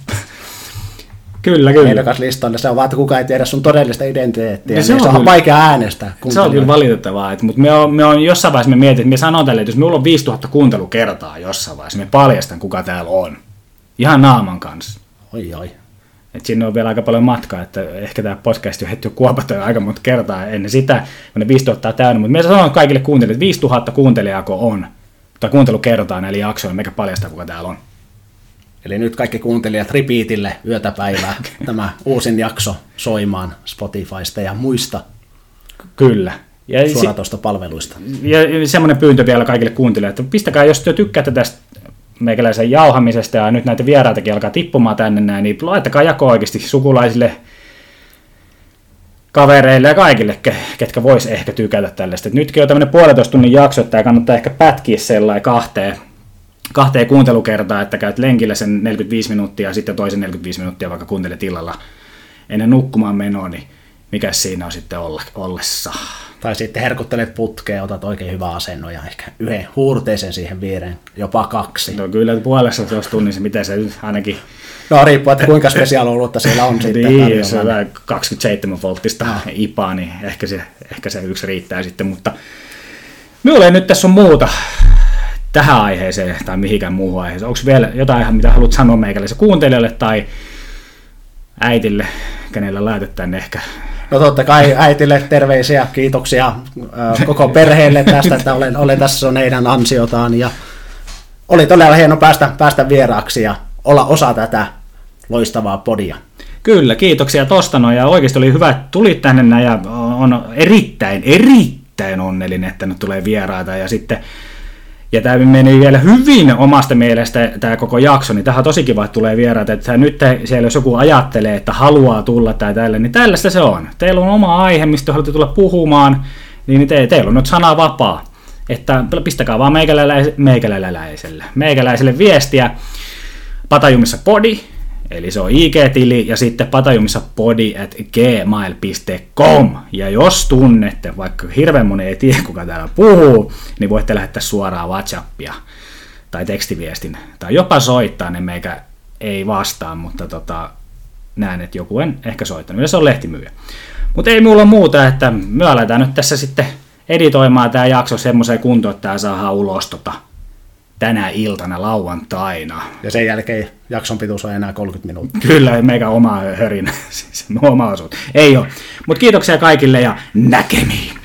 Kyllä. Ehdokaslistalle. Se on vaan, että kukaan ei tiedä sun todellista identiteettiä. Ja se on vaikea äänestää. Se on kyllä valitettavaa. Mutta me on jossain vaiheessa mietin, että me sanon tälle, että jos minulla on 5000 kuuntelukertaa jossain vaiheessa, me paljastan, kuka täällä on. Ihan naaman kanssa. Oi. Et sinne on vielä aika paljon matkaa, että ehkä tämä podcast on hetty kuopattu aika monta kertaa ennen sitä, kun ne 5000 on täynnä. Mutta me sanon kaikille kuuntelijoille, että 5000 kuuntelijaa on, tai kuuntelukertaa näillä jaksoilla, mikä paljastaa, kuka täällä on. Eli nyt kaikki kuuntelijat repeatille yötä päivää tämä uusin jakso soimaan Spotifysta ja muista kyllä. suoratoistopalveluista. Ja semmoinen pyyntö vielä kaikille kuuntelijoille, että pistäkää, jos te tykkäätte tästä meikäläisen jauhamisesta ja nyt näitä vieraitakin alkaa tippumaan tänne näin, niin laittakaa jakoa oikeasti sukulaisille, kavereille ja kaikille, ketkä vois ehkä tykätä tällaista. Et nytkin on tämmöinen 1,5 tunnin jakso, että kannattaa ehkä pätkiä sellainen kahteen kuuntelukertaa, että käyt lenkillä sen 45 minuuttia ja sitten toisen 45 minuuttia vaikka kuuntelet illalla ennen nukkumaan menoa, niin mikä siinä on sitten ollessa. Tai sitten herkuttelet putkeen, otat oikein hyvä asennon ja ehkä yhden huurteisen siihen viereen, jopa 2. No kyllä 1,5 tunnissa, miten se ainakin. No riippuu, että kuinka spesiaaloluutta siellä on sitten. Niin, se on 27 volttista IPA, niin ehkä se yksi riittää sitten, mutta minulla ei nyt tässä on muuta tähän aiheeseen tai mihinkään muuhun aiheeseen. Onko vielä jotain, mitä haluat sanoa meikäläisen kuuntelijalle tai äitille, kenellä laitet tänne ehkä. No totta kai äitille terveisiä, kiitoksia koko perheelle tästä, että olen tässä on heidän ansiotaan. Ja oli todella hieno päästä vieraaksi ja olla osa tätä loistavaa podia. Kyllä, kiitoksia tosta noin, ja oikeasti oli hyvä, että tulit tänne näin, ja on erittäin onnellinen, että nyt tulee vieraita, ja sitten, ja tämä meni vielä hyvin omasta mielestä tämä koko jakso, niin tähän on tosi kiva, että tulee vieraita, että nyt siellä jos joku ajattelee, että haluaa tulla tai tälle, niin tällaista se on. Teillä on oma aihe, mistä haluatte tulla puhumaan, niin teillä on nyt sana vapaa, että pistäkää vaan meikäläiselle viestiä, Patajumissa podi, eli se on IG-tili, ja sitten patajumissapodi@gmail.com. Ja jos tunnette, vaikka hirveän moni ei tiedä, kuka täällä puhuu, niin voitte lähettää suoraan WhatsAppia tai tekstiviestin, tai jopa soittaa, niin meikä ei vastaa, mutta näen, että joku en ehkä soittanut. Yleensä on lehtimyyjä. Mutta ei mulla muuta, että me aletaan nyt tässä sitten editoimaan tämä jakso semmoiseen kuntoon, että tämä saadaan ulos tänä iltana lauantaina. Ja sen jälkeen jakson pituus on enää 30 minuuttia. Kyllä, meikä oma hörin, siis oma osuus. Ei ole. Mutta kiitoksia kaikille ja näkemiin.